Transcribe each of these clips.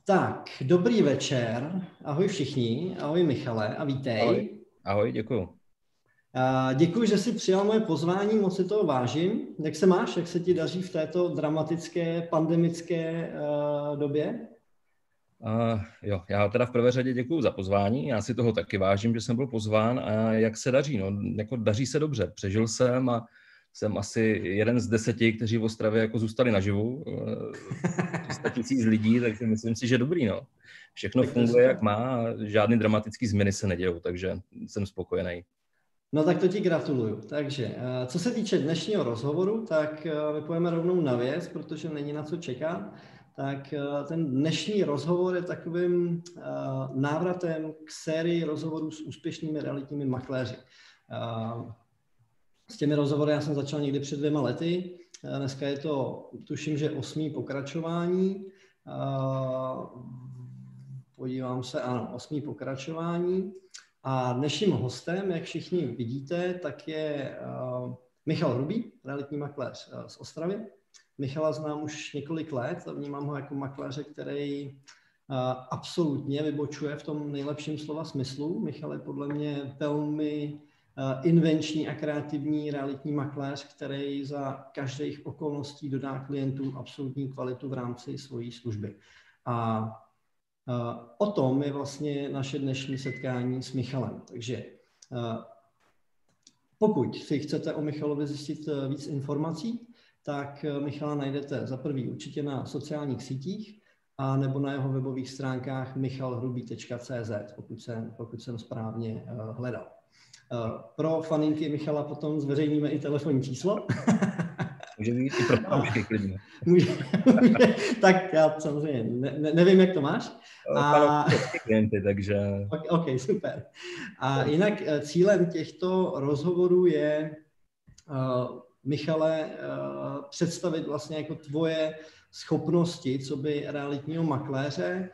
Tak, dobrý večer. Ahoj všichni. Ahoj Michale a vítej. Ahoj, ahoj, děkuju. Děkuji, že jsi přijal moje pozvání, moc si toho vážím. Jak se máš? Jak se ti daří v této dramatické, pandemické době? Jo, já teda v prvé řadě děkuju za pozvání, já si toho taky vážím, že jsem byl pozván a jak se daří? No, jako daří se dobře, přežil jsem a jsem asi jeden z 10, kteří v Ostravě jako zůstali naživu, 300 000 lidí, takže myslím si, že dobrý, no. Všechno Tak funguje, jak má a žádný dramatický změny se nedějou, takže jsem spokojený. No tak to ti gratuluju. Takže, co se týče dnešního rozhovoru, tak my půjdeme rovnou na věc, protože není na co čekat. Tak ten dnešní rozhovor je takovým návratem k sérii rozhovorů s úspěšnými realitními makléři. S těmi rozhovory já jsem začal někdy před 2 lety. Dneska je to, tuším, že 8. pokračování. Podívám se, ano, 8. pokračování. A dnešním hostem, jak všichni vidíte, tak je Michal Hrubý, realitní makléř z Ostravy. Michala znám už několik let a vnímám ho jako makléře, který absolutně vybočuje v tom nejlepším slova smyslu. Michal je podle mě velmi invenční a kreativní realitní makléř, který za každých okolností dodá klientům absolutní kvalitu v rámci svojí služby. A o tom je vlastně naše dnešní setkání s Michalem. Takže pokud si chcete o Michalovi zjistit víc informací, tak Michala najdete za prvý určitě na sociálních sítích a nebo na jeho webových stránkách michalhrubý.cz, pokud jsem správně hledal. Pro faninky Michala potom zveřejníme i telefonní číslo. Může být i pro fanoušky klidně. Může. Tak já samozřejmě nevím, jak to máš. Klienty, takže... OK, super. A jinak cílem těchto rozhovorů je, Michale, představit vlastně jako tvoje schopnosti, co by realitního makléře.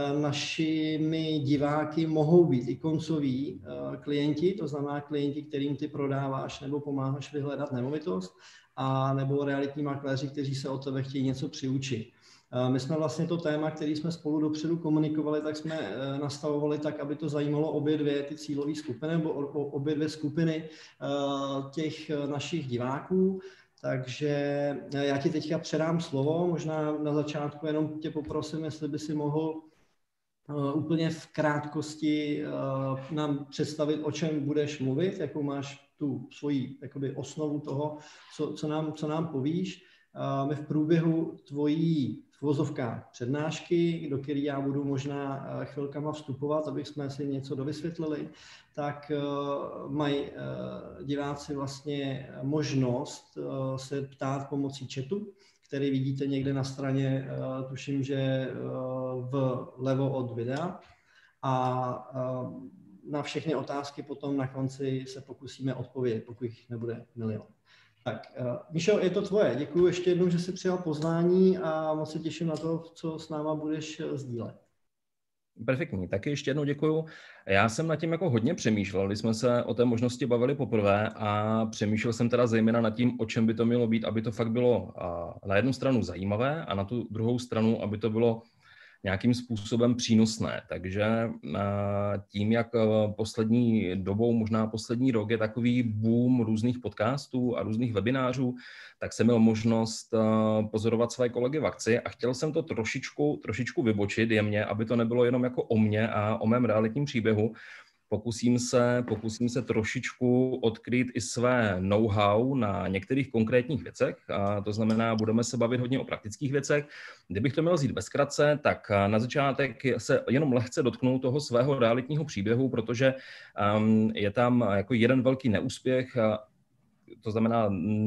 Našimi diváky mohou být i koncoví klienti, to znamená klienti, kterým ty prodáváš nebo pomáháš vyhledat nemovitost, a nebo realitní makléři, kteří se od tebe chtějí něco přiučit. My jsme vlastně to téma, který jsme spolu dopředu komunikovali, tak jsme nastavovali tak, aby to zajímalo obě dvě ty cílové skupiny, nebo obě dvě skupiny těch našich diváků. Takže já ti teďka předám slovo, možná na začátku jenom tě poprosím, jestli by si mohl úplně v krátkosti nám představit, o čem budeš mluvit, jakou máš tu svoji jakoby osnovu toho, co nám povíš. My v průběhu tvojí v uvozovkách přednášky, do které já budu možná chvilkama vstupovat, abych jsme si něco dovysvětlili, tak mají diváci vlastně možnost se ptát pomocí chatu, který vidíte někde na straně, tuším, že vlevo od videa. A na všechny otázky potom na konci se pokusíme odpovědět, pokud jich nebude milion. Tak, Míšo, je to tvoje. Děkuji ještě jednou, že jsi přijal pozvání a moc se těším na to, co s náma budeš sdílet. Perfektní, taky ještě jednou děkuju. Já jsem nad tím jako hodně přemýšlel, když jsme se o té možnosti bavili poprvé a přemýšlel jsem teda zejména nad tím, o čem by to mělo být, aby to fakt bylo na jednu stranu zajímavé a na tu druhou stranu, aby to bylo nějakým způsobem přínosné. Takže tím, jak poslední dobou, možná poslední rok je takový boom různých podcastů a různých webinářů, tak jsem měl možnost pozorovat své kolegy v akci a chtěl jsem to trošičku vybočit jemně, aby to nebylo jenom jako o mně a o mém realitním příběhu. Pokusím se trošičku odkrýt i své know-how na některých konkrétních věcech. To znamená, budeme se bavit hodně o praktických věcech. Kdybych to měl vzít ve zkratce, tak na začátek se jenom lehce dotknu toho svého realitního příběhu, protože je tam jako jeden velký neúspěch. To znamená,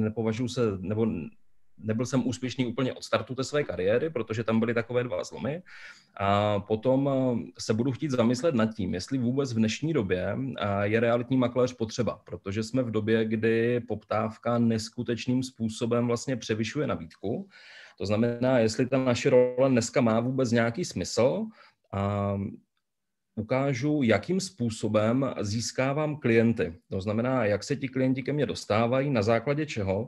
nebyl jsem úspěšný úplně od startu té své kariéry, protože tam byly takové 2 zlomy. A potom se budu chtít zamyslet nad tím, jestli vůbec v dnešní době je realitní makléř potřeba, protože jsme v době, kdy poptávka neskutečným způsobem vlastně převyšuje nabídku. To znamená, jestli ta naše role dneska má vůbec nějaký smysl. A ukážu, jakým způsobem získávám klienty. To znamená, jak se ti klienti ke mně dostávají, na základě čeho.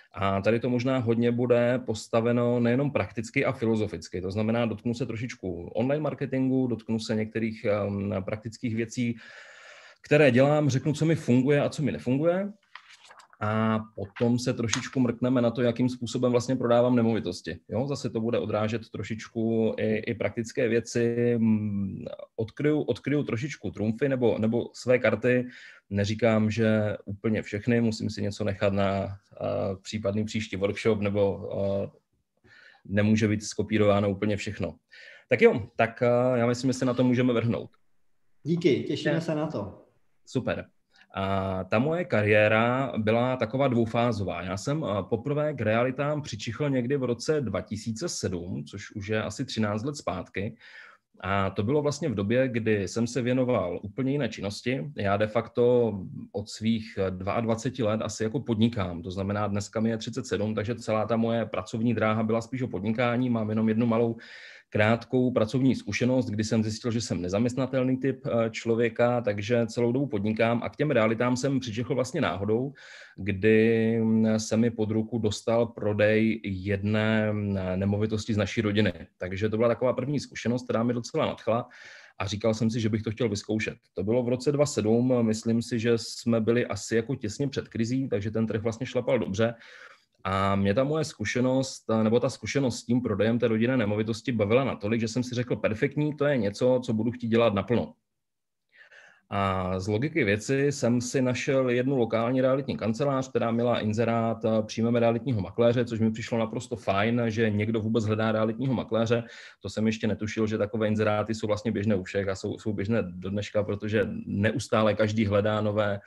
A tady to možná hodně bude postaveno nejenom prakticky a filozoficky, to znamená, dotknu se trošičku online marketingu, dotknu se některých praktických věcí, které dělám, řeknu, co mi funguje a co mi nefunguje. A potom se trošičku mrkneme na to, jakým způsobem vlastně prodávám nemovitosti. Jo? Zase to bude odrážet trošičku i praktické věci. Odkryju trošičku trumfy nebo své karty. Neříkám, že úplně všechny, musím si něco nechat na případný příští workshop, nebo nemůže být skopírováno úplně všechno. Tak jo, tak já myslím, že se na to můžeme vrhnout. Díky, těšíme se na to. Super. A ta moje kariéra byla taková dvoufázová. Já jsem poprvé k realitám přičichl někdy v roce 2007, což už je asi 13 let zpátky. A to bylo vlastně v době, kdy jsem se věnoval úplně jiné činnosti. Já de facto od svých 22 let asi jako podnikám. To znamená, dneska mi je 37, takže celá ta moje pracovní dráha byla spíš o podnikání. Mám jenom jednu malou krátkou pracovní zkušenost, kdy jsem zjistil, že jsem nezaměstnatelný typ člověka, takže celou dobu podnikám a k těm realitám jsem přičichl vlastně náhodou, kdy se mi pod ruku dostal prodej jedné nemovitosti z naší rodiny. Takže to byla taková první zkušenost, která mi docela nadchla a říkal jsem si, že bych to chtěl vyzkoušet. To bylo v roce 2007, myslím si, že jsme byli asi jako těsně před krizí, takže ten trh vlastně šlapal dobře. A mě ta moje zkušenost, nebo ta zkušenost s tím prodejem té rodinné nemovitosti bavila natolik, že jsem si řekl, perfektní, to je něco, co budu chtít dělat naplno. A z logiky věci jsem si našel jednu lokální realitní kancelář, která měla inzerát přijmeme realitního makléře, což mi přišlo naprosto fajn, že někdo vůbec hledá realitního makléře. To jsem ještě netušil, že takové inzeráty jsou vlastně běžné u všech a jsou běžné do dneška, protože neustále každý hledá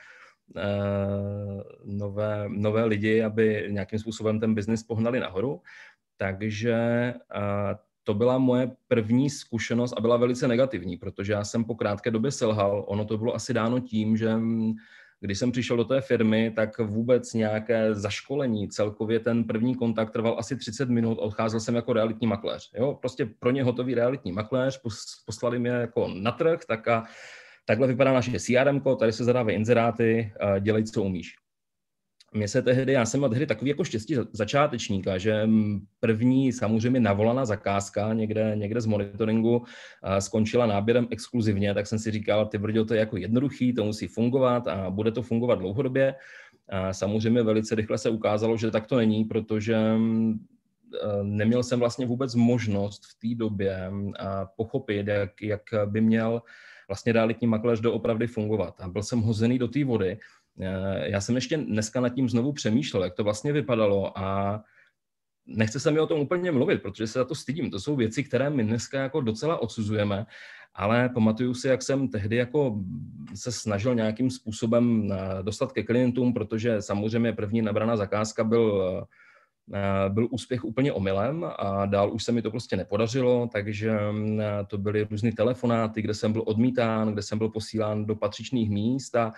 nové lidi, aby nějakým způsobem ten biznis pohnali nahoru. Takže to byla moje první zkušenost a byla velice negativní, protože já jsem po krátké době selhal. Ono to bylo asi dáno tím, že když jsem přišel do té firmy, tak vůbec nějaké zaškolení, celkově ten první kontakt trval asi 30 minut a odcházel jsem jako realitní makléř. Jo? Prostě pro ně hotový realitní makléř, poslali mě jako na trh, takhle vypadá naše CRM, tady se zadávají inzeráty, dělej, co umíš. Já jsem měl tehdy takový jako štěstí začátečníka, že první samozřejmě navolaná zakázka někde z monitoringu skončila náběrem exkluzivně, tak jsem si říkal, ty brďo, to je jako jednoduchý, to musí fungovat a bude to fungovat dlouhodobě. A samozřejmě velice rychle se ukázalo, že tak to není, protože neměl jsem vlastně vůbec možnost v té době pochopit, jak by měl vlastně realitní makléř doopravdy fungovat. A byl jsem hozený do té vody. Já jsem ještě dneska nad tím znovu přemýšlel, jak to vlastně vypadalo a nechce se mi o tom úplně mluvit, protože se za to stydím. To jsou věci, které my dneska jako docela odsuzujeme, ale pamatuju si, jak jsem tehdy jako se snažil nějakým způsobem dostat ke klientům, protože samozřejmě první nabraná zakázka byl úspěch úplně omylem a dál už se mi to prostě nepodařilo, takže to byly různý telefonáty, kde jsem byl odmítán, kde jsem byl posílán do patřičných míst a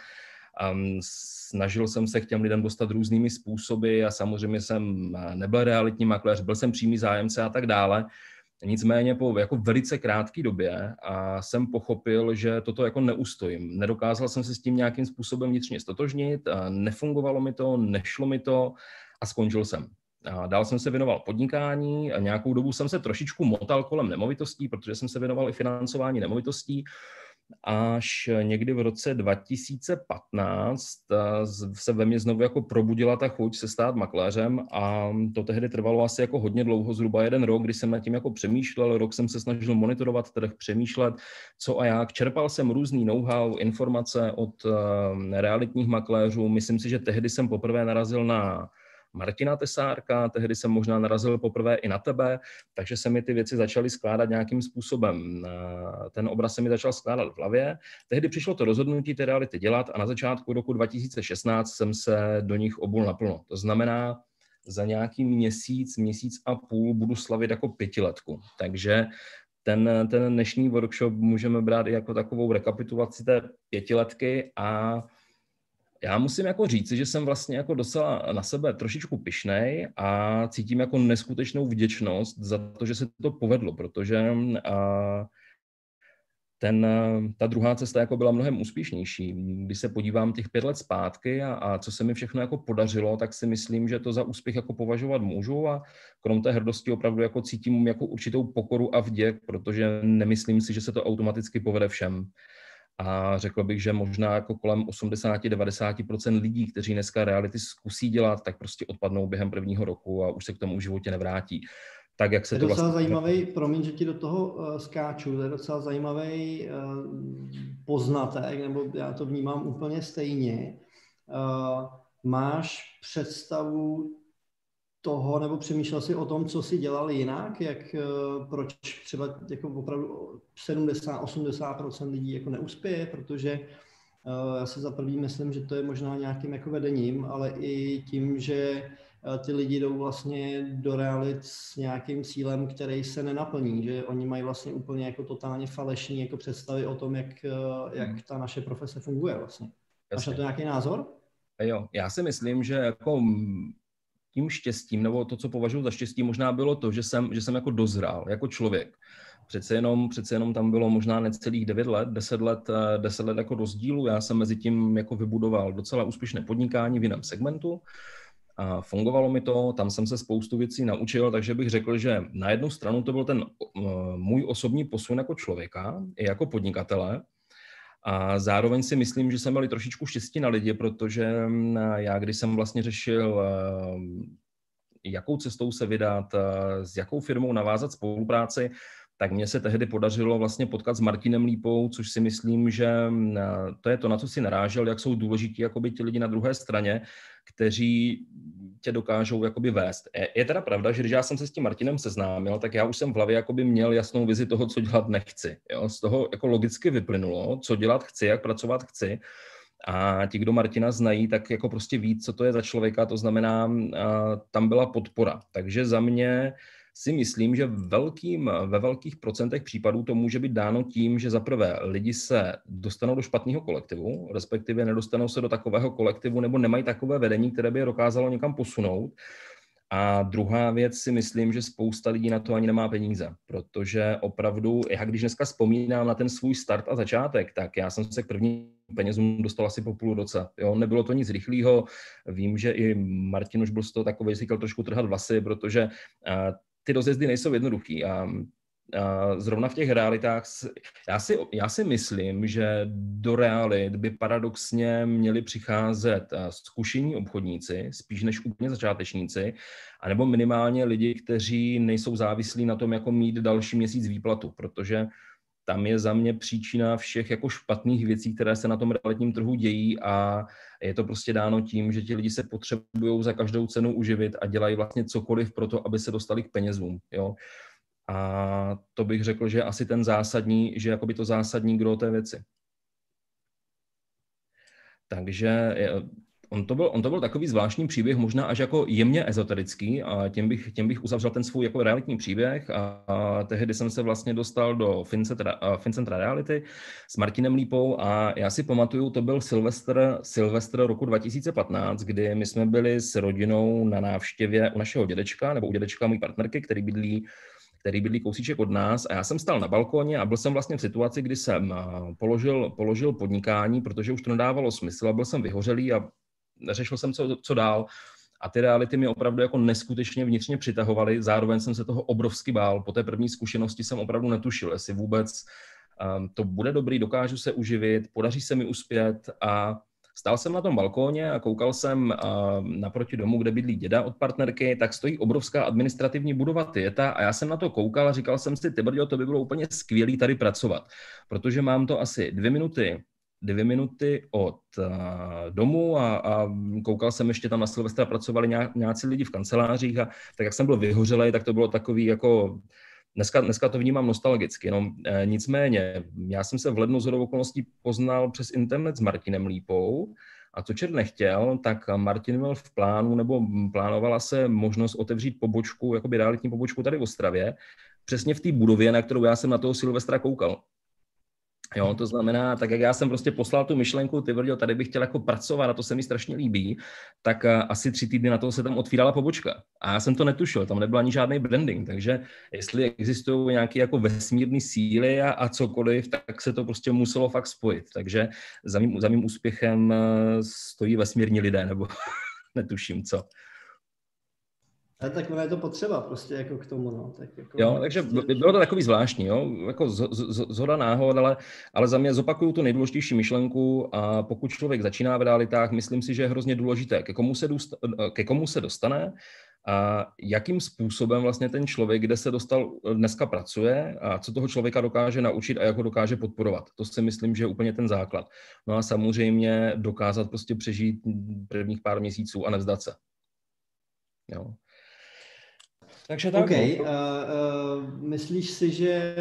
snažil jsem se k těm lidem dostat různými způsoby a samozřejmě jsem nebyl realitní makléř, byl jsem přímý zájemce a tak dále. Nicméně po jako velice krátké době a jsem pochopil, že toto jako neustojím. Nedokázal jsem se s tím nějakým způsobem vnitřně stotožnit, nefungovalo mi to, nešlo mi to a skončil jsem. A dál jsem se věnoval podnikání a nějakou dobu jsem se trošičku motal kolem nemovitostí, protože jsem se věnoval i financování nemovitostí. Až někdy v roce 2015 se ve mně znovu jako probudila ta chuť se stát makléřem a to tehdy trvalo asi jako hodně dlouho, zhruba 1 rok, kdy jsem nad tím jako přemýšlel, rok jsem se snažil monitorovat trh, přemýšlet, co a jak. Čerpal jsem různý know-how, informace od realitních makléřů. Myslím si, že tehdy jsem poprvé narazil na Martina Tesárka, tehdy jsem možná narazil poprvé i na tebe, takže se mi ty věci začaly skládat nějakým způsobem. Ten obraz se mi začal skládat v hlavě. Tehdy přišlo to rozhodnutí ty reality dělat a na začátku roku 2016 jsem se do nich obul naplno. To znamená, za nějaký měsíc a půl budu slavit jako 5letku. Takže ten dnešní workshop můžeme brát i jako takovou rekapitulaci té 5letky a já musím jako říci, že jsem vlastně jako docela na sebe trošičku pyšnej a cítím jako neskutečnou vděčnost za to, že se to povedlo, protože ta druhá cesta jako byla mnohem úspěšnější. Když se podívám těch 5 let zpátky a co se mi všechno jako podařilo, tak si myslím, že to za úspěch jako považovat můžu a krom té hrdosti opravdu jako cítím jako určitou pokoru a vděk, protože nemyslím si, že se to automaticky povede všem. A řekl bych, že možná jako kolem 80-90% lidí, kteří dneska reality zkusí dělat, tak prostě odpadnou během prvního roku a už se k tomu v životě nevrátí. Tak, jak se je to docela vlastně... zajímavý, promiň, že ti do toho skáču, to je docela zajímavý poznatek, nebo já to vnímám úplně stejně. Máš představu toho, nebo přemýšlel jsi o tom, co jsi dělal jinak, proč třeba jako opravdu 70-80% lidí jako neuspěje, protože já si za první myslím, že to je možná nějakým jako vedením, ale i tím, že ty lidi jdou vlastně do realit s nějakým cílem, který se nenaplní, že oni mají vlastně úplně jako totálně falešní jako představy o tom, jak ta naše profese funguje vlastně. Máš na to nějaký názor? Jo, já si myslím, že jako tím štěstím, nebo to, co považuji za štěstí, možná bylo to, že jsem jako dozrál, jako člověk. Přece jenom tam bylo možná necelých 9 let, 10 let jako rozdílu. Já jsem mezi tím jako vybudoval docela úspěšné podnikání v jiném segmentu. A fungovalo mi to, tam jsem se spoustu věcí naučil, takže bych řekl, že na jednu stranu to byl ten můj osobní posun jako člověka, i jako podnikatele. A zároveň si myslím, že jsem měl trošičku štěstí na lidi, protože já, když jsem vlastně řešil, jakou cestou se vydat, s jakou firmou navázat spolupráci, tak mně se tehdy podařilo vlastně potkat s Martinem Lípou, což si myslím, že to je to, na co si narážel, jak jsou důležití jakoby ti lidi na druhé straně, kteří tě dokážou jakoby vést. Je teda pravda, že když já jsem se s tím Martinem seznámil, tak já už jsem v hlavě jakoby měl jasnou vizi toho, co dělat nechci. Jo? Z toho jako logicky vyplynulo, co dělat chci, jak pracovat chci. A ti, kdo Martina znají, tak jako prostě ví, co to je za člověka, to znamená, tam byla podpora. Takže za mě si myslím, že ve velkých procentech případů to může být dáno tím, že zaprvé lidi se dostanou do špatného kolektivu, respektive nedostanou se do takového kolektivu nebo nemají takové vedení, které by je dokázalo někam posunout. A druhá věc si myslím, že spousta lidí na to ani nemá peníze, protože opravdu, já když dneska vzpomínám na ten svůj start a začátek, tak já jsem se k prvním penězům dostal asi po půl roce. Jo, nebylo to nic rychlého. Vím, že i Martin už byl z toho takovej, si chtěl trošku trhat vlasy, protože ty rozjezdy nejsou jednoduchý a zrovna v těch realitách, já si myslím, že do realit by paradoxně měli přicházet zkušení obchodníci, spíš než úplně začátečníci, anebo minimálně lidi, kteří nejsou závislí na tom, jako mít další měsíc výplatu, protože tam je za mě příčina všech jako špatných věcí, které se na tom realitním trhu dějí a je to prostě dáno tím, že ti lidi se potřebují za každou cenu uživit a dělají vlastně cokoliv pro to, aby se dostali k penězům. Jo? A to bych řekl, že je asi ten zásadní, že jakoby to zásadní gro té věci. Takže on to byl takový zvláštní příběh, možná až jako jemně ezoterický a tím bych uzavřel ten svůj jako realitní příběh a tehdy jsem se vlastně dostal do FinCentra Reality s Martinem Lípou a já si pamatuju, to byl Silvestr roku 2015, kdy my jsme byli s rodinou na návštěvě u našeho dědečka, nebo u dědečka mojí partnerky, který bydlí kousíček od nás a já jsem stál na balkóně a byl jsem vlastně v situaci, kdy jsem položil podnikání, protože už to nedávalo smysl a byl jsem vyhořelý a řešil jsem, co dál. A ty reality mě opravdu jako neskutečně vnitřně přitahovaly, zároveň jsem se toho obrovsky bál. Po té první zkušenosti jsem opravdu netušil, jestli vůbec to bude dobrý, dokážu se uživit, podaří se mi uspět a stál jsem na tom balkóně a koukal jsem naproti domu, kde bydlí děda od partnerky, tak stojí obrovská administrativní budova Tieta a já jsem na to koukal a říkal jsem si, ty brďo, to by bylo úplně skvělý tady pracovat, protože mám to asi 2 minuty od domu a koukal jsem ještě tam na Silvestra, pracovali nějací lidi v kancelářích a tak jak jsem byl vyhořelej, tak to bylo takový jako... Dneska to vnímám nostalgicky, nicméně já jsem se v lednu shodou okolností poznal přes internet s Martinem Lípou a co čert nechtěl, tak Martin měl v plánu nebo plánovala se možnost otevřít pobočku, jakoby realitní pobočku tady v Ostravě, přesně v té budově, na kterou já jsem na toho Silvestra koukal. Jo, to znamená, tak jak já jsem prostě poslal tu myšlenku, ty Vrďo, tady bych chtěl jako pracovat a to se mi strašně líbí, tak asi 3 týdny na to se tam otvírala pobočka. A já jsem to netušil, tam nebyl ani žádný branding, takže jestli existují nějaké jako vesmírné síly a cokoliv, tak se to prostě muselo fakt spojit. Takže za mým úspěchem stojí vesmírní lidé, nebo netuším co. Ale tak ono je to potřeba prostě jako k tomu, no. Tak jako Jo, takže prostě... bylo to takový zvláštní, jo, jako zhoda náhod, ale za mě zopakuju tu nejdůležitější myšlenku a pokud člověk začíná v realitách, myslím si, že je hrozně důležité, ke komu se dostane a jakým způsobem vlastně ten člověk, kde se dostal, dneska pracuje a co toho člověka dokáže naučit a jak ho dokáže podporovat. To si myslím, že je úplně ten základ. No a samozřejmě dokázat prostě přežít prvních pár měsíců a nevzdat se. Jo. Takže tak. Okay. Myslíš si, že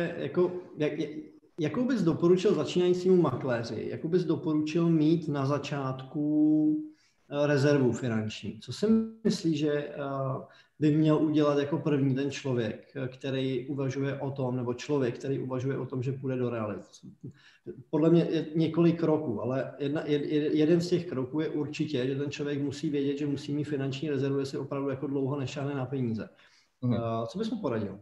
jakou bys doporučil začínajícímu makléři, jakou bys doporučil mít na začátku rezervu finanční? Co si myslíš, že by měl udělat jako první ten člověk, který uvažuje o tom, nebo člověk, který uvažuje o tom, že půjde do reality? Podle mě je několik kroků, ale jeden z těch kroků je určitě, že ten člověk musí vědět, že musí mít finanční rezervu, jestli opravdu jako dlouho nešáhne na peníze. Co bys mu poradil?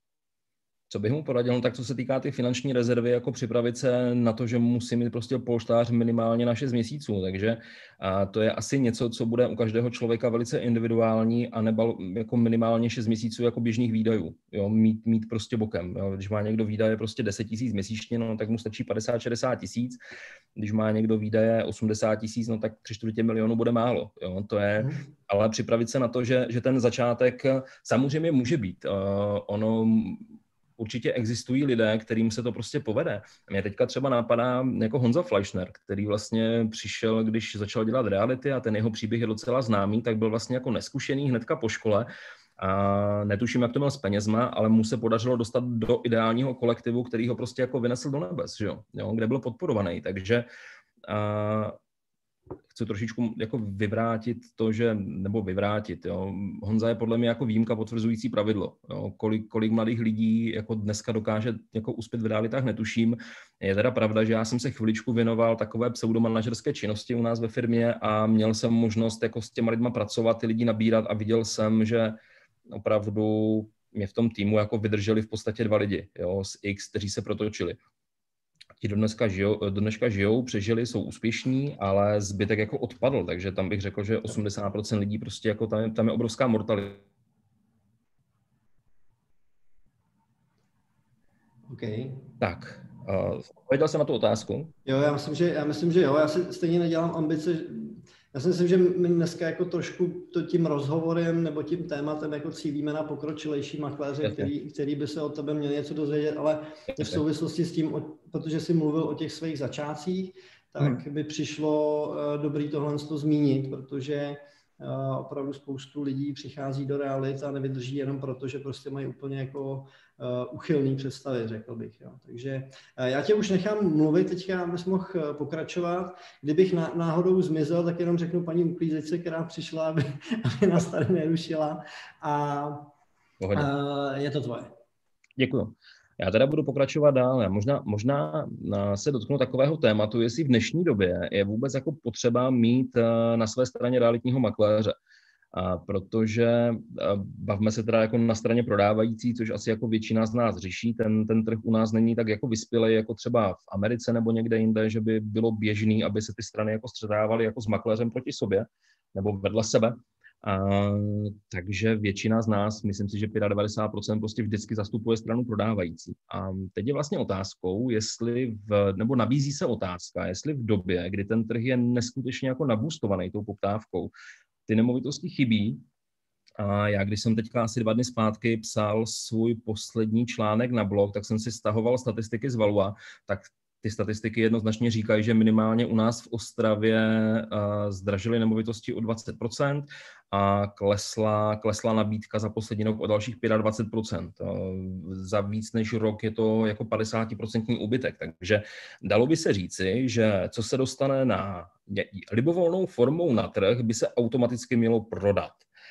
Co bych mu poradil? No, tak co se týká ty finanční rezervy, jako připravit se na to, že musí mít prostě polštář minimálně na 6 měsíců, takže to je asi něco, co bude u každého člověka velice individuální a nebo jako minimálně 6 měsíců jako běžných výdajů, jo, mít prostě bokem. Jo. Když má někdo výdaje prostě 10 000 měsíčně, no, tak mu stačí 50-60 tisíc. Když má někdo výdaje 80 000, no tak 3/4 milionu bude málo. Jo. To je, ale připravit se na to, že ten začátek samozřejmě může být. Ono určitě existují lidé, kterým se to prostě povede. Mě teďka třeba napadá jako Honza Fleischner, který vlastně přišel, když začal dělat reality a ten jeho příběh je docela známý, tak byl vlastně jako neskušený hnedka po škole a netuším, jak to měl s penězma, ale mu se podařilo dostat do ideálního kolektivu, který ho prostě jako vynesl do nebes, že jo? Kde byl podporovaný, takže chci trošičku jako vyvrátit to, že, nebo vyvrátit, jo. Honza je podle mě jako výjimka potvrzující pravidlo. Jo. Kolik mladých lidí jako dneska dokáže jako uspět v realitách, netuším. Je teda pravda, že já jsem se chviličku věnoval takové pseudomanažerské činnosti u nás ve firmě a měl jsem možnost jako s těma lidma pracovat, ty lidi nabírat a viděl jsem, že opravdu mě v tom týmu jako vydrželi v podstatě 2 lidi, jo, z X, kteří se protočili. Ti do dneška žijou, přežili, jsou úspěšní, ale zbytek jako odpadl, takže tam bych řekl, že 80% lidí prostě jako tam je obrovská mortalita. Okay. Tak, odpověděl jsem na tu otázku? Jo, já myslím, že jo, já si stejně nedělám ambice. Já si myslím, že my dneska jako trošku tím rozhovorem nebo tím tématem jako cílíme na pokročilejší makléře, který by se od tebe měl něco dozvědět, ale v souvislosti s tím, protože jsi mluvil o těch svých začátcích, tak by přišlo dobrý tohle zmínit, protože opravdu spoustu lidí přichází do realit a nevydrží jenom proto, že prostě mají úplně jako uchylný představy, řekl bych. Jo. Takže já tě už nechám mluvit teďka, abys mohl pokračovat. Kdybych náhodou zmizel, tak jenom řeknu paní uklízečce, která přišla, aby nás tady nerušila. A je to tvoje. Děkuju. Já teda budu pokračovat dál. Možná se dotknu takového tématu, jestli v dnešní době je vůbec jako potřeba mít na své straně realitního makléře. Protože bavme se teda jako na straně prodávající, což asi jako většina z nás řeší, ten trh u nás není tak jako vyspělej jako třeba v Americe nebo někde jinde, že by bylo běžný, aby se ty strany jako střetávaly jako s makléřem proti sobě nebo vedle sebe. Takže většina z nás, myslím si, že 95% prostě vždycky zastupuje stranu prodávající. A teď je vlastně otázkou, nebo nabízí se otázka, jestli v době, kdy ten trh je neskutečně jako nabustovaný tou poptávkou, ty nemovitosti chybí. A já, když jsem teďka asi 2 dny zpátky psal svůj poslední článek na blog, tak jsem si stahoval statistiky z Valua, tak ty statistiky jednoznačně říkají, že minimálně u nás v Ostravě zdražily nemovitosti o 20% a klesla nabídka za poslední rok o dalších 25%. Za víc než rok je to jako 50% úbytek. Takže dalo by se říci, že co se dostane na libovolnou formou na trh, by se automaticky mělo prodat.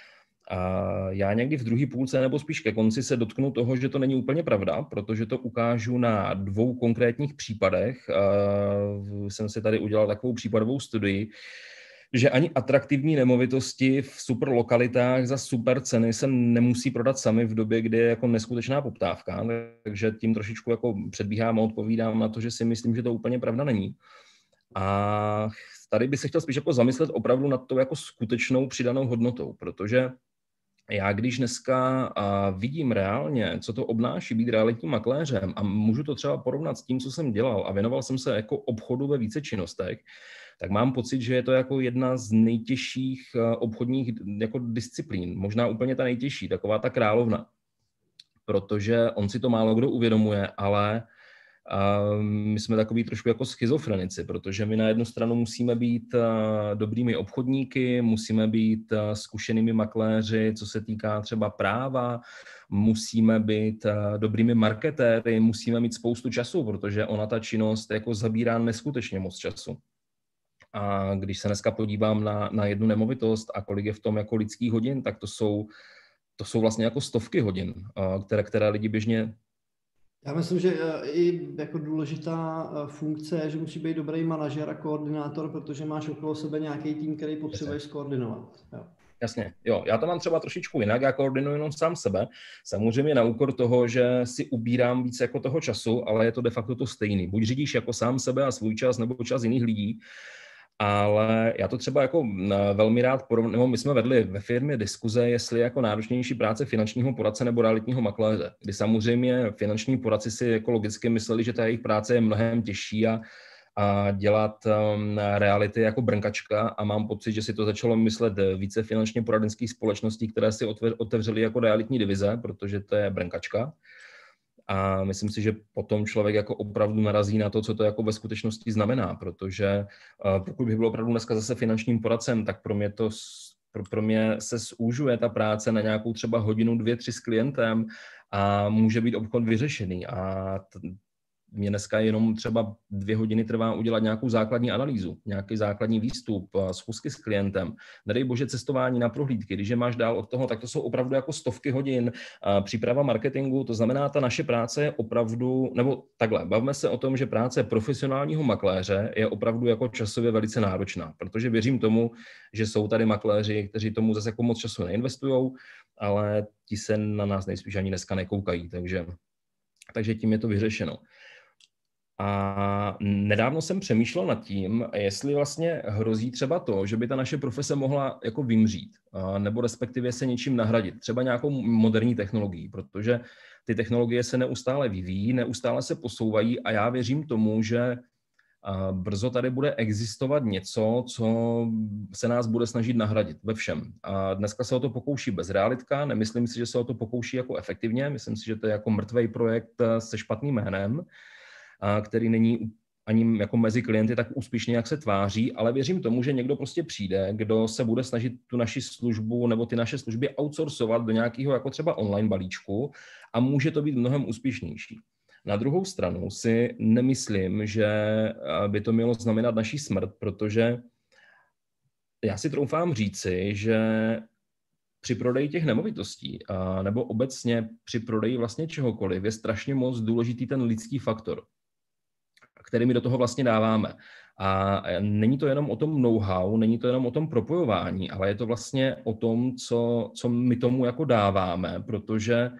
Já někdy v druhé půlce nebo spíš ke konci se dotknu toho, že to není úplně pravda, protože to ukážu na 2 konkrétních případech. Jsem si tady udělal takovou případovou studii, že ani atraktivní nemovitosti v super lokalitách za super ceny se nemusí prodat sami v době, kdy je jako neskutečná poptávka. Takže tím trošičku jako předbíhám a odpovídám na to, že si myslím, že to úplně pravda není. A tady bych se chtěl spíš jako zamyslet opravdu nad tou jako skutečnou přidanou hodnotou, protože já když dneska vidím reálně, co to obnáší být realitním makléřem a můžu to třeba porovnat s tím, co jsem dělal a věnoval jsem se jako obchodu ve více činnostech, tak mám pocit, že je to jako jedna z nejtěžších obchodních jako disciplín, možná úplně ta nejtěžší, taková ta královna, protože on si to málo kdo uvědomuje, ale my jsme takový trošku jako schizofrenici, protože my na jednu stranu musíme být dobrými obchodníky, musíme být zkušenými makléři, co se týká třeba práva, musíme být dobrými marketéry, musíme mít spoustu času, protože ona ta činnost jako zabírá neskutečně moc času. A když se dneska podívám na jednu nemovitost a kolik je v tom jako lidských hodin, tak to jsou vlastně jako stovky hodin, které lidi běžně... Já myslím, že i jako důležitá funkce je, že musí být dobrý manažer a koordinátor, protože máš okolo sebe nějaký tým, který potřebuješ skoordinovat. Jo. Jasně, jo. Já to mám třeba trošičku jinak, já koordinuji jenom sám sebe. Samozřejmě na úkor toho, že si ubírám víc jako toho času, ale je to de facto to stejný. Buď řídíš jako sám sebe a svůj čas, nebo čas jiných lidí. Ale já to třeba jako velmi rád nebo my jsme vedli ve firmě diskuze, jestli je jako náročnější práce finančního poradce nebo realitního makléře. Kdy samozřejmě finanční poradci si jako logicky mysleli, že ta jejich práce je mnohem těžší a dělat reality jako brnkačka a mám pocit, že si to začalo myslet více finančně poradenských společností, které si otevřely jako realitní divize, protože to je brnkačka. A myslím si, že potom člověk jako opravdu narazí na to, co to jako ve skutečnosti znamená, protože pokud bych byl opravdu dneska zase finančním poradcem, tak pro mě se zúžuje ta práce na nějakou třeba hodinu, 2, 3 s klientem a může být obchod vyřešený. A mě dneska jenom třeba 2 hodiny trvá udělat nějakou základní analýzu, nějaký základní výstup, schůzky s klientem, nedej bože cestování na prohlídky, když je máš dál od toho, tak to jsou opravdu jako stovky hodin, příprava marketingu, to znamená, ta naše práce je opravdu, nebo takhle, bavme se o tom, že práce profesionálního makléře je opravdu jako časově velice náročná, protože věřím tomu, že jsou tady makléři, kteří tomu zase jako moc času neinvestujou, ale ti se na nás nejspíš ani dneska nekoukají, takže tím je to vyřešeno. A nedávno jsem přemýšlel nad tím, jestli vlastně hrozí třeba to, že by ta naše profese mohla jako vymřít, nebo respektive se něčím nahradit, třeba nějakou moderní technologií, protože ty technologie se neustále vyvíjí, neustále se posouvají a já věřím tomu, že brzo tady bude existovat něco, co se nás bude snažit nahradit ve všem. A dneska se o to pokouší bezrealitka, nemyslím si, že se o to pokouší jako efektivně, myslím si, že to je jako mrtvej projekt se špatným jménem, který není ani jako mezi klienty tak úspěšně, jak se tváří, ale věřím tomu, že někdo prostě přijde, kdo se bude snažit tu naši službu nebo ty naše služby outsourcovat do nějakého jako třeba online balíčku a může to být mnohem úspěšnější. Na druhou stranu si nemyslím, že by to mělo znamenat naší smrt, protože já si troufám říci, že při prodeji těch nemovitostí nebo obecně při prodeji vlastně čehokoliv je strašně moc důležitý ten lidský faktor, který my do toho vlastně dáváme. A není to jenom o tom know-how, není to jenom o tom propojování, ale je to vlastně o tom, co my tomu jako dáváme, protože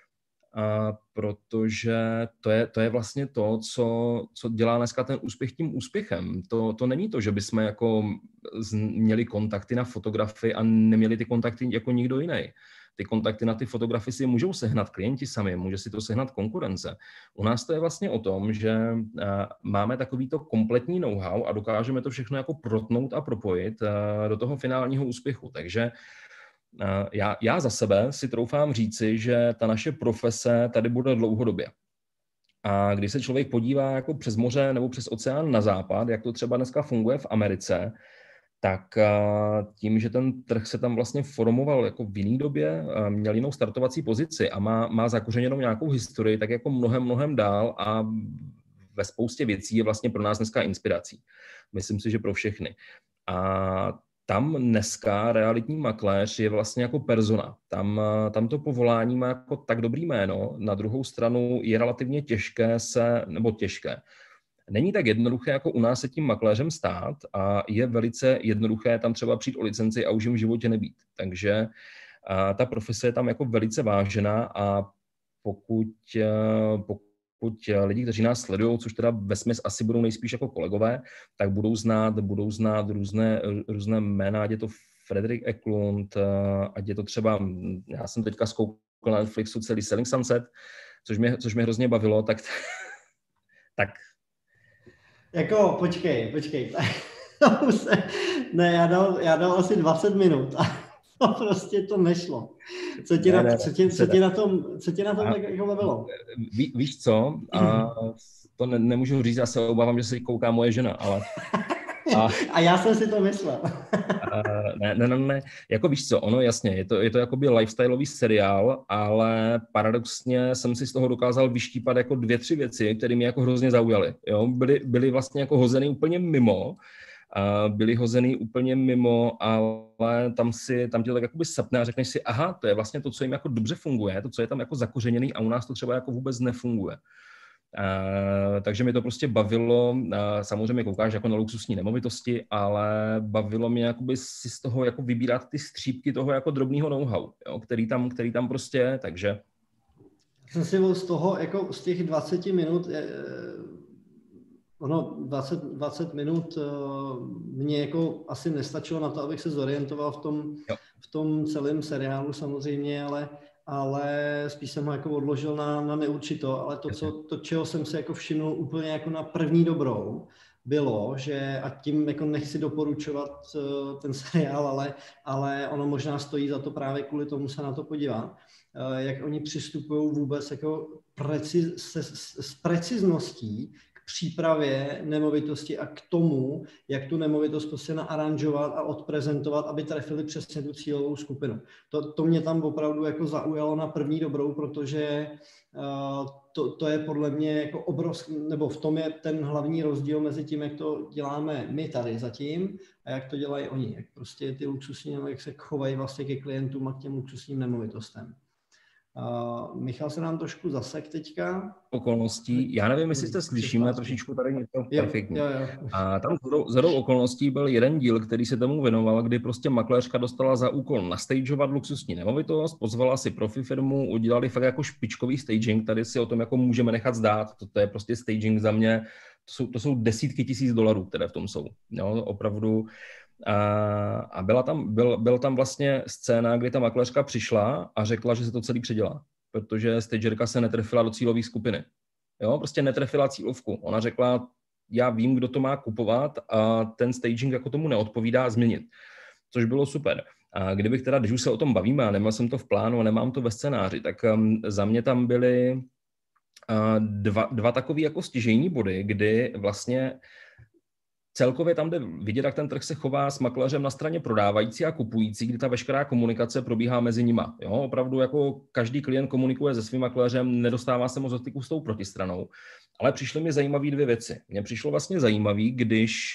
to je vlastně to, co dělá dneska ten úspěch tím úspěchem. To není to, že bychom jako měli kontakty na fotografii a neměli ty kontakty jako nikdo jiný. Ty kontakty na ty fotografii si můžou sehnat klienti sami, může si to sehnat konkurence. U nás to je vlastně o tom, že máme takovýto kompletní know-how a dokážeme to všechno jako protnout a propojit do toho finálního úspěchu. Takže já za sebe si troufám říci, že ta naše profese tady bude dlouhodobě. A když se člověk podívá jako přes moře nebo přes oceán na západ, jak to třeba dneska funguje v Americe, tak tím, že ten trh se tam vlastně formoval jako v jiné době, měl jinou startovací pozici a má zakořeněnou nějakou historii, tak jako mnohem dál a ve spoustě věcí je vlastně pro nás dneska inspirací. Myslím si, že pro všechny. A tam dneska realitní makléř je vlastně jako persona. Tam to povolání má jako tak dobrý jméno, na druhou stranu je relativně těžké Není tak jednoduché jako u nás se tím makléřem stát a je velice jednoduché tam třeba přijít o licenci a už jim v životě nebýt. Takže ta profese je tam jako velice vážená a pokud lidi, kteří nás sledují, což teda vesměs asi budou nejspíš jako kolegové, tak budou znát různé jména, ať je to Frederick Eklund, ať je to třeba, já jsem teďka zkoukal na Netflixu celý Selling Sunset, což mě hrozně bavilo, tak Jako, počkej. Ne, já dal asi 20 minut a prostě to nešlo. Co tě na tom tak jako bavilo? Víš co? To nemůžu říct, já se obávám, že se kouká moje žena, ale... A já jsem si to myslel. Ne. Jako víš co, ono jasně, je to jakoby lifestyleový seriál, ale paradoxně jsem si z toho dokázal vyštípat jako 2-3 věci, které mě jako hrozně zaujaly. Jo? Byly vlastně jako hozený úplně mimo, ale tam tě tak jakoby sapne a řekneš si, aha, to je vlastně to, co jim jako dobře funguje, to, co je tam jako zakořeněný a u nás to třeba jako vůbec nefunguje. Takže mi to prostě bavilo, samozřejmě koukáš jako na luxusní nemovitosti, ale bavilo mě jakoby si z toho jako vybírat ty střípky toho jako drobného know-how, jo, který tam prostě je, takže... Jsem si byl z toho, jako z těch 20 minut, 20 minut mě jako asi nestačilo na to, abych se zorientoval v tom celém seriálu samozřejmě, ale spíš jsem ho jako odložil na neurčito, ale to, čeho jsem se jako všimnul úplně jako na první dobrou, bylo, že a tím jako nechci doporučovat ten seriál, ale ono možná stojí za to právě kvůli tomu se na to podívat, jak oni přistupují vůbec jako s precizností k přípravě nemovitosti a k tomu, jak tu nemovitost prostě naaranžovat a odprezentovat, aby trefili přesně tu cílovou skupinu. To mě tam opravdu jako zaujalo na první dobrou, protože to je podle mě jako obrovský, nebo v tom je ten hlavní rozdíl mezi tím, jak to děláme my tady zatím a jak to dělají oni. Jak prostě ty luxusní, jak se chovají vlastně ke klientům a k těm luxusním nemovitostem. Michal se nám trošku zasek teďka. Okolností, já nevím, jestli jste slyšíme trošičku tady něco perfektní. Jo. A tam zhodou okolností byl jeden díl, který se tomu věnoval, kdy prostě makléřka dostala za úkol nastageovat luxusní nemovitost, pozvala si profi firmu, udělali fakt jako špičkový staging, tady si o tom jako můžeme nechat zdát, to je prostě staging za mě, to jsou desítky tisíc dolarů, které v tom jsou, jo, opravdu. A byla tam vlastně scéna, kdy ta makléřka přišla a řekla, že se to celý předělá, protože stagerka se netrefila do cílové skupiny. Jo, prostě netrefila cílovku. Ona řekla, já vím, kdo to má kupovat a ten staging jako tomu neodpovídá, změnit. Což bylo super. A když už se o tom bavíme a neměl jsem to v plánu a nemám to ve scénáři, tak za mě tam byly dva takový jako stěžejní body, kdy vlastně celkově tam jde vidět, jak ten trh se chová s makléřem na straně prodávající a kupující, kdy ta veškerá komunikace probíhá mezi nima. Jo? Opravdu jako každý klient komunikuje se svým makléřem, nedostává se moc do styku s tou protistranou. Ale přišly mi zajímavé 2 věci. Mně přišlo vlastně zajímavý, když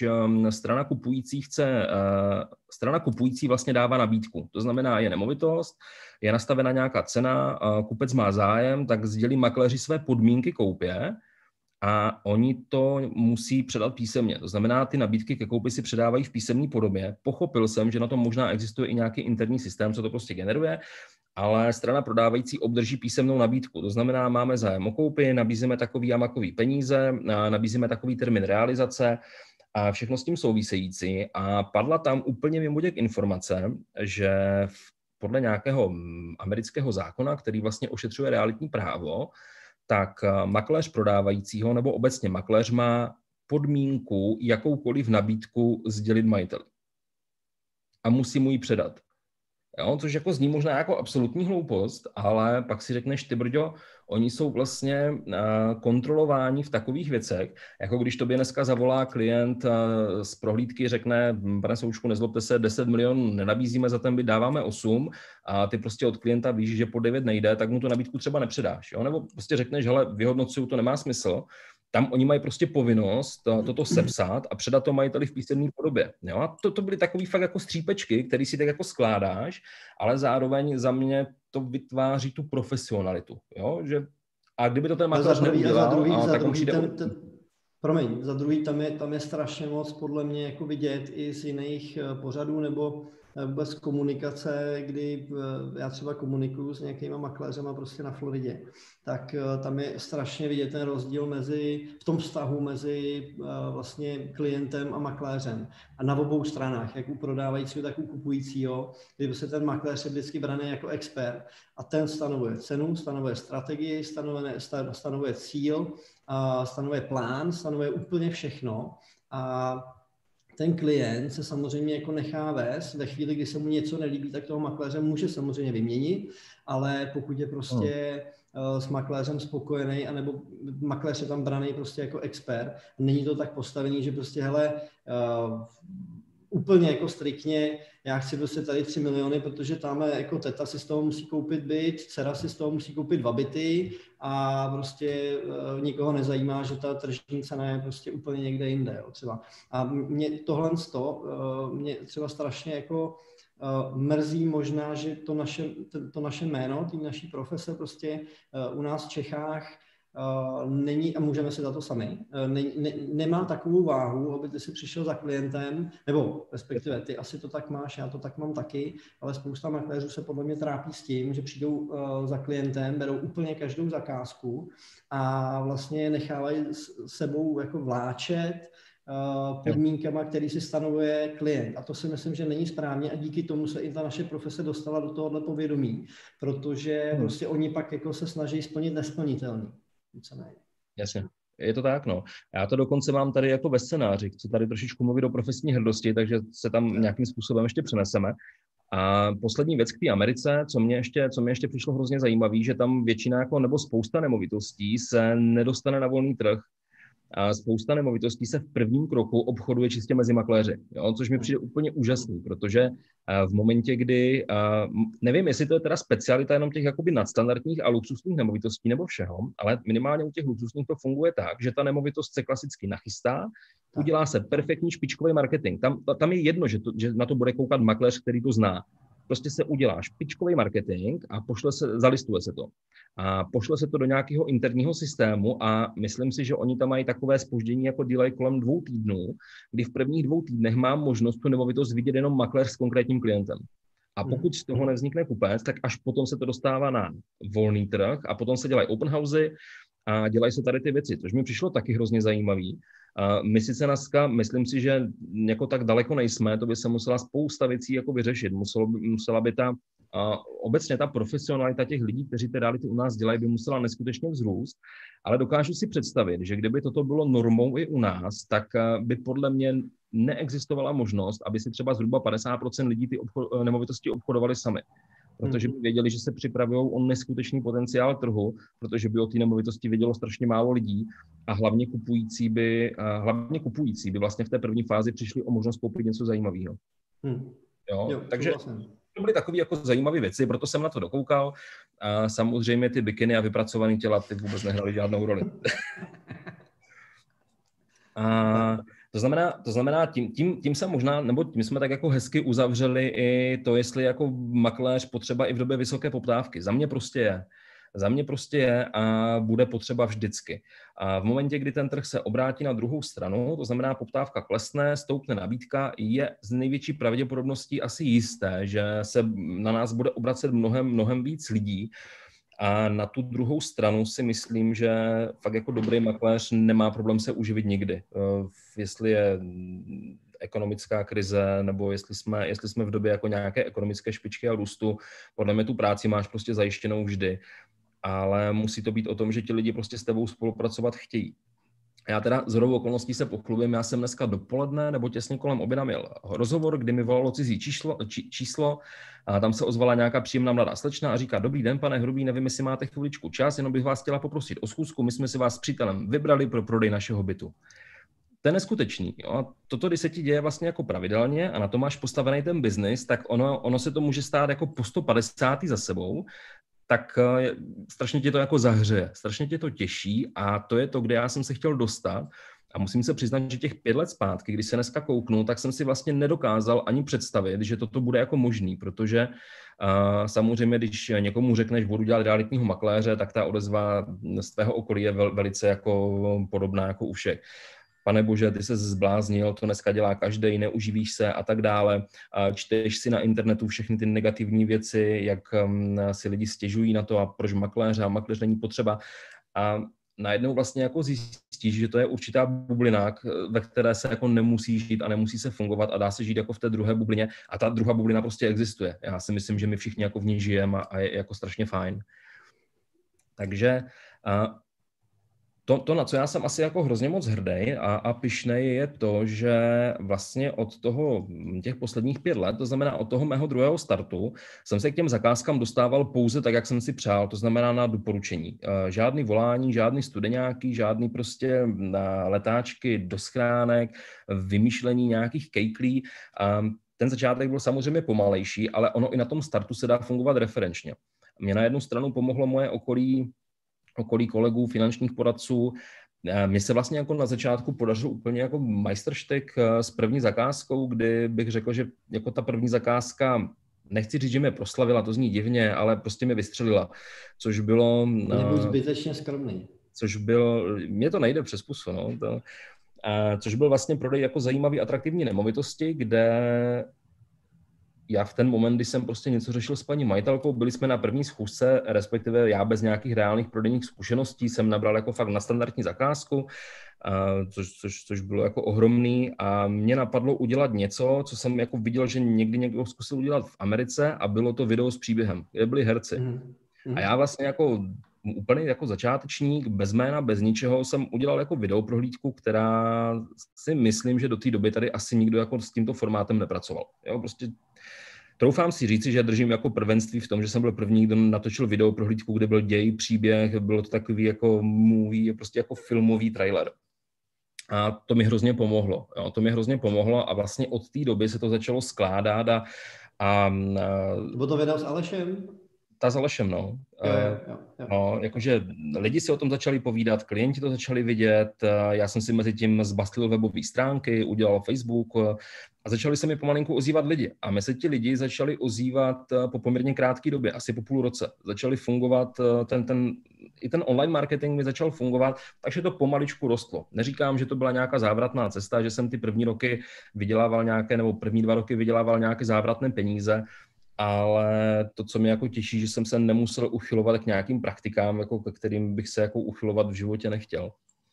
strana kupující vlastně dává nabídku. To znamená, je nemovitost, je nastavena nějaká cena, kupec má zájem, tak sdělí makléři své podmínky koupě, a oni to musí předat písemně. To znamená, ty nabídky ke koupi si předávají v písemné podobě. Pochopil jsem, že na tom možná existuje i nějaký interní systém, co to prostě generuje, ale strana prodávající obdrží písemnou nabídku. To znamená, máme zájem o koupi, nabízíme takový a makový peníze, nabízíme takový termín realizace a všechno s tím související. A padla tam úplně mimoděk informace, že podle nějakého amerického zákona, který vlastně ošetřuje realitní právo, tak makléř prodávajícího nebo obecně makléř má podmínku jakoukoliv nabídku sdělit majiteli. A musí mu ji předat. Jo, což jako zní možná jako absolutní hloupost, ale pak si řekneš, ty brďo, oni jsou vlastně kontrolováni v takových věcech, jako když tobě dneska zavolá klient z prohlídky, řekne, pane Součku, nezlobte se, 10 milionů nenabízíme, za ten byt dáváme 8 a ty prostě od klienta víš, že po 9 nejde, tak mu tu nabídku třeba nepředáš. Jo? Nebo prostě řekneš, hele, vyhodnocuju, to nemá smysl, tam oni mají prostě povinnost toto sepsat a předat to majiteli v písemné podobě. Jo? A to byly takový fakt jako střípečky, který si tak jako skládáš, ale zároveň za mě to vytváří tu profesionalitu. Jo? Že, a kdyby to ten makléř neudělal, tak on přijde... Promiň, za druhý tam je strašně moc podle mě jako vidět i z jiných pořadů nebo vůbec komunikace, kdy já třeba komunikuju s nějakýma makléřema prostě na Floridě, tak tam je strašně vidět ten rozdíl v tom vztahu mezi vlastně klientem a makléřem. A na obou stranách, jak u prodávajícího, tak u kupujícího, kdy se ten makléř je vždycky braný jako expert a ten stanovuje cenu, stanovuje strategii, stanovuje cíl, stanovuje plán, stanovuje úplně všechno a ten klient se samozřejmě jako nechá vést. Ve chvíli, kdy se mu něco nelíbí, tak toho makléře může samozřejmě vyměnit, ale pokud je prostě s makléřem spokojený, anebo makléř je tam braný prostě jako expert, není to tak postavený, že prostě hele, úplně jako striktně, já chci prostě tady 3 miliony, protože tam jako teta si z toho musí koupit byt, dcera si z toho musí koupit 2 byty a prostě nikoho nezajímá, že ta tržní cena je prostě úplně někde jinde, jo, třeba. A mě mě třeba strašně jako mrzí možná, že to naše jméno, tým naší profese prostě u nás v Čechách není, a můžeme si za to sami, nemá takovou váhu, aby ty si přišel za klientem, nebo respektive ty asi to tak máš, já to tak mám taky, ale spousta makléřů se podle mě trápí s tím, že přijdou za klientem, berou úplně každou zakázku a vlastně nechávají sebou jako vláčet podmínkama, který si stanovuje klient. A to si myslím, že není správně a díky tomu se i ta naše profese dostala do tohohle povědomí, protože prostě oni pak jako se snaží splnit nesplnitelný. Jasně, je to tak, no. Já to dokonce mám tady jako ve scénáři, chci tady trošičku mluvit o profesní hrdosti, takže se tam nějakým způsobem ještě přeneseme. A poslední věc k té Americe, co mě ještě přišlo hrozně zajímavé, že tam většina nebo spousta nemovitostí se nedostane na volný trh. A spousta nemovitostí se v prvním kroku obchoduje čistě mezi makléři, jo? Což mi přijde úplně úžasný, protože v momentě, kdy, nevím, jestli to je teda specialita jenom těch jakoby nadstandardních a luxusních nemovitostí nebo všeho, ale minimálně u těch luxusních to funguje tak, že ta nemovitost se klasicky nachystá, udělá se perfektní špičkový marketing. Tam je jedno, že na to bude koukat makléř, který to zná. Prostě se udělá špičkový marketing a zalistuje se to. A pošle se to do nějakého interního systému a myslím si, že oni tam mají takové zpoždění jako delay kolem 2 týdnů, kdy v prvních 2 týdnech mám možnost tu nemovitost vidět jenom makléř s konkrétním klientem. A pokud z toho nevznikne kupec, tak až potom se to dostává na volný trh a potom se dělají open housey a dělají se tady ty věci, což mi přišlo taky hrozně zajímavý. My sice dneska, myslím si, že jako tak daleko nejsme, to by se musela spousta věcí jako vyřešit. Musela by obecně ta profesionalita těch lidí, kteří ty reality u nás dělají, by musela neskutečně vzrůst, ale dokážu si představit, že kdyby toto bylo normou i u nás, tak by podle mě neexistovala možnost, aby si třeba zhruba 50% lidí ty nemovitosti obchodovali sami. Protože by věděli, že se připravují o neskutečný potenciál trhu, protože by o té nemovitosti vědělo strašně málo lidí a hlavně kupující by vlastně v té první fázi přišli o možnost koupit něco zajímavého. Jo, takže to byly takové jako zajímavé věci, proto jsem na to dokoukal. A samozřejmě ty bikiny a vypracované těla ty vůbec nehraly žádnou roli. A to znamená tím se možná, nebo tím jsme tak jako hezky uzavřeli i to, jestli jako makléř potřeba i v době vysoké poptávky. Za mě prostě je a bude potřeba vždycky. A v momentě, kdy ten trh se obrátí na druhou stranu, to znamená poptávka klesne, stoupne nabídka, je z největší pravděpodobností asi jisté, že se na nás bude obracet mnohem víc lidí. A na tu druhou stranu si myslím, že fakt jako dobrý makléř nemá problém se uživit nikdy. Jestli je ekonomická krize, nebo jestli jsme v době jako nějaké ekonomické špičky a růstu, podle mě tu práci máš prostě zajištěnou vždy. Ale musí to být o tom, že ti lidi prostě s tebou spolupracovat chtějí. Já teda z hodou okolností se pochlubím, já jsem dneska dopoledne nebo těsně kolem oběda měl rozhovor, kdy mi volalo cizí číslo a tam se ozvala nějaká příjemná mladá slečna a říká: dobrý den, pane Hrubý, nevím, jestli máte chviličku čas, jenom bych vás chtěla poprosit o schůzku, my jsme si vás s přítelem vybrali pro prodej našeho bytu. To je neskutečný. Jo? A toto, když se ti děje vlastně jako pravidelně a na to máš postavený ten biznis, tak ono se to může stát jako po 150. za sebou. tak strašně tě to jako zahřeje, strašně tě to těší a to je to, kde já jsem se chtěl dostat. A musím se přiznat, že těch 5 let zpátky, když se dneska kouknu, tak jsem si vlastně nedokázal ani představit, že toto bude jako možný, protože samozřejmě, když někomu řekneš, budu dělat realitního makléře, tak ta odezva z tvého okolí je velice jako podobná jako u všech. Pane bože, ty se zbláznil, to dneska dělá každej, neuživíš se a tak dále. Čteš si na internetu všechny ty negativní věci, jak si lidi stěžují na to a proč makléře a makléř není potřeba. A najednou vlastně jako zjistíš, že to je určitá bublina, ve které se jako nemusí žít a nemusí se fungovat a dá se žít jako v té druhé bublině a ta druhá bublina prostě existuje. Já si myslím, že my všichni jako v ní žijeme a je jako strašně fajn. Takže to, na co já jsem asi jako hrozně moc hrdý a pyšnej, je to, že vlastně od toho těch posledních 5 let, to znamená od toho mého druhého startu, jsem se k těm zakázkám dostával pouze tak, jak jsem si přál, to znamená na doporučení. Žádný volání, žádný studeňáky, žádný prostě letáčky do schránek, vymýšlení nějakých kejklí. Ten začátek byl samozřejmě pomalejší, ale ono i na tom startu se dá fungovat referenčně. Mě na jednu stranu pomohlo moje okolí kolegů, finančních poradců. Mně se vlastně jako na začátku podařilo úplně jako majstrštyk s první zakázkou, kdy bych řekl, že jako ta první zakázka, nechci říct, že mě proslavila, to zní divně, ale prostě mě vystřelila, což bylo... Nebuď zbytečně skromný. Mně to nejde přes pusu, no. Což byl vlastně prodej jako zajímavý, atraktivní nemovitosti, kde já v ten moment, kdy jsem prostě něco řešil s paní majitelkou, byli jsme na první schůzce, respektive já bez nějakých reálných prodejních zkušeností jsem nabral jako fakt na standardní zakázku, což bylo jako ohromný a mě napadlo udělat něco, co jsem jako viděl, že někdo zkusil udělat v Americe a bylo to video s příběhem, kde byli herci. A já vlastně jako úplný jako začátečník, bez jména, bez ničeho, jsem udělal jako videoprohlídku, která si myslím, že do té doby tady asi nikdo jako s tímto formátem nepracoval. Jo, prostě troufám si říci, že držím jako prvenství v tom, že jsem byl první, kdo natočil videoprohlídku, kde byl děj, příběh, bylo to takový jako movie, prostě jako filmový trailer. A to mi hrozně pomohlo. Jo, to mi hrozně pomohlo a vlastně od té doby se to začalo skládat a bylo to video s Alešem? Ta s Alešem, no. Jo. No, jakože lidi si o tom začali povídat, klienti to začali vidět, já jsem si mezi tím zbastlil webové stránky, udělal Facebook a začali se mi pomalinku ozývat lidi. A mezi ti lidi začali ozývat po poměrně krátké době, asi po půl roce. Začali fungovat, i ten online marketing mi začal fungovat, takže to pomaličku rostlo. Neříkám, že to byla nějaká závratná cesta, že jsem ty první roky vydělával nějaké, nebo první 2 roky vydělával nějaké závratné peníze, ale to, co mě jako těší, že jsem se nemusel uchylovat k nějakým praktikám, jako ke kterým bych se jako uchylovat v životě nechtěl.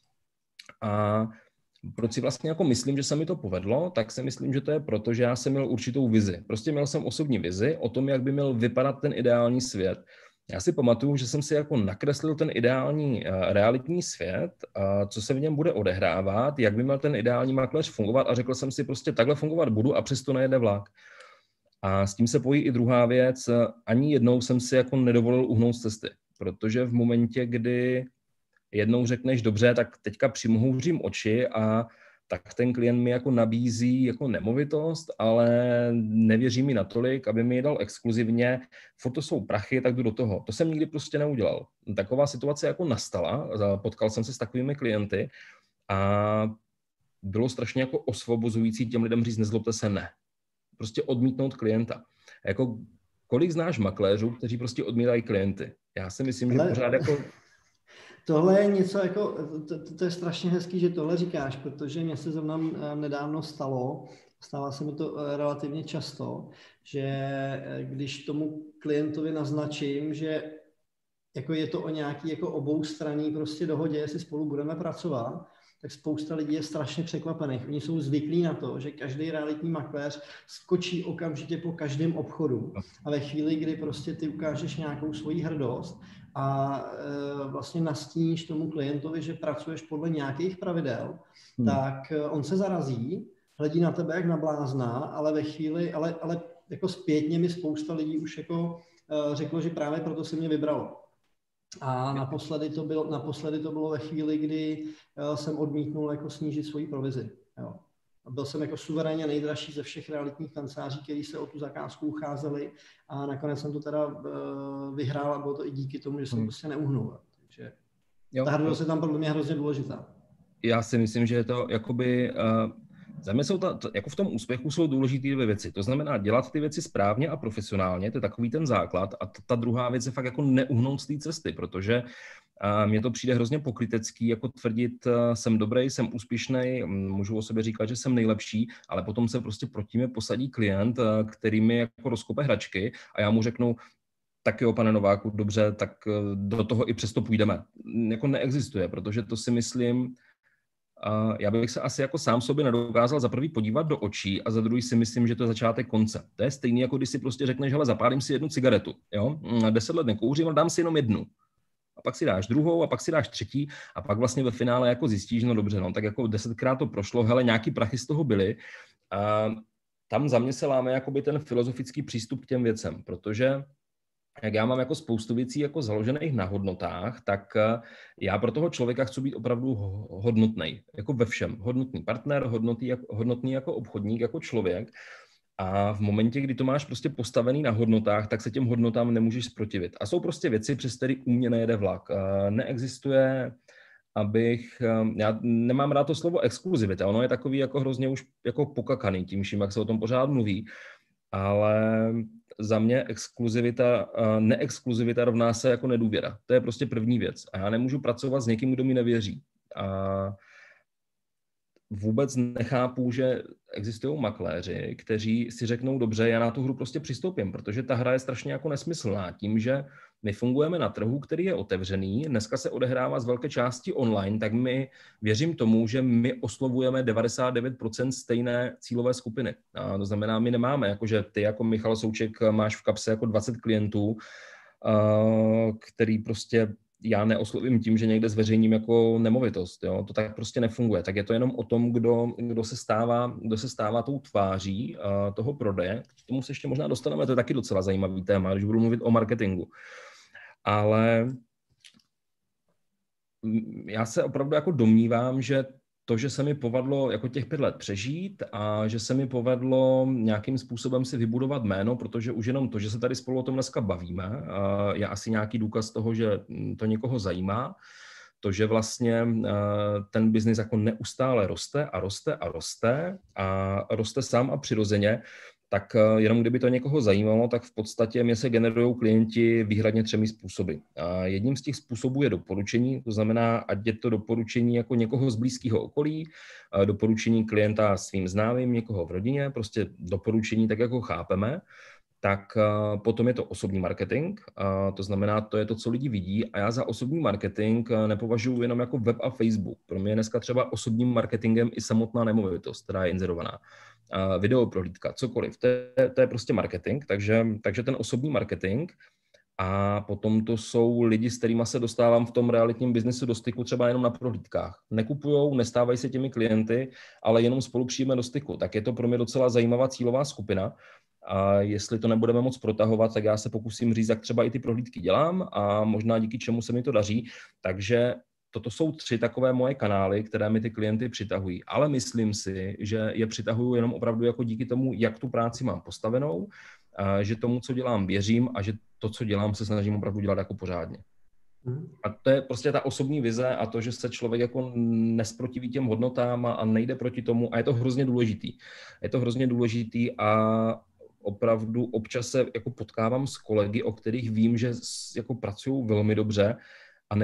A proč si vlastně jako myslím, že se mi to povedlo, tak si myslím, že to je proto, že já jsem měl určitou vizi. Prostě měl jsem osobní vizi o tom, jak by měl vypadat ten ideální svět. Já si pamatuju, že jsem si jako nakreslil ten ideální realitní svět, co se v něm bude odehrávat, jak by měl ten ideální makléř fungovat a řekl jsem si prostě takhle fungovat budu a přesto nejede vlak. A s tím se pojí i druhá věc, ani jednou jsem si jako nedovolil uhnout z cesty, protože v momentě, kdy jednou řekneš dobře, tak teďka přimhouřím oči a tak ten klient mi jako nabízí jako nemovitost, ale nevěří mi natolik, aby mi ji dal exkluzivně, furt to jsou prachy, tak jdu do toho. To jsem nikdy prostě neudělal. Taková situace jako nastala, potkal jsem se s takovými klienty a bylo strašně jako osvobozující těm lidem říct, nezlobte se, ne. Prostě odmítnout klienta. Jako, kolik znáš makléřů, kteří prostě odmítají klienty? Já si myslím, že pořád jako... Tohle je něco jako, to je strašně hezký, že tohle říkáš, protože mě se zrovna nedávno stává se mi to relativně často, že když tomu klientovi naznačím, že jako je to o nějaký jako oboustranný prostě dohodě, jestli spolu budeme pracovat, tak spousta lidí je strašně překvapených. Oni jsou zvyklí na to, že každý realitní makléř skočí okamžitě po každém obchodu. A ve chvíli, kdy prostě ty ukážeš nějakou svoji hrdost a vlastně nastíníš tomu klientovi, že pracuješ podle nějakých pravidel, tak on se zarazí, hledí na tebe jak na blázna, ale ve chvíli, ale jako zpětně mi spousta lidí už jako řeklo, že právě proto se mě vybralo. A naposledy to bylo ve chvíli, kdy jsem odmítnul jako snížit svoji provizi. Jo. byl jsem jako suverénně nejdražší ze všech realitních kanceláří, kteří se o tu zakázku ucházeli a nakonec jsem to teda vyhrál a bylo to i díky tomu, že jsem prostě neuhnul. Takže ta hrdost je tam podle mě hrozně důležitá. Já si myslím, že je to jakoby... Za mě jsou jako v tom úspěchu jsou důležité dvě věci. To znamená dělat ty věci správně a profesionálně, to je takový ten základ. A ta druhá věc je fakt jako neuhnout z té cesty, protože mně to přijde hrozně pokrytecký, jako tvrdit, jsem dobrý, jsem úspěšný, můžu o sobě říkat, že jsem nejlepší, ale potom se prostě proti mě posadí klient, který mi jako rozkope hračky a já mu řeknu, tak jo, pane Nováku, dobře, tak do toho i přesto půjdeme. Jako neexistuje, protože to si myslím, já bych se asi jako sám sobě nedokázal za prvý podívat do očí a za druhý si myslím, že to je začátek konce. To je stejný, jako když si prostě řekneš, hele, zapálím si jednu cigaretu, jo? 10 let nekouřím, ale dám si jenom jednu. A pak si dáš druhou a pak si dáš třetí a pak vlastně ve finále jako zjistíš, no dobře, no, tak jako 10krát to prošlo, hele, nějaký prachy z toho byly. A tam za mě se láme jakoby ten filozofický přístup k těm věcem, protože jak já mám jako spoustu věcí jako založených na hodnotách, tak já pro toho člověka chci být opravdu hodnotný, jako ve všem. Hodnotný partner, hodnotný jako obchodník, jako člověk. A v momentě, kdy to máš prostě postavený na hodnotách, tak se těm hodnotám nemůžeš zprotivit. A jsou prostě věci, přes které u mě nejede vlak. Neexistuje, já nemám rád to slovo exkluzivita, ono je takový jako hrozně už jako pokakaný tím vším, jak se o tom pořád mluví, ale za mě neexkluzivita rovná se jako nedůvěra. To je prostě první věc. A já nemůžu pracovat s někým, kdo mi nevěří. A vůbec nechápu, že existují makléři, kteří si řeknou, dobře, já na tu hru prostě přistoupím, protože ta hra je strašně jako nesmyslná. Tím, že my fungujeme na trhu, který je otevřený, dneska se odehrává z velké části online, tak my věřím tomu, že my oslovujeme 99% stejné cílové skupiny. A to znamená, my nemáme, jakože ty jako Michal Souček máš v kapse jako 20 klientů, který prostě já neoslovím tím, že někde zveřejním jako nemovitost. Jo? To tak prostě nefunguje. Tak je to jenom o tom, kdo se stává tou tváří toho prodeje. K tomu se ještě možná dostaneme, to je taky docela zajímavý téma, když budu mluvit o marketingu. Ale já se opravdu jako domnívám, že to, že se mi povedlo jako těch 5 let přežít a že se mi povedlo nějakým způsobem si vybudovat jméno, protože už jenom to, že se tady spolu o tom dneska bavíme, je asi nějaký důkaz toho, že to někoho zajímá. To, že vlastně ten biznis jako neustále roste a roste a roste a roste sám a přirozeně, tak jenom kdyby to někoho zajímalo, tak v podstatě mě se generují klienti výhradně 3 způsoby. A jedním z těch způsobů je doporučení, to znamená, ať je to doporučení jako někoho z blízkého okolí, doporučení klienta svým známým, někoho v rodině, prostě doporučení tak, jako chápeme. Tak potom je to osobní marketing, to znamená, to je to, co lidi vidí a já za osobní marketing nepovažuji jenom jako web a Facebook. Pro mě je dneska třeba osobním marketingem i samotná nemovitost, která je inzerovaná. Videoprohlídka, cokoliv. To je prostě marketing, takže ten osobní marketing a potom to jsou lidi, s kterými se dostávám v tom realitním biznesu do styku třeba jenom na prohlídkách. Nekupujou, nestávají se těmi klienty, ale jenom spolu přijíme do styku. Tak je to pro mě docela zajímavá cílová skupina. A jestli to nebudeme moc protahovat, tak já se pokusím říct, jak třeba i ty prohlídky dělám a možná díky čemu se mi to daří. Takže toto jsou 3 takové moje kanály, které mi ty klienty přitahují. Ale myslím si, že je přitahuju jenom opravdu jako díky tomu, jak tu práci mám postavenou, že tomu, co dělám, věřím a že to, co dělám, se snažím opravdu dělat jako pořádně. A to je prostě ta osobní vize a to, že se člověk jako nesprotiví těm hodnotám a nejde proti tomu a je to hrozně důležitý. Je to hrozně důležitý a opravdu občas se jako potkávám s kolegy, o kterých vím, že jako pracují velmi dobře a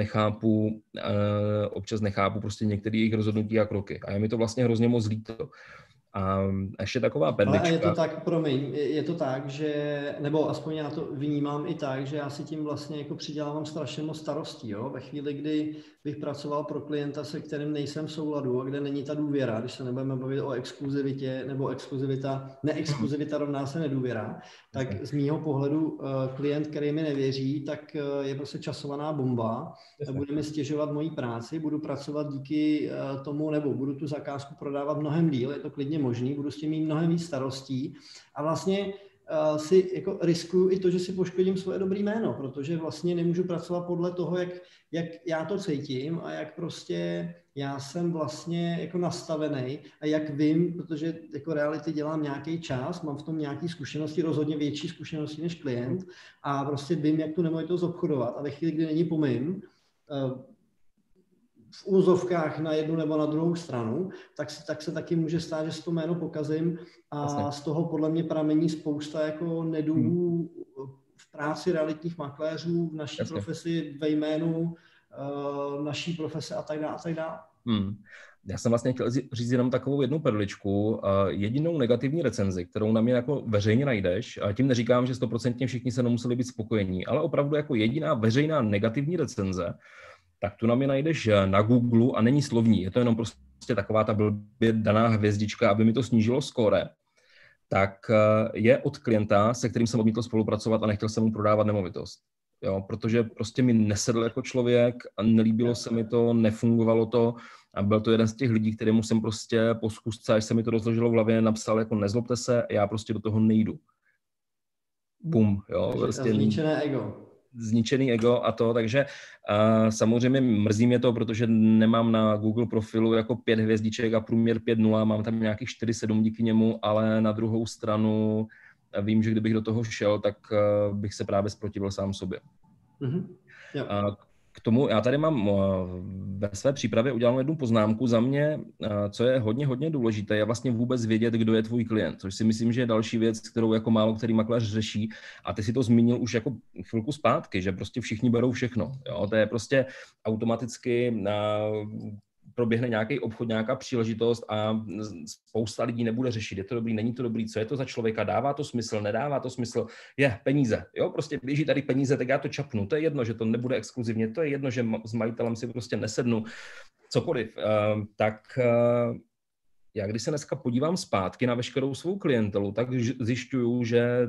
občas nechápu prostě některé jejich rozhodnutí a kroky. A je mi to vlastně hrozně moc líto. A ještě taková perlička. Ale je to tak, promiň, je to tak, že, nebo aspoň já to vnímám i tak, že já si tím vlastně jako přidělávám strašně moc starostí, jo? Ve chvíli, kdy bych pracoval pro klienta, se kterým nejsem v souladu a kde není ta důvěra, když se nebudeme bavit o exkluzivitě, nebo neexkluzivita rovná se nedůvěra, tak z mýho pohledu klient, který mi nevěří, tak je prostě časovaná bomba, bude mi stěžovat moji práci, budu pracovat díky tomu, nebo budu tu zakázku prodávat mnohem díl, je to klidně možný, budu s tím mít mnohem víc starostí a vlastně si jako riskuju i to, že si poškodím svoje dobré jméno, protože vlastně nemůžu pracovat podle toho, jak já to cítím a jak prostě já jsem vlastně jako nastavený a jak vím, protože jako reality dělám nějaký čas, mám v tom nějaké zkušenosti, rozhodně větší zkušenosti než klient a prostě vím, jak tu nemovitost obchodovat a ve chvíli, kdy není po mým, v úzovkách na jednu nebo na druhou stranu, tak se taky může stát, že si to jméno pokazím a z toho podle mě pramení spousta jako neduhů v práci realitních makléřů, v naší profesi, ve jménu naší profese a tak dále. Já jsem vlastně chtěl říct jenom takovou jednu perličku. Jedinou negativní recenzi, kterou na mě jako veřejně najdeš, a tím neříkám, že 100% všichni se nemuseli být spokojení, ale opravdu jako jediná veřejná negativní recenze, tak tu na mě najdeš na Google a není slovní. Je to jenom prostě taková ta blbě daná hvězdička, aby mi to snížilo skóre. Tak je od klienta, se kterým jsem odmítl spolupracovat a nechtěl jsem mu prodávat nemovitost. Jo, protože prostě mi nesedl jako člověk a nelíbilo se mi to, nefungovalo to a byl to jeden z těch lidí, kterému jsem prostě po zkusce, až se mi to rozložilo v hlavě, napsal jako nezlobte se, já prostě do toho nejdu. Bum, jo. Prostě zničené ego. Zničený ego a to, takže samozřejmě mrzí mě to, protože nemám na Google profilu jako 5 hvězdiček a průměr 5.0, mám tam nějakých 4.7 díky němu, ale na druhou stranu vím, že kdybych do toho šel, tak bych se právě zprotivil sám sobě. Mm-hmm. K tomu, já tady mám ve své přípravě udělanou jednu poznámku. Za mě, co je hodně důležité, je vlastně vůbec vědět, kdo je tvůj klient, což si myslím, že je další věc, kterou jako málo který makléř řeší. A ty si to zmínil už jako chvilku zpátky, že prostě všichni berou všechno. Jo? To je prostě automaticky proběhne nějaký obchod, nějaká příležitost a spousta lidí nebude řešit, je to dobrý, není to dobrý, co je to za člověka, dává to smysl, nedává to smysl, je peníze, jo, prostě běží tady peníze, tak já to čapnu, to je jedno, že to nebude exkluzivně, to je jedno, že s majitelem si prostě nesednu, cokoliv, já když se dneska podívám zpátky na veškerou svou klientelu, tak zjišťuju, že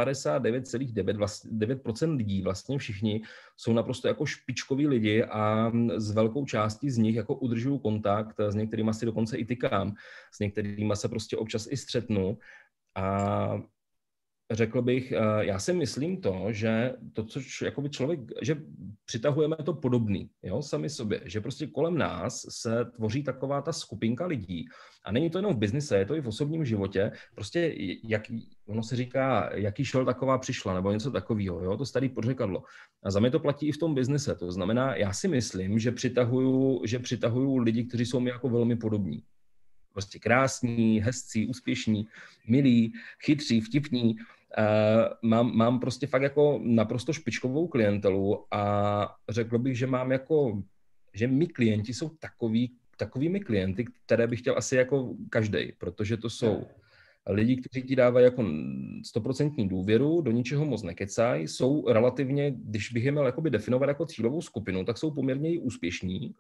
99,9% lidí, vlastně všichni, jsou naprosto jako špičkoví lidi a s velkou částí z nich jako udržuju kontakt, s některýma si dokonce i tykám, s některýma se prostě občas i střetnu a řekl bych, já si myslím že to, co jakoby člověk, že přitahujeme to podobný, jo, sami sobě, že prostě kolem nás se tvoří taková ta skupinka lidí a není to jenom v biznise, je to i v osobním životě, prostě ono se říká, jaký šel, taková přišla, nebo něco takového, jo, to starý pořekadlo. A za mě to platí i v tom biznise, to znamená, já si myslím, že přitahuju lidi, kteří jsou mi jako velmi podobní. Prostě krásní, hezcí, úspěšní, milí, chytří, vtipní. Mám prostě fakt jako naprosto špičkovou klientelu a řekl bych, že mý klienti jsou takovými klienty, které bych chtěl asi jako každej, protože to jsou lidi, kteří ti dávají jako 100% důvěru, do ničeho moc nekecají, jsou relativně, když bych je měl jakoby definovat jako cílovou skupinu, tak jsou poměrně i úspěšní.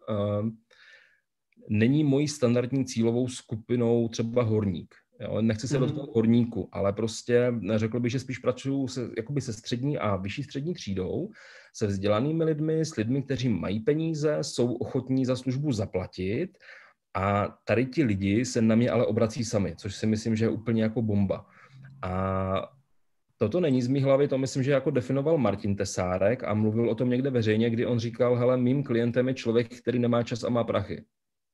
Není mojí standardní cílovou skupinou třeba horník. Jo? Nechci se dotknout horníku, ale prostě řekl bych, že spíš pracuju se střední a vyšší střední třídou, se vzdělanými lidmi, s lidmi, kteří mají peníze, jsou ochotní za službu zaplatit a tady ti lidi se na mě ale obrací sami, což si myslím, že je úplně jako bomba. A toto není z mý hlavy, to myslím, že jako definoval Martin Tesárek a mluvil o tom někde veřejně, kdy on říkal, hele, mým klientem je člověk, který nemá čas a má prachy.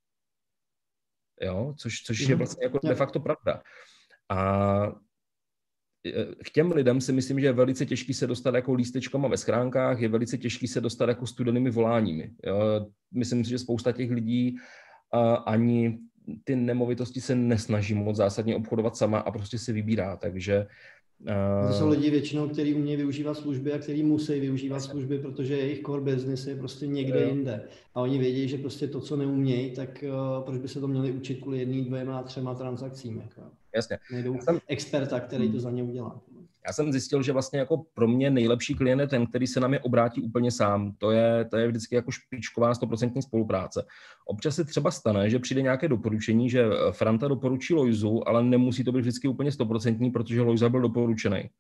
Jo, což je vlastně jako de facto pravda. A k těm lidem si myslím, že je velice těžký se dostat jako lístečkama ve schránkách, je velice těžký se dostat jako studenými voláními. Jo, myslím si, že spousta těch lidí ani ty nemovitosti se nesnaží moc zásadně obchodovat sama a prostě si vybírá, takže to jsou lidi většinou, kteří umějí využívat služby a kteří musí využívat služby, protože jejich core business je prostě někde jinde. A oni vědí, že prostě to, co neumějí, tak proč by se to měli učit kvůli 1, 2, 3 transakcím. Jako. Jasně. Nejdou experta, který to za ně udělá. Já jsem zjistil, že vlastně jako pro mě nejlepší klient je ten, který se na mě obrátí úplně sám. To je vždycky jako špičková 100% spolupráce. Občas se třeba stane, že přijde nějaké doporučení, že Franta doporučí Lojzu, ale nemusí to být vždycky úplně 100%, protože Lojza byl doporučený.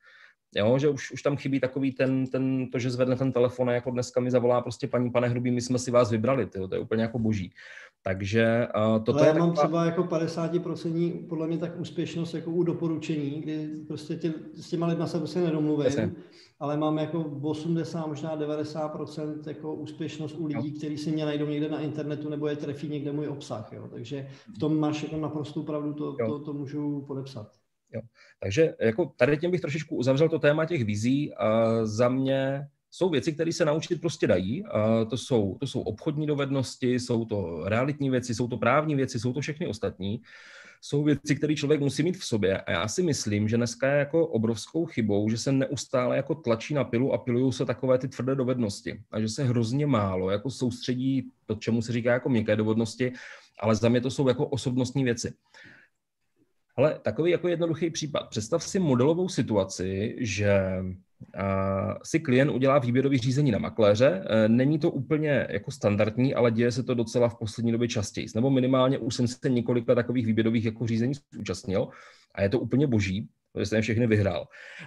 Jo, že už tam chybí takový to, že zvedne ten telefon a jako dneska mi zavolá prostě pane Hrubý, my jsme si vás vybrali, to je úplně jako boží. Takže toto ale je já mám třeba jako 50% podle mě tak úspěšnost jako u doporučení, kdy prostě s těma lidma se prostě nedomluvím, jasně. Ale mám jako 80, možná 90% jako úspěšnost u lidí, kteří si mě najdou někde na internetu nebo je trefí někde můj obsah, jo. Takže v tom máš jako naprostou pravdu, to můžu podepsat. Jo. Takže jako tady tím bych trošičku uzavřel to téma těch vizí. Za mě jsou věci, které se naučit prostě dají. To jsou obchodní dovednosti, jsou to realitní věci, jsou to právní věci, jsou to všechny ostatní. Jsou věci, které člověk musí mít v sobě. A já si myslím, že dneska je jako obrovskou chybou, že se neustále jako tlačí na pilu a pilují se takové ty tvrdé dovednosti. A že se hrozně málo jako soustředí to, čemu se říká jako měkké dovednosti, ale za mě to jsou jako osobnostní věci. Ale takový jako jednoduchý případ. Představ si modelovou situaci, že si klient udělá výběrové řízení na makléře. Není to úplně jako standardní, ale děje se to docela v poslední době častěji. Nebo minimálně už jsem se několika takových výběrových jako řízení zúčastnil a je to úplně boží, protože jsem všechny vyhrál.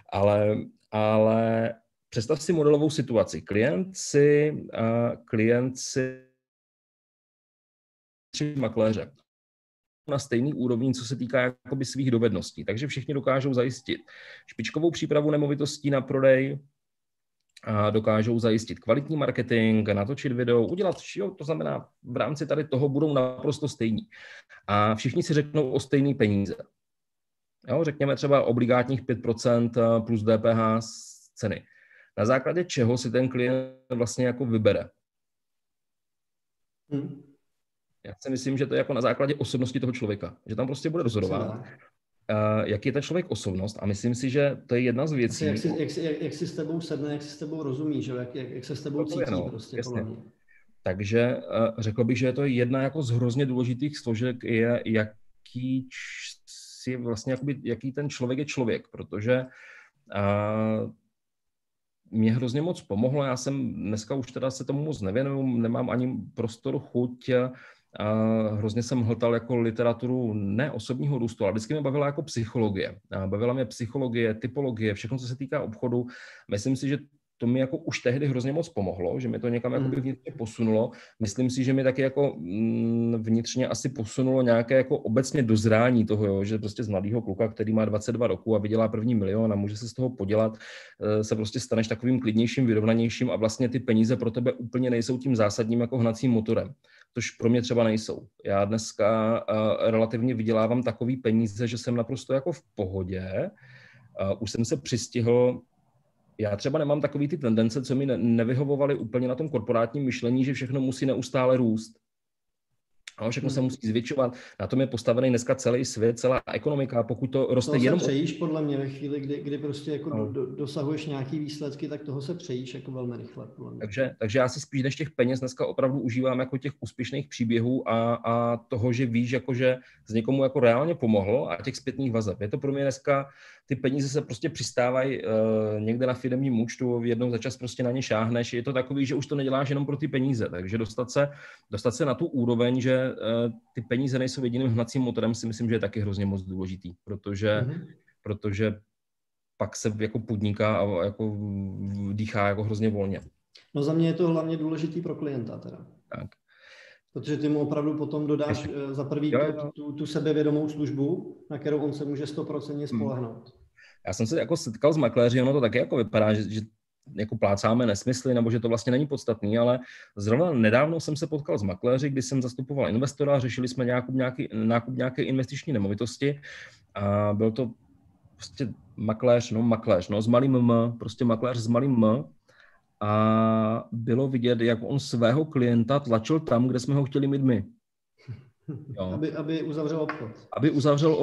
Ale představ si modelovou situaci. Klient si tři makléře na stejný úrovni, co se týká jakoby svých dovedností. Takže všichni dokážou zajistit špičkovou přípravu nemovitostí na prodej, a dokážou zajistit kvalitní marketing, natočit video, udělat, to znamená, v rámci tady toho budou naprosto stejní. A všichni si řeknou o stejné peníze. Jo, řekněme třeba obligátních 5% plus DPH z ceny. Na základě čeho si ten klient vlastně jako vybere? Já si myslím, že to je jako na základě osobnosti toho člověka, že tam prostě bude rozhodovat, jaký je ten člověk osobnost a myslím si, že to je jedna z věcí. Jak si s tebou sedne, jak si s tebou rozumí, že? Jak se s tebou cítí prostě. Jasně. Takže řekl bych, že to je jedna jako z hrozně důležitých složek, je jaký ten člověk je člověk, protože mě hrozně moc pomohlo, já jsem dneska už teda se tomu moc nevěnuju, nemám ani prostor, chuť, hrozně jsem hltal jako literaturu ne osobního růstu, ale vždycky mě bavila jako psychologie. Bavila mě psychologie, typologie, všechno, co se týká obchodu. Myslím si, že to mi jako už tehdy hrozně moc pomohlo, že mi to někam jakoby vnitřně posunulo. Myslím si, že mi taky jako vnitřně asi posunulo nějaké jako obecně dozrání toho, jo, že prostě z mladého kluka, který má 22 roku a vydělá první milion a může se z toho podělat, se prostě staneš takovým klidnějším, vyrovnanějším a vlastně ty peníze pro tebe úplně nejsou tím zásadním jako hnacím motorem. Tož pro mě třeba nejsou. Já dneska relativně vydělávám takový peníze, že jsem naprosto jako v pohodě. Už jsem se přistihl. Já třeba nemám takový ty tendence, co mi nevyhovovaly úplně na tom korporátním myšlení, že všechno musí neustále růst. A všechno se musí zvětšovat. Na tom je postavený dneska celý svět, celá ekonomika. Pokud to roste toho jenom... se přejíš podle mě ve chvíli, kdy prostě jako dosahuješ nějaký výsledky, tak toho se přejíš jako velmi rychle. Takže já si spíš než těch peněz dneska opravdu užívám jako těch úspěšných příběhů a toho, že víš, jako, že z někomu jako reálně pomohlo a těch zpětných vazeb. Je to pro mě dneska, ty peníze se prostě přistávají někde na firemním účtu, jednou za čas prostě na ně šáhneš. Je to takový, že už to neděláš jenom pro ty peníze. Takže dostat se na tu úroveň, že ty peníze nejsou jediným hnacím motorem, si myslím, že je taky hrozně moc důležitý, protože pak se jako podniká a jako dýchá jako hrozně volně. No za mě je to hlavně důležitý pro klienta teda. Tak. Protože ty mu opravdu potom dodáš za prvý tu sebevědomou službu, na kterou on se může 100% spolehnout. Já jsem se jako setkal s makléři, ono to taky jako vypadá, že jako plácáme nesmysly, nebo že to vlastně není podstatný, ale zrovna nedávno jsem se potkal s makléři, kdy jsem zastupoval investora, řešili jsme nákup nějaké investiční nemovitosti a byl to prostě makléř s malým M, prostě makléř s malým M a bylo vidět, jak on svého klienta tlačil tam, kde jsme ho chtěli mít my. Jo. Aby uzavřel obchod. Aby uzavřel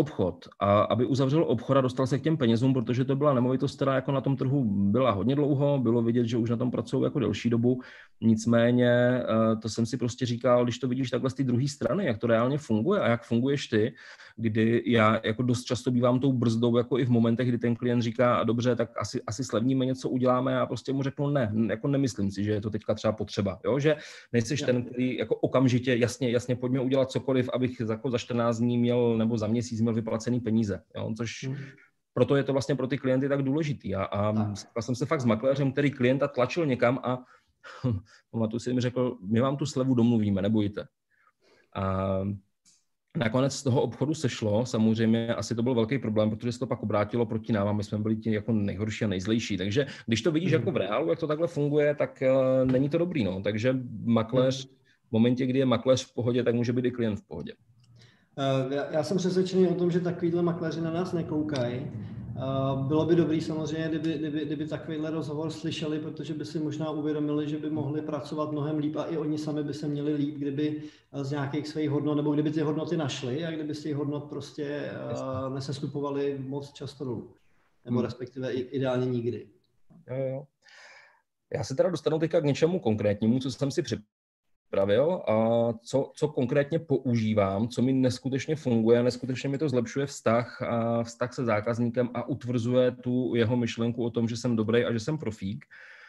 obchod a dostal se k těm penězům, protože to byla nemovitost, která jako na tom trhu byla hodně dlouho, bylo vidět, že už na tom pracují jako delší dobu. Nicméně to jsem si prostě říkal, když to vidíš takhle z té druhé strany, jak to reálně funguje a jak funguješ ty, kdy já jako dost často bývám tou brzdou jako i v momentech, kdy ten klient říká, dobře, tak asi slevníme, něco uděláme a prostě mu řeknu ne, jako nemyslím si, že je to teďka třeba potřeba, jo? Že nejseš ten, který jako okamžitě jasně pojďme udělat cokoliv, abych jako za 14 dní měl nebo za měsíc měl vyplacený peníze, jo? Což proto je to vlastně pro ty klienty tak důležitý. A setkal jsem se fakt s makléřem, který klienta tlačil někam a pamatuju si, mi řekl, my vám tu slevu domluvíme, nebojte. A nakonec z toho obchodu sešlo, samozřejmě asi to byl velký problém, protože se to pak obrátilo proti nám a my jsme byli ti jako nejhorší a nejzlejší. Takže když to vidíš jako v reálu, jak to takhle funguje, tak není to dobrý. No. Takže makléř, v momentě, kdy je makléř v pohodě, tak může být i klient v pohodě. Já jsem přesvědčený o tom, že takovýhle makléři na nás nekoukají. Bylo by dobrý samozřejmě, kdyby takovýhle rozhovor slyšeli, protože by si možná uvědomili, že by mohli pracovat mnohem líp a i oni sami by se měli líp, kdyby z nějakých svých hodnot, nebo kdyby ty hodnoty našli a kdyby z těch hodnot prostě nesestupovali moc často dolů. Nebo respektive ideálně nikdy. Jo. Já se teda dostanu teďka k něčemu konkrétnímu, co jsem si připravil a co konkrétně používám, co mi neskutečně funguje, neskutečně mi to zlepšuje vztah se zákazníkem a utvrzuje tu jeho myšlenku o tom, že jsem dobrý a že jsem profík.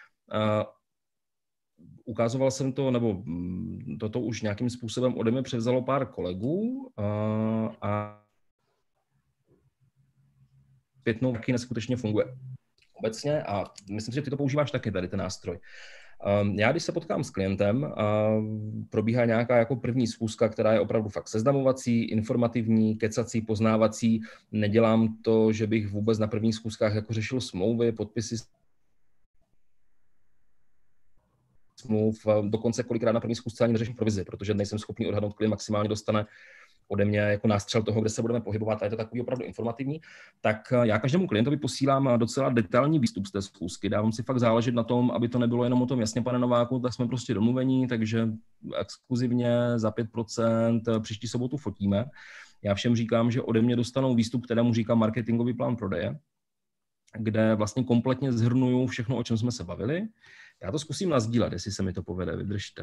Ukazoval jsem to, nebo toto už nějakým způsobem ode mě převzalo pár kolegů a zpětnou taky neskutečně funguje obecně a myslím si, že ty to používáš taky, tady ten nástroj. Já, když se potkám s klientem, probíhá nějaká jako první schůzka, která je opravdu fakt seznamovací, informativní, kecací, poznávací. Nedělám to, že bych vůbec na prvních schůzkách jako řešil smlouvy, podpisy smluv, dokonce kolikrát na první schůzce ani neřeším provizi, protože nejsem schopný odhadnout, klient maximálně dostane ode mě jako nástřel toho, kde se budeme pohybovat a je to takový opravdu informativní, tak já každému klientovi posílám docela detailní výstup z té schůzky. Dávám si fakt záležet na tom, aby to nebylo jenom o tom, jasně, pane Nováku, tak jsme prostě domluvení, takže exkluzivně za 5% příští sobotu fotíme. Já všem říkám, že ode mě dostanou výstup, kterému říkám marketingový plán prodeje, kde vlastně kompletně shrnuju všechno, o čem jsme se bavili. Já to zkusím nasdílet, jestli se mi to povede, vydržte.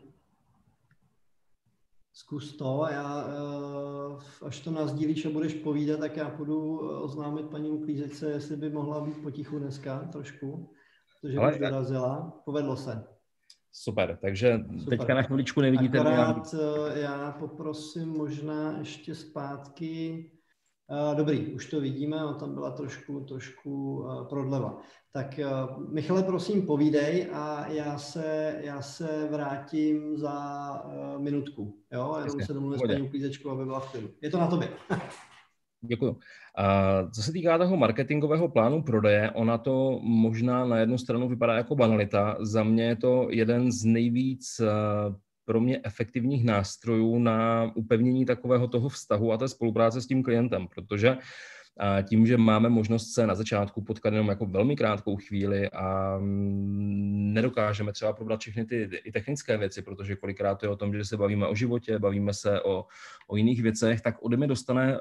Zkus to a já, až to nasdílíš a budeš povídat, tak já půjdu oznámit paní uklízečce, jestli by mohla být potichu dneska trošku, protože už dorazila. Povedlo se. Super, takže teďka na chviličku nevidíte. Akorát já poprosím možná ještě zpátky. Dobrý, už to vidíme, tam byla trošku prodleva. Tak Michale, prosím, povídej a já se vrátím za minutku. Jo? Jenom se domluvím s paní uklízečkou, aby byla v klidu. Je to na tobě. Děkuju. Co se týká toho marketingového plánu prodeje, ona to možná na jednu stranu vypadá jako banalita. Za mě je to jeden z nejvíc pro mě efektivních nástrojů na upevnění takového toho vztahu a té spolupráce s tím klientem, protože tím, že máme možnost se na začátku potkat jenom jako velmi krátkou chvíli a nedokážeme třeba probrat všechny ty i technické věci, protože kolikrát to je o tom, že se bavíme o životě, bavíme se o jiných věcech, tak ode mě dostane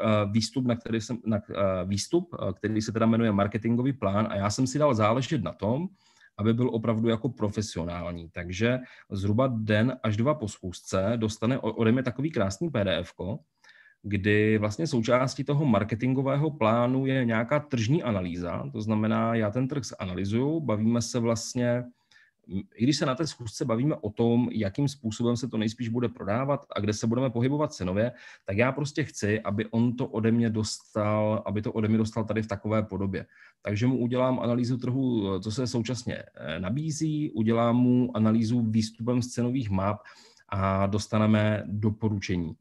výstup, který se teda jmenuje marketingový plán a já jsem si dal záležet na tom, aby byl opravdu jako profesionální. Takže zhruba den až 2 po schůzce dostane ode mě takový krásný PDF-ko, kdy vlastně součástí toho marketingového plánu je nějaká tržní analýza, to znamená, já ten trh analyzuju, bavíme se vlastně, i když se na té schůzce bavíme o tom, jakým způsobem se to nejspíš bude prodávat a kde se budeme pohybovat cenově, tak já prostě chci, aby to ode mě dostal tady v takové podobě. Takže mu udělám analýzu trhu, co se současně nabízí, udělám mu analýzu výstupem z cenových map a dostaneme doporučení.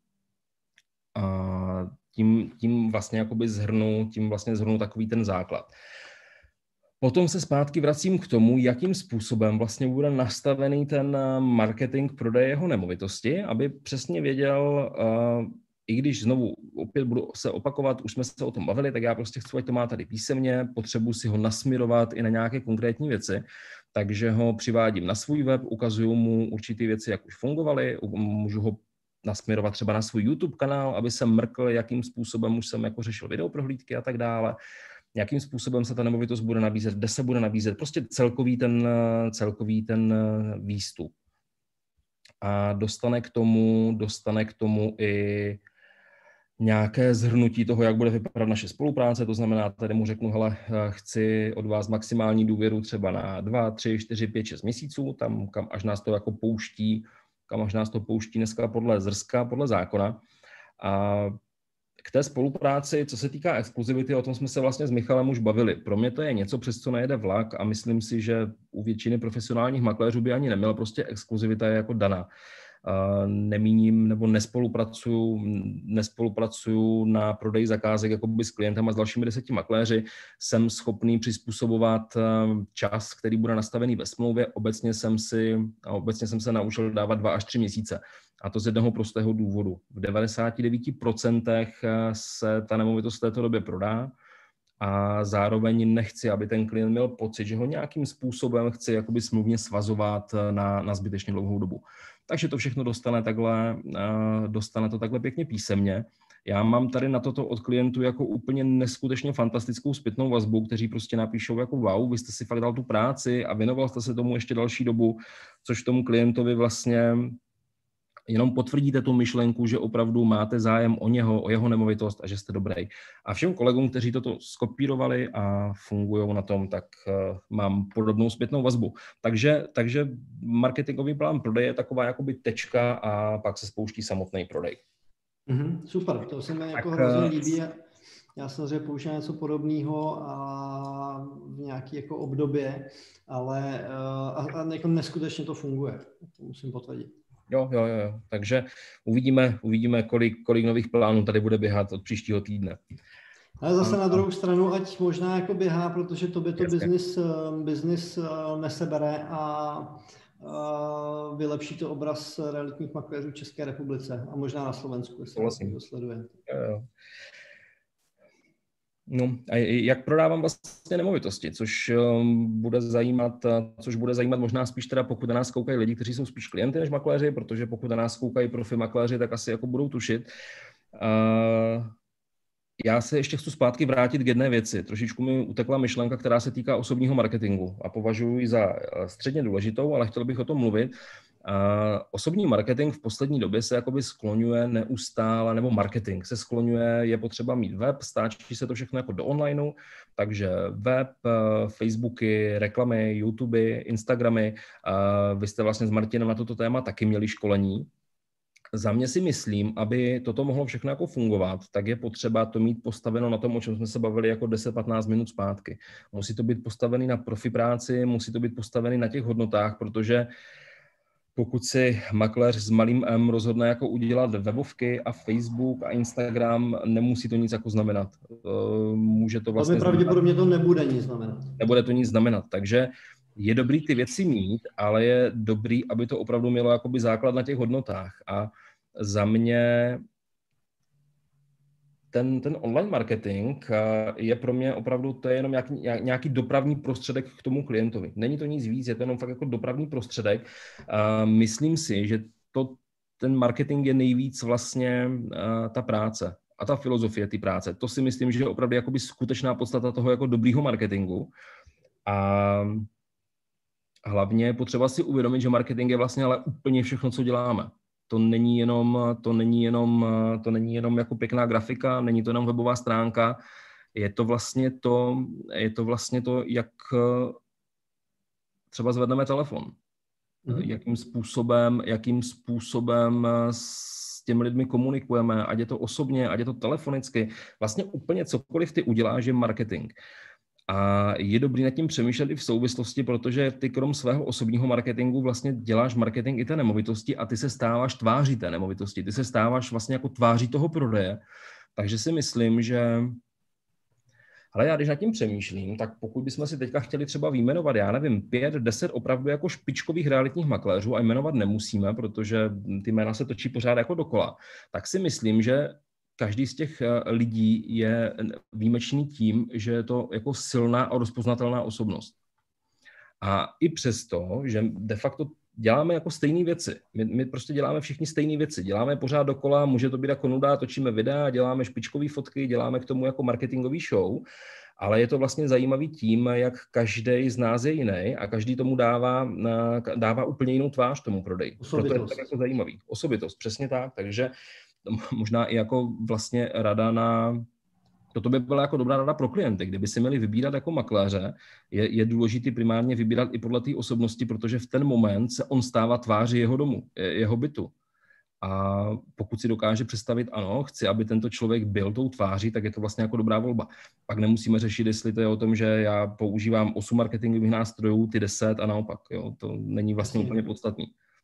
Tím vlastně zhrnu takový ten základ. Potom se zpátky vracím k tomu, jakým způsobem vlastně bude nastavený ten marketing prodeje jeho nemovitosti, aby přesně věděl, i když znovu opět budu se opakovat, už jsme se o tom bavili, tak já prostě chci, ať to má tady písemně, potřebuji si ho nasměrovat i na nějaké konkrétní věci, takže ho přivádím na svůj web, ukazuju mu určité věci, jak už fungovaly, můžu ho nasměrovat třeba na svůj YouTube kanál, aby jsem mrkl, jakým způsobem už jsem jako řešil videoprohlídky a tak dále, jakým způsobem se ta nemovitost bude nabízet, kde se bude nabízet, prostě celkový ten výstup. A dostane k tomu i nějaké shrnutí toho, jak bude vypadat naše spolupráce, to znamená, tady mu řeknu, hele, chci od vás maximální důvěru třeba na 2, 3, 4, 5, 6 měsíců, tam, kam až nás to jako pouští dneska podle zrska, podle zákona. A K té spolupráci, co se týká exkluzivity, o tom jsme se vlastně s Michalem už bavili. Pro mě to je něco, přes co nejede vlak a myslím si, že u většiny profesionálních makléřů by ani neměla, prostě exkluzivita je jako daná. Nemíním nebo nespolupracuju na prodej zakázek jakoby s klientem a s dalšími 10 makléři. Jsem schopný přizpůsobovat čas, který bude nastavený ve smlouvě. Obecně jsem se naučil dávat 2 až 3 měsíce. A to z jednoho prostého důvodu. V 99% se ta nemovitost v této době prodá a zároveň nechci, aby ten klient měl pocit, že ho nějakým způsobem chci jakoby smluvně svazovat na zbytečně dlouhou dobu. Takže to všechno dostane to takhle pěkně písemně. Já mám tady na toto od klientů jako úplně neskutečně fantastickou zpětnou vazbu, kteří prostě napíšou jako wow, vy jste si fakt dal tu práci a věnoval jste se tomu ještě další dobu, což tomu klientovi vlastně jenom potvrdíte tu myšlenku, že opravdu máte zájem o něho, o jeho nemovitost a že jste dobrý. A všem kolegům, kteří toto skopírovali a fungují na tom, tak mám podobnou zpětnou vazbu. Takže marketingový plán prodeje je taková jakoby tečka a pak se spouští samotný prodej. Super, to se mi jako hrozně líbí. Já samozřejmě používám něco podobného a v nějaké jako obdobě, ale jako neskutečně to funguje, to musím potvrdit. Jo. Takže uvidíme, kolik nových plánů tady bude běhat od příštího týdne. Ale zase na druhou stranu, ať možná jako běhá, protože tobě to biznis nesebere a vylepší to obraz realitních makléřů v České republice a možná na Slovensku, jestli to sleduje. Jo. No a jak prodávám vlastně nemovitosti, což bude zajímat možná spíš teda, pokud na nás koukají lidi, kteří jsou spíš klienty než makléři, protože pokud na nás koukají profi makléři, tak asi jako budou tušit. Já se ještě chci zpátky vrátit k jedné věci. Trošičku mi utekla myšlenka, která se týká osobního marketingu a považuji ji za středně důležitou, ale chtěl bych o tom mluvit. Osobní marketing v poslední době se jakoby skloňuje neustále, nebo marketing se skloňuje, je potřeba mít web, stáčí se to všechno jako do onlineu, takže web, Facebooky, reklamy, YouTube, Instagramy. Vy jste vlastně s Martinem na toto téma taky měli školení. Za mě si myslím, aby toto mohlo všechno jako fungovat, tak je potřeba to mít postaveno na tom, o čem jsme se bavili jako 10-15 minut zpátky. Musí to být postavený na profi práci, musí to být postavený na těch hodnotách, protože pokud si makléř s malým M rozhodne jako udělat webovky a Facebook a Instagram, nemusí to nic jako znamenat. Může to vlastně pravděpodobně to nebude nic znamenat. Nebude to nic znamenat, takže je dobrý ty věci mít, ale je dobrý, aby to opravdu mělo jakoby základ na těch hodnotách. A za mě ten online marketing je pro mě opravdu, to je jenom nějaký dopravní prostředek k tomu klientovi. Není to nic víc, je to jenom fakt jako dopravní prostředek. Myslím si, že ten marketing je nejvíc vlastně ta práce a ta filozofie ty práce. To si myslím, že je opravdu jakoby skutečná podstata toho jako dobrýho marketingu. A hlavně je potřeba si uvědomit, že marketing je vlastně ale úplně všechno, co děláme. To není jenom jako pěkná grafika, není to jenom webová stránka, je to vlastně to, jak třeba zvedneme telefon. Jakým způsobem s těmi lidmi komunikujeme, ať je to osobně, ať je to telefonicky. Vlastně úplně cokoliv ty uděláš, je marketing. A je dobrý nad tím přemýšlet i v souvislosti, protože ty krom svého osobního marketingu vlastně děláš marketing i té nemovitosti a ty se stáváš tváří té nemovitosti. Ty se stáváš vlastně jako tváří toho prodeje. Takže si myslím, že... Ale já když nad tím přemýšlím, tak pokud bychom si teďka chtěli třeba vyjmenovat, já nevím, 5-10 opravdu jako špičkových realitních makléřů a jmenovat nemusíme, protože ty jména se točí pořád jako dokola, tak si myslím, že každý z těch lidí je výjimečný tím, že je to jako silná a rozpoznatelná osobnost. A i přesto, že de facto děláme jako stejné věci. My prostě děláme všichni stejné věci. Děláme pořád dokola, může to být jako nuda, točíme videa, děláme špičkové fotky, děláme k tomu jako marketingový show, ale je to vlastně zajímavý tím, jak každý z nás je jiný a každý tomu dává úplně jinou tvář tomu prodeji. Proto je to tak jako zajímavý. Osobitost, přesně tak. Takže možná i jako vlastně rada toto by byla jako dobrá rada pro klienty. Kdyby si měli vybírat jako makléře, je důležité primárně vybírat i podle té osobnosti, protože v ten moment se on stává tváří jeho domu, jeho bytu. A pokud si dokáže představit, ano, chci, aby tento člověk byl tou tváří, tak je to vlastně jako dobrá volba. Pak nemusíme řešit, jestli to je o tom, že já používám 8 marketingových nástrojů, ty 10 a naopak. Jo? To není vlastně úplně podstatný.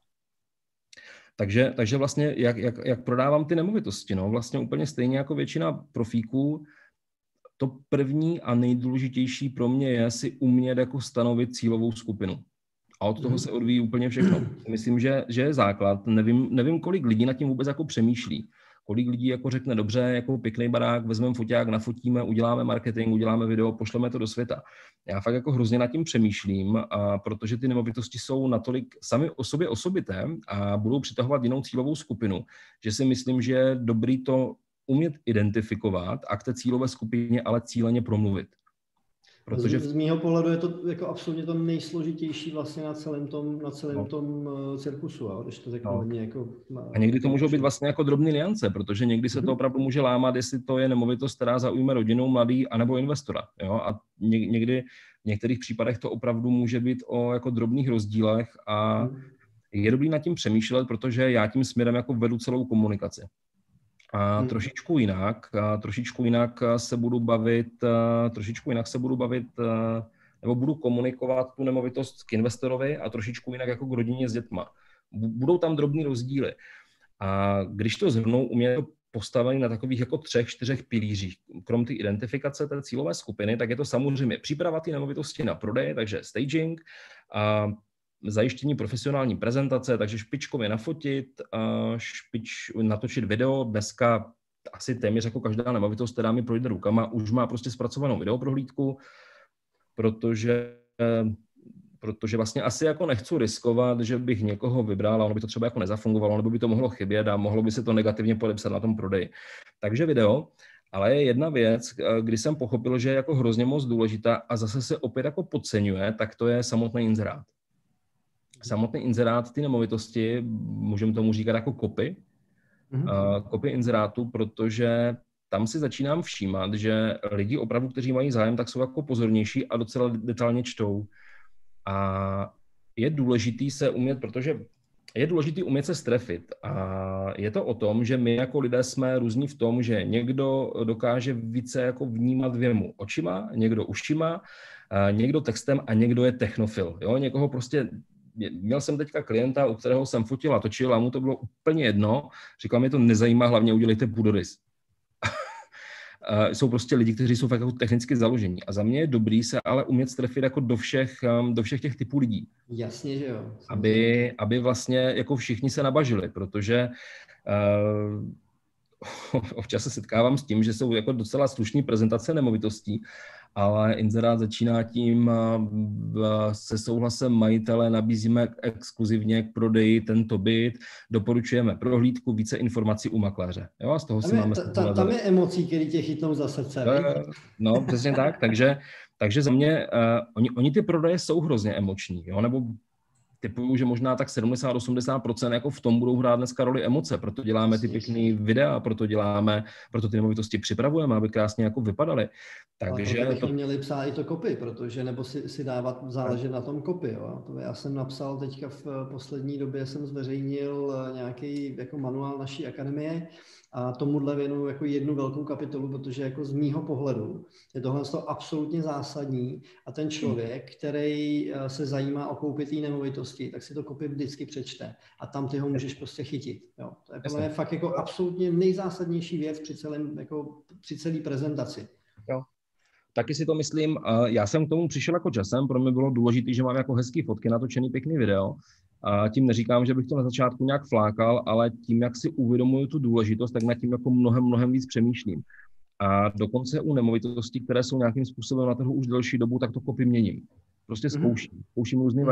Takže vlastně, jak prodávám ty nemovitosti, no, vlastně úplně stejně jako většina profíků, to první a nejdůležitější pro mě je si umět jako stanovit cílovou skupinu. A od toho se odvíjí úplně všechno. Myslím, že je základ. Nevím, kolik lidí nad tím vůbec jako přemýšlí. Kolik lidí jako řekne, dobře, jako pěkný barák, vezmeme foťák, nafotíme, uděláme marketing, uděláme video, pošleme to do světa. Já fakt jako hrozně nad tím přemýšlím, protože ty nemovitosti jsou natolik sami o sobě osobité a budou přitahovat jinou cílovou skupinu, že si myslím, že je dobrý to umět identifikovat a k té cílové skupině ale cíleně promluvit. Protože z mýho pohledu je to jako absolutně to nejsložitější vlastně na celém tom cirkusu, jo? Když to řeknu hodně jako... A někdy to můžou být vlastně jako drobné nuance, protože někdy se to opravdu může lámat, jestli to je nemovitost, která zaujme rodinu, mladý, anebo investora. Jo? A někdy v některých případech to opravdu může být o jako drobných rozdílech a je dobrý nad tím přemýšlet, protože já tím směrem jako vedu celou komunikaci. A trošičku jinak se budu bavit, nebo budu komunikovat tu nemovitost k investorovi a trošičku jinak jako k rodině s dětma. Budou tam drobný rozdíly. A když to shrnu, u mě je to postavené na takových jako 3-4 pilířích. Krom té identifikace té cílové skupiny, tak je to samozřejmě příprava té nemovitosti na prodej, takže staging, a zajištění profesionální prezentace, takže špičkově nafotit, natočit video. Dneska asi téměř jako každá nemovitost, která mi projde rukama, už má prostě zpracovanou videoprohlídku, protože vlastně asi jako nechci riskovat, že bych někoho vybral a ono by to třeba jako nezafungovalo, nebo by to mohlo chybět a mohlo by se to negativně podepsat na tom prodeji. Takže video. Ale je jedna věc, kdy jsem pochopil, že je jako hrozně moc důležitá a zase se opět jako podceňuje, tak to je samotný inzerát. Samotný inzerát ty nemovitosti, můžeme tomu říkat jako copy inzerátu, protože tam si začínám všímat, že lidi opravdu, kteří mají zájem, tak jsou jako pozornější a docela detailně čtou. A je důležitý se umět, protože je důležitý umět se strefit. A je to o tom, že my jako lidé jsme různí v tom, že někdo dokáže více jako vnímat věmu očima, někdo ušima, někdo textem a někdo je technofil. Jo? Někoho prostě... Měl jsem teďka klienta, u kterého jsem fotil a točil a mu to bylo úplně jedno. Říkal, mě to nezajímá, hlavně udělejte půdorys. Jsou prostě lidi, kteří jsou fakt jako technicky založení. A za mě je dobrý se ale umět strefit jako do všech těch typů lidí. Jasně, že jo. Aby vlastně jako všichni se nabažili, protože občas se setkávám s tím, že jsou jako docela slušné prezentace nemovitostí, ale inzerát začíná tím, se souhlasem majitele nabízíme exkluzivně k prodeji tento byt, doporučujeme prohlídku, více informací u makléře. Jo, a z toho si máme... Tam je emocí, které tě chytnou za srdce. No, přesně tak. Takže za mě, oni ty prodeje jsou hrozně emoční, jo, nebo typuju, že možná tak 70-80% jako v tom budou hrát dneska roli emoce, proto děláme ty pěkný videa, proto ty nemovitosti připravujeme, aby krásně jako vypadaly. Takže ale bychom měli psát i to copy, protože nebo si dávat záležet na tom copy. Jo? To já jsem napsal teďka v poslední době, jsem zveřejnil nějaký jako manuál naší akademie a tomuhle věnuju jako jednu velkou kapitolu, protože jako z mýho pohledu je tohle absolutně zásadní a ten člověk, který se zajímá o koupit té nemovitosti, tak si to copy vždycky přečte a tam ty ho můžeš prostě chytit. Jo? To je fakt jako absolutně nejzásadnější věc při celé prezentaci. Jo. Taky si to myslím, já jsem k tomu přišel jako časem, pro mě bylo důležité, že mám jako hezký fotky, natočený pěkný video. A tím neříkám, že bych to na začátku nějak flákal, ale tím, jak si uvědomuju tu důležitost, tak nad tím jako mnohem víc přemýšlím. A dokonce u nemovitostí, které jsou nějakým způsobem na trhu už delší dobu, tak to copy měním. Prostě zkouším různé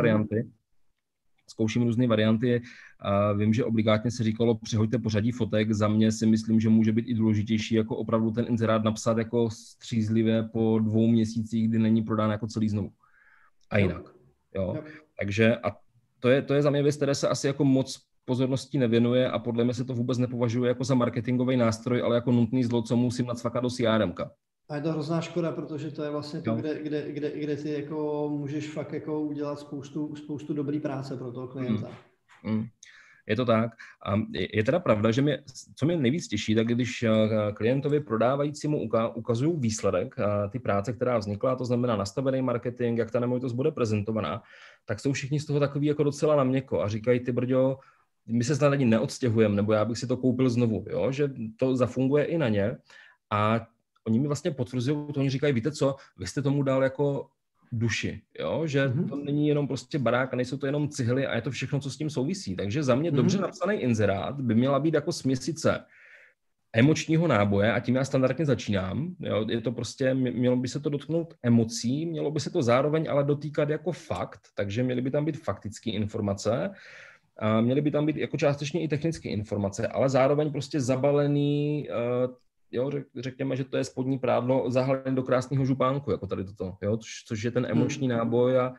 varianty. A vím, že obligátně se říkalo, přehoďte pořadí fotek. Za mě si myslím, že může být i důležitější jako opravdu ten inzerát napsat jako střízlivě po 2 měsících, kdy není prodán jako celý znovu. A jinak. Jo. Takže a to je za mě věc, které se asi jako moc pozorností nevěnuje a podle mě se to vůbec nepovažuje jako za marketingový nástroj, ale jako nutný zlo, co musím nacvakat do CRMka. A je to hrozná škoda, protože to je vlastně to, kde ty jako můžeš fakt jako udělat spoustu dobrý práce pro toho klienta. Je to tak. A je teda pravda, že co mě nejvíc těší, tak když klientovi prodávajícímu ukazují výsledek, ty práce, která vznikla, to znamená nastavený marketing, jak ta nemovitost bude prezentovaná, tak jsou všichni z toho takový jako docela na měkko a říkají, ty brďo, my se snad ani neodstěhujeme, nebo já bych si to koupil znovu, jo? Že to zafunguje i na ně. A oni mi vlastně potvrzují, to oni říkají, víte co, vy jste tomu dal jako duši, jo? Že to není jenom prostě barák a nejsou to jenom cihly a je to všechno, co s tím souvisí. Takže za mě dobře napsaný inzerát by měla být jako směsice emočního náboje a tím já standardně začínám. Jo? Je to prostě, mělo by se to dotknout emocí, mělo by se to zároveň ale dotýkat jako fakt, takže měly by tam být faktické informace, a měly by tam být jako částečně i technické informace, ale zároveň prostě zabalený, jo, řekněme, že to je spodní prádlo zahalený do krásného župánku, jako tady toto, jo, což je ten emoční náboj a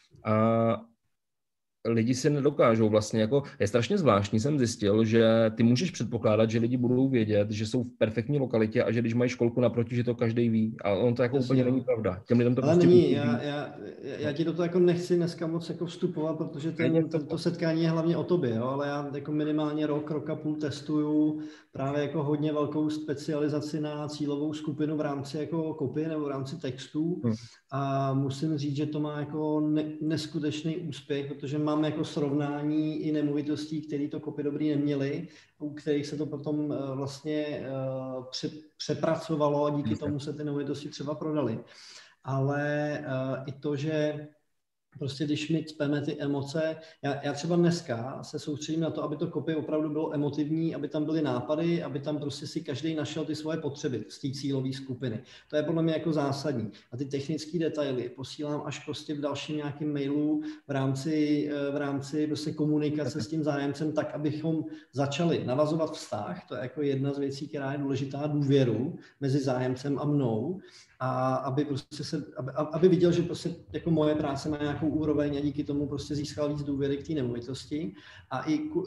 lidi si nedokážou vlastně, jako je strašně zvláštní, jsem zjistil, že ty můžeš předpokládat, že lidi budou vědět, že jsou v perfektní lokalitě a že když mají školku naproti, že to každý ví, ale on to jako úplně není pravda. Těm lidem to ale prostě není, já ti do toho jako nechci dneska moc jako vstupovat, protože to setkání je hlavně o tobě, jo? Ale já jako minimálně rok a půl testuju právě jako hodně velkou specializaci na cílovou skupinu v rámci jako kopie nebo v rámci textů a musím říct, že to má jako neskutečný úspěch, protože máme jako srovnání i nemovitostí, které to kopy dobrý neměly, u kterých se to potom vlastně přepracovalo a díky tomu se ty nemovitosti třeba prodaly. Ale i to, že prostě když my cpeme ty emoce, já třeba dneska se soustředím na to, aby to kopy opravdu bylo emotivní, aby tam byly nápady, aby tam prostě si každý našel ty svoje potřeby z té cílové skupiny. To je podle mě jako zásadní. A ty technické detaily posílám až prostě v dalším nějakém mailu v rámci prostě komunikace s tím zájemcem, tak abychom začali navazovat vztah. To je jako jedna z věcí, která je důležitá, důvěru mezi zájemcem a mnou. A aby viděl, že prostě jako moje práce má nějakou úroveň a díky tomu prostě získal víc důvěry k té nemovitosti. A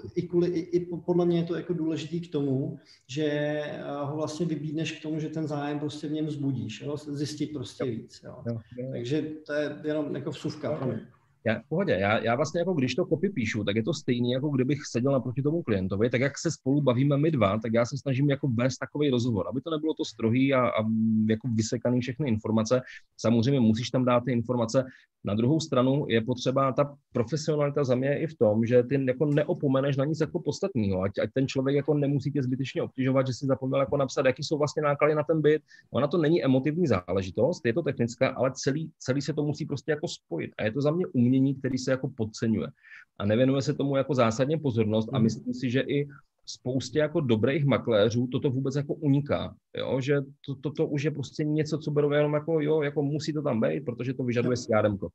i podle mě je to jako důležitý k tomu, že ho vlastně vybídneš k tomu, že ten zájem prostě v něm vzbudíš, jo? Zjistit prostě víc. Jo? Takže to je jenom jako vsuvka pro mě. V pohodě. Já vlastně jako když to copy píšu, tak je to stejný, jako kdybych seděl naproti tomu klientovi, tak jak se spolu bavíme my dva, tak já se snažím jako vést takový rozhovor, aby to nebylo to strohý a jako vysekaný všechny informace. Samozřejmě musíš tam dát ty informace. Na druhou stranu je potřeba, ta profesionalita za mě i v tom, že ty jako neopomeneš na nic jako podstatného, ať ten člověk jako nemusí tě zbytečně obtěžovat, že si zapomněl jako napsat, jaký jsou vlastně náklady na ten byt. Ona to není emotivní záležitost, je to technická, ale celý se to musí prostě jako spojit. A je to za mě umění, který se jako podceňuje. A nevěnuje se tomu jako zásadně pozornost a myslím si, že i spoustě jako dobrých makléřů toto vůbec jako uniká, jo? Že to už je prostě něco, co berou jenom jako jo, jako musí to tam být, protože to vyžaduje CRMko.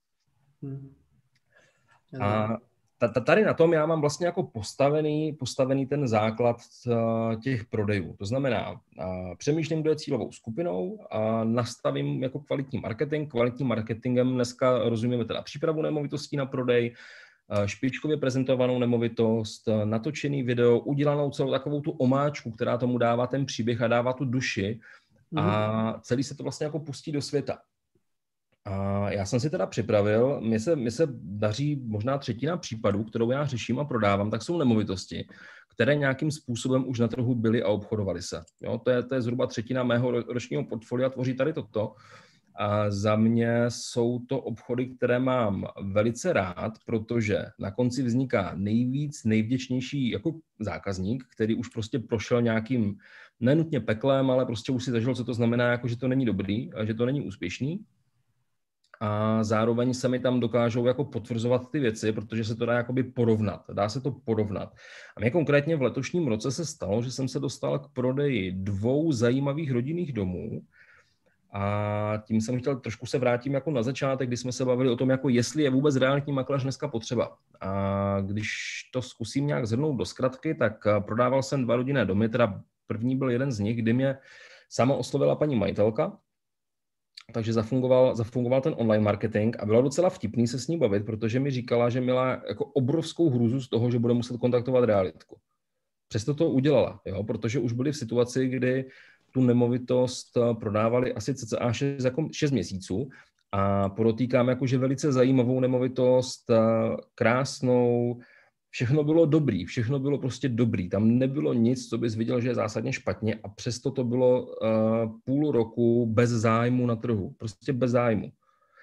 A tady na tom já mám vlastně jako postavený ten základ těch prodejů. To znamená, přemýšlím, kdo je cílovou skupinou a nastavím jako kvalitní marketing. Kvalitním marketingem dneska rozumíme teda přípravu nemovitostí na prodej, špičkově prezentovanou nemovitost, natočený video, udělanou celou takovou tu omáčku, která tomu dává ten příběh a dává tu duši a celý se to vlastně jako pustí do světa. A já jsem si teda připravil, mi se daří možná třetina případů, kterou já řeším a prodávám, tak jsou nemovitosti, které nějakým způsobem už na trhu byly a obchodovaly se. Jo, to je zhruba třetina mého ročního portfolia, tvoří tady toto. A za mě jsou to obchody, které mám velice rád, protože na konci vzniká nejvděčnější jako zákazník, který už prostě prošel nějakým nenutně peklem, ale prostě už si zažil, co to znamená, jako že to není dobrý a že to není úspěšný. A zároveň se mi tam dokážou jako potvrzovat ty věci, protože se to dá jakoby porovnat. Dá se to porovnat. A mě konkrétně v letošním roce se stalo, že jsem se dostal k prodeji 2 zajímavých rodinných domů. A tím jsem chtěl, trošku se vrátím jako na začátek, kdy jsme se bavili o tom, jako jestli je vůbec realitní makléř dneska potřeba. A když to zkusím nějak shrnout do zkratky, tak prodával jsem 2 rodinné domy, teda první byl jeden z nich, kdy mě sama oslovila paní majitelka, takže zafungoval ten online marketing a bylo docela vtipný se s ní bavit, protože mi říkala, že měla jako obrovskou hrůzu z toho, že bude muset kontaktovat realitku. Přesto to udělala, jo, protože už byli v situaci, kdy tu nemovitost prodávali asi cca 6 měsíců a podotýkám jakože velice zajímavou nemovitost, krásnou, všechno bylo dobrý, všechno bylo prostě dobrý. Tam nebylo nic, co bys viděl, že je zásadně špatně a přesto to bylo půl roku bez zájmu na trhu. Prostě bez zájmu.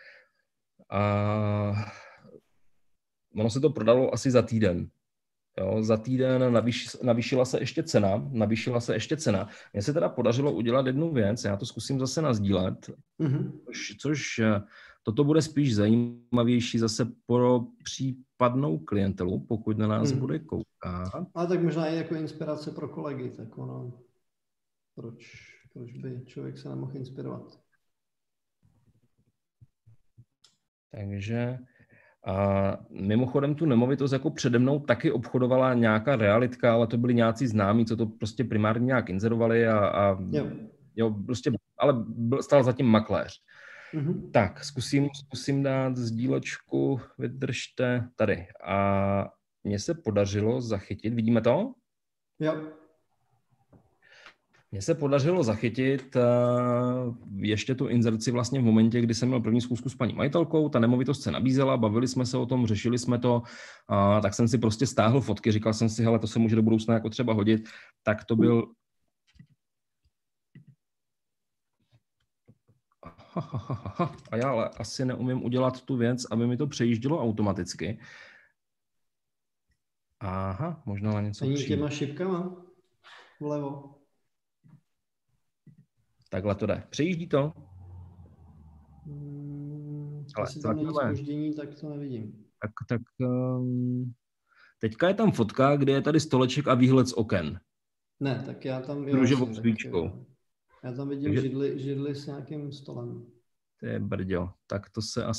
A ono se to prodalo asi za týden. Jo, za týden navýšila se ještě cena. Mně se teda podařilo udělat jednu věc, já to zkusím zase nasdílet, což toto bude spíš zajímavější zase pro případnou klientelu, pokud na nás bude koukat. Ale tak možná i jako inspirace pro kolegy, tak ono, proč by člověk se nemohl inspirovat? Takže a mimochodem tu nemovitost jako přede mnou taky obchodovala nějaká realitka, ale to byli nějací známí, co to prostě primárně nějak inzerovali a jo, prostě, ale stál zatím makléř. Tak, zkusím dát sdílečku, vydržte tady. A mně se podařilo zachytit, vidíme to? Jo. Mně se podařilo zachytit ještě tu inzerci vlastně v momentě, kdy jsem měl první schůzku s paní majitelkou, ta nemovitost se nabízela, bavili jsme se o tom, řešili jsme to, tak jsem si prostě stáhl fotky, říkal jsem si, hele, to se může do budoucna jako třeba hodit, tak to byl... A já ale asi neumím udělat tu věc, aby mi to přejíždělo automaticky. Aha, možná na něco přijde. Těma šipkama vlevo. Takhle to jde. Přejíždí to? Jestli tam není zpoždění, tak to nevidím. Tak teďka je tam fotka, kde je tady stoleček a výhled z oken. Ne, tak já tam... Já tam vidím židli s nějakým stolem. To je brďo. Tak to se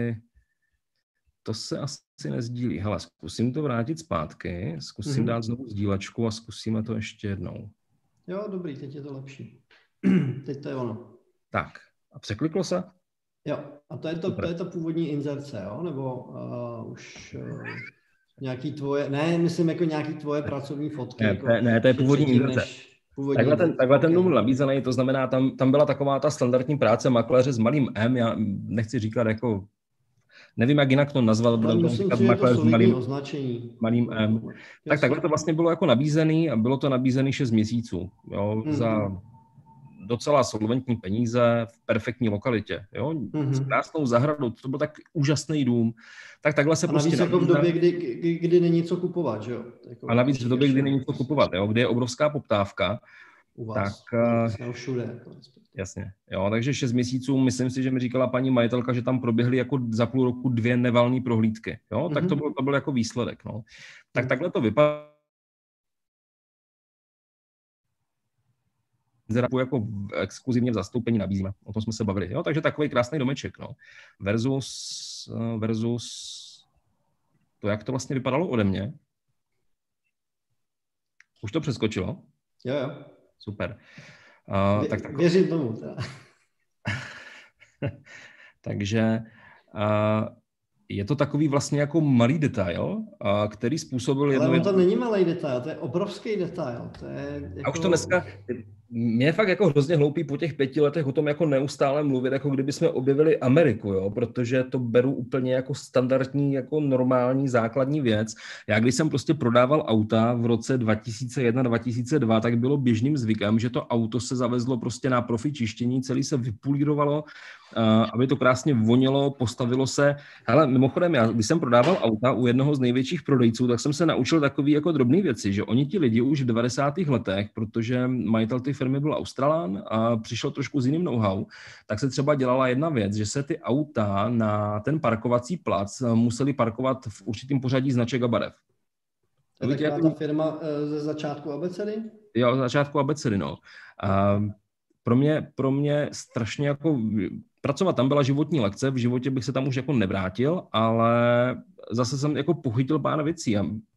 asi nezdílí. Hele, zkusím to vrátit zpátky, zkusím dát znovu sdílečku a zkusíme to ještě jednou. Jo, dobrý, teď je to lepší. Teď to je ono. Tak, a překliklo se? Jo, a to je ta původní inzerce, jo? Nebo už nějaký tvoje, ne, myslím jako nějaký tvoje pracovní fotky. Ne, to je původní inzerce. Takhle ten dům nabízený, to znamená, tam byla taková ta standardní práce makléře s malým M, já nechci říkat jako, nevím, jak jinak to nazvat, budeme to říkat makléř s malým M. Tak takhle to vlastně bylo jako nabízený a bylo to nabízený 6 měsíců, jo, za docela solventní peníze v perfektní lokalitě, jo, s krásnou zahradou, to byl tak úžasný dům, tak takhle se prostě... jako v době, kdy není co kupovat, že jo? Jako a navíc v době, kdy není co kupovat, jo, kdy je obrovská poptávka, u vás, tak všude. Jasně, jo, takže 6 měsíců, myslím si, že mi říkala paní majitelka, že tam proběhly jako za půl roku 2 nevalné prohlídky, jo, tak to byl jako výsledek, no. Tak takhle to vypadá. Jako exkluzivně v zastoupení nabízíme. O tom jsme se bavili. Jo? Takže takový krásný domeček. No. Versus to, jak to vlastně vypadalo ode mě. Už to přeskočilo? Jo. Super. Věřím tomu. Takže je to takový vlastně jako malý detail, který způsobil... Ale to není malý detail, to je obrovský detail. To je jako... A už to dneska... Mě je fakt jako hrozně hloupý po těch 5 letech o tom jako neustále mluvit, jako kdyby jsme objevili Ameriku, jo? Protože to beru úplně jako standardní, jako normální základní věc. Já když jsem prostě prodával auta v roce 2001-2002, tak bylo běžným zvykem, že to auto se zavezlo prostě na profi čištění, celý se vypulírovalo, aby to krásně vonělo, postavilo se. Hele, mimochodem, když jsem prodával auta u jednoho z největších prodejců, tak jsem se naučil takový jako drobný věci, že oni ti lidi už v 90. letech, protože majitel ty firmy byl Australán a přišel trošku s jiným know-how, tak se třeba dělala jedna věc, že se ty auta na ten parkovací plac museli parkovat v určitým pořadí značek a barev. To je taková ta firma ze začátku abecedy? Jo, ze začátku abecedy, no. Pro mě strašně jako... Pracovat tam byla životní lekce, v životě bych se tam už jako nevrátil, ale zase jsem jako pochytil pár věcí.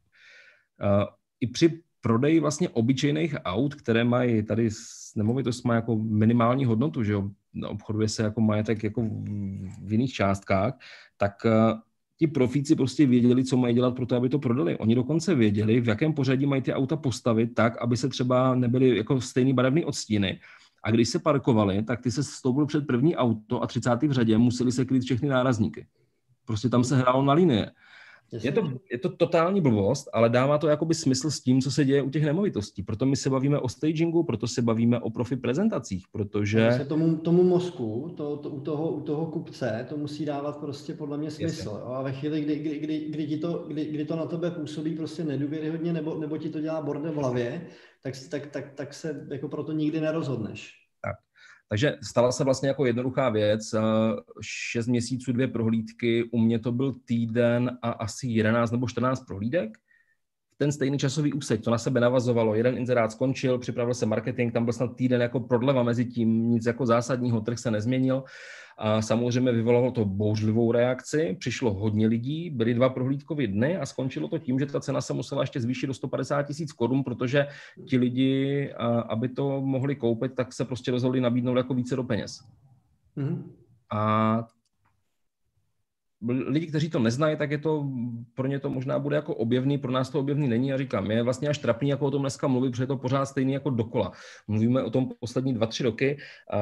I při prodeji vlastně obyčejných aut, které mají tady nemovitost má jako minimální hodnotu, že jo, obchoduje se jako majetek jako v jiných částkách, tak ti profíci prostě věděli, co mají dělat pro to, aby to prodali. Oni dokonce věděli, v jakém pořadí mají ty auta postavit tak, aby se třeba nebyly jako stejný barevný odstíny. A když se parkovali, tak ty se stoupil před první auto a 30. v řadě museli se kryt všechny nárazníky. Prostě tam se hrálo na linie. Je to totální blbost, ale dává to jakoby smysl s tím, co se děje u těch nemovitostí. Proto my se bavíme o stagingu, proto se bavíme o profi prezentacích, protože... Se tomu mozku, u toho kupce, to musí dávat prostě podle mě smysl. Jo? A ve chvíli, kdy to na tebe působí prostě nedůvěryhodně, nebo ti to dělá bordel v hlavě, tak se jako proto nikdy nerozhodneš. Tak. Takže stala se vlastně jako jednoduchá věc, 6 měsíců, 2 prohlídky, u mě to byl týden a asi 11 nebo 14 prohlídek. Ten stejný časový úsek, to na sebe navazovalo, jeden inzerát skončil, připravil se marketing, tam byl snad týden jako prodleva mezi tím, nic jako zásadního, trh se nezměnil. A samozřejmě vyvolalo to bouřlivou reakci, přišlo hodně lidí, byly 2 prohlídkové dny a skončilo to tím, že ta cena se musela ještě zvýšit do 150 000 korun, protože ti lidi, aby to mohli koupit, tak se prostě rozhodli nabídnout jako více do peněz. Mm-hmm. A lidi, kteří to neznají, tak je to, pro ně to možná bude jako objevný, pro nás to objevný není a říkám, je vlastně až trapný, jako o tom dneska mluvit, protože je to pořád stejný jako dokola. Mluvíme o tom poslední 2-3 roky,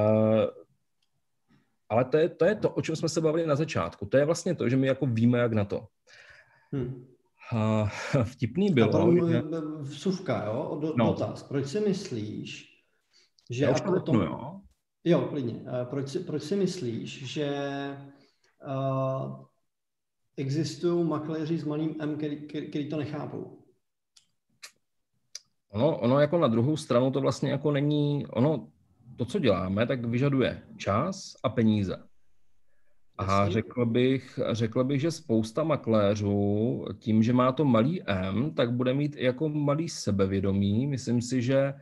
ale to je to, o čem jsme se bavili na začátku. To je vlastně to, že my jako víme, jak na to. Vtipný bylo. Vsuvka, jo? Dotaz. Proč si myslíš, že... Já už to řeknu, jo? Jo, klidně. Proč si myslíš, že existují makléři s malým M, který to nechápou? Ono jako na druhou stranu to vlastně jako není... To, co děláme, tak vyžaduje čas a peníze. A řekl bych, že spousta makléřů tím, že má to malý M, tak bude mít i jako malý sebevědomí. Myslím si, že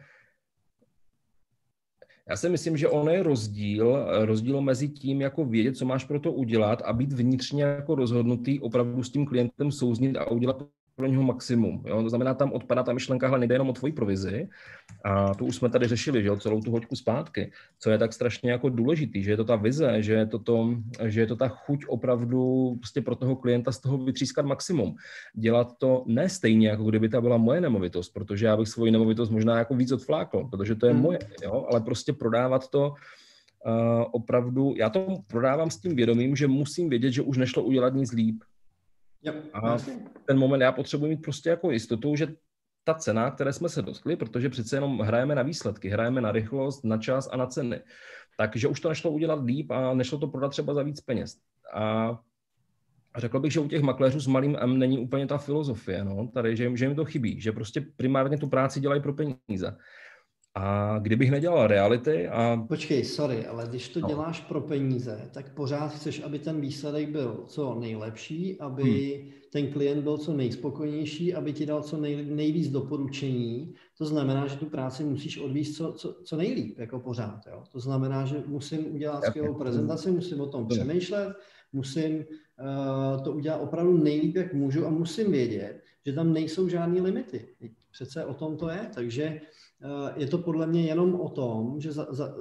ono je rozdíl mezi tím, jako vědět, co máš pro to udělat a být vnitřně jako rozhodnutý opravdu s tím klientem souznit a udělat pro něho maximum. Jo? To znamená, tam odpadá ta myšlenka, hele, nejde jenom o tvoji provizi. A tu už jsme tady řešili, že jo, celou tu hoďku zpátky. Co je tak strašně jako důležitý, že je to ta vize, že je to ta chuť opravdu prostě pro toho klienta z toho vytřískat maximum. Dělat to ne stejně, jako kdyby ta byla moje nemovitost, protože já bych svoji nemovitost možná jako víc odflákl, protože to je moje, jo? Ale prostě prodávat to opravdu, já to prodávám s tím vědomím, že musím vědět, že už nešlo udělat nic líp. A v ten moment já potřebuji mít prostě jako jistotu, že ta cena, které jsme se dostali, protože přece jenom hrajeme na výsledky, hrajeme na rychlost, na čas a na ceny. Takže už to nešlo udělat líp a nešlo to prodat třeba za víc peněz. A řekl bych, že u těch makléřů s malým M není úplně ta filozofie, no, tady, že jim to chybí, že prostě primárně tu práci dělají pro peníze. A kdybych nedělal reality a... Počkej, sorry, ale když to děláš pro peníze, tak pořád chceš, aby ten výsledek byl co nejlepší, aby ten klient byl co nejspokojenější, aby ti dal co nejvíc doporučení. To znamená, že tu práci musíš odvíct co nejlíp, jako pořád. Jo? To znamená, že musím udělat skvělou prezentaci, musím o tom přemýšlet, musím to udělat opravdu nejlíp, jak můžu a musím vědět, že tam nejsou žádné limity. Přece o tom to je, takže je to podle mě jenom o tom, že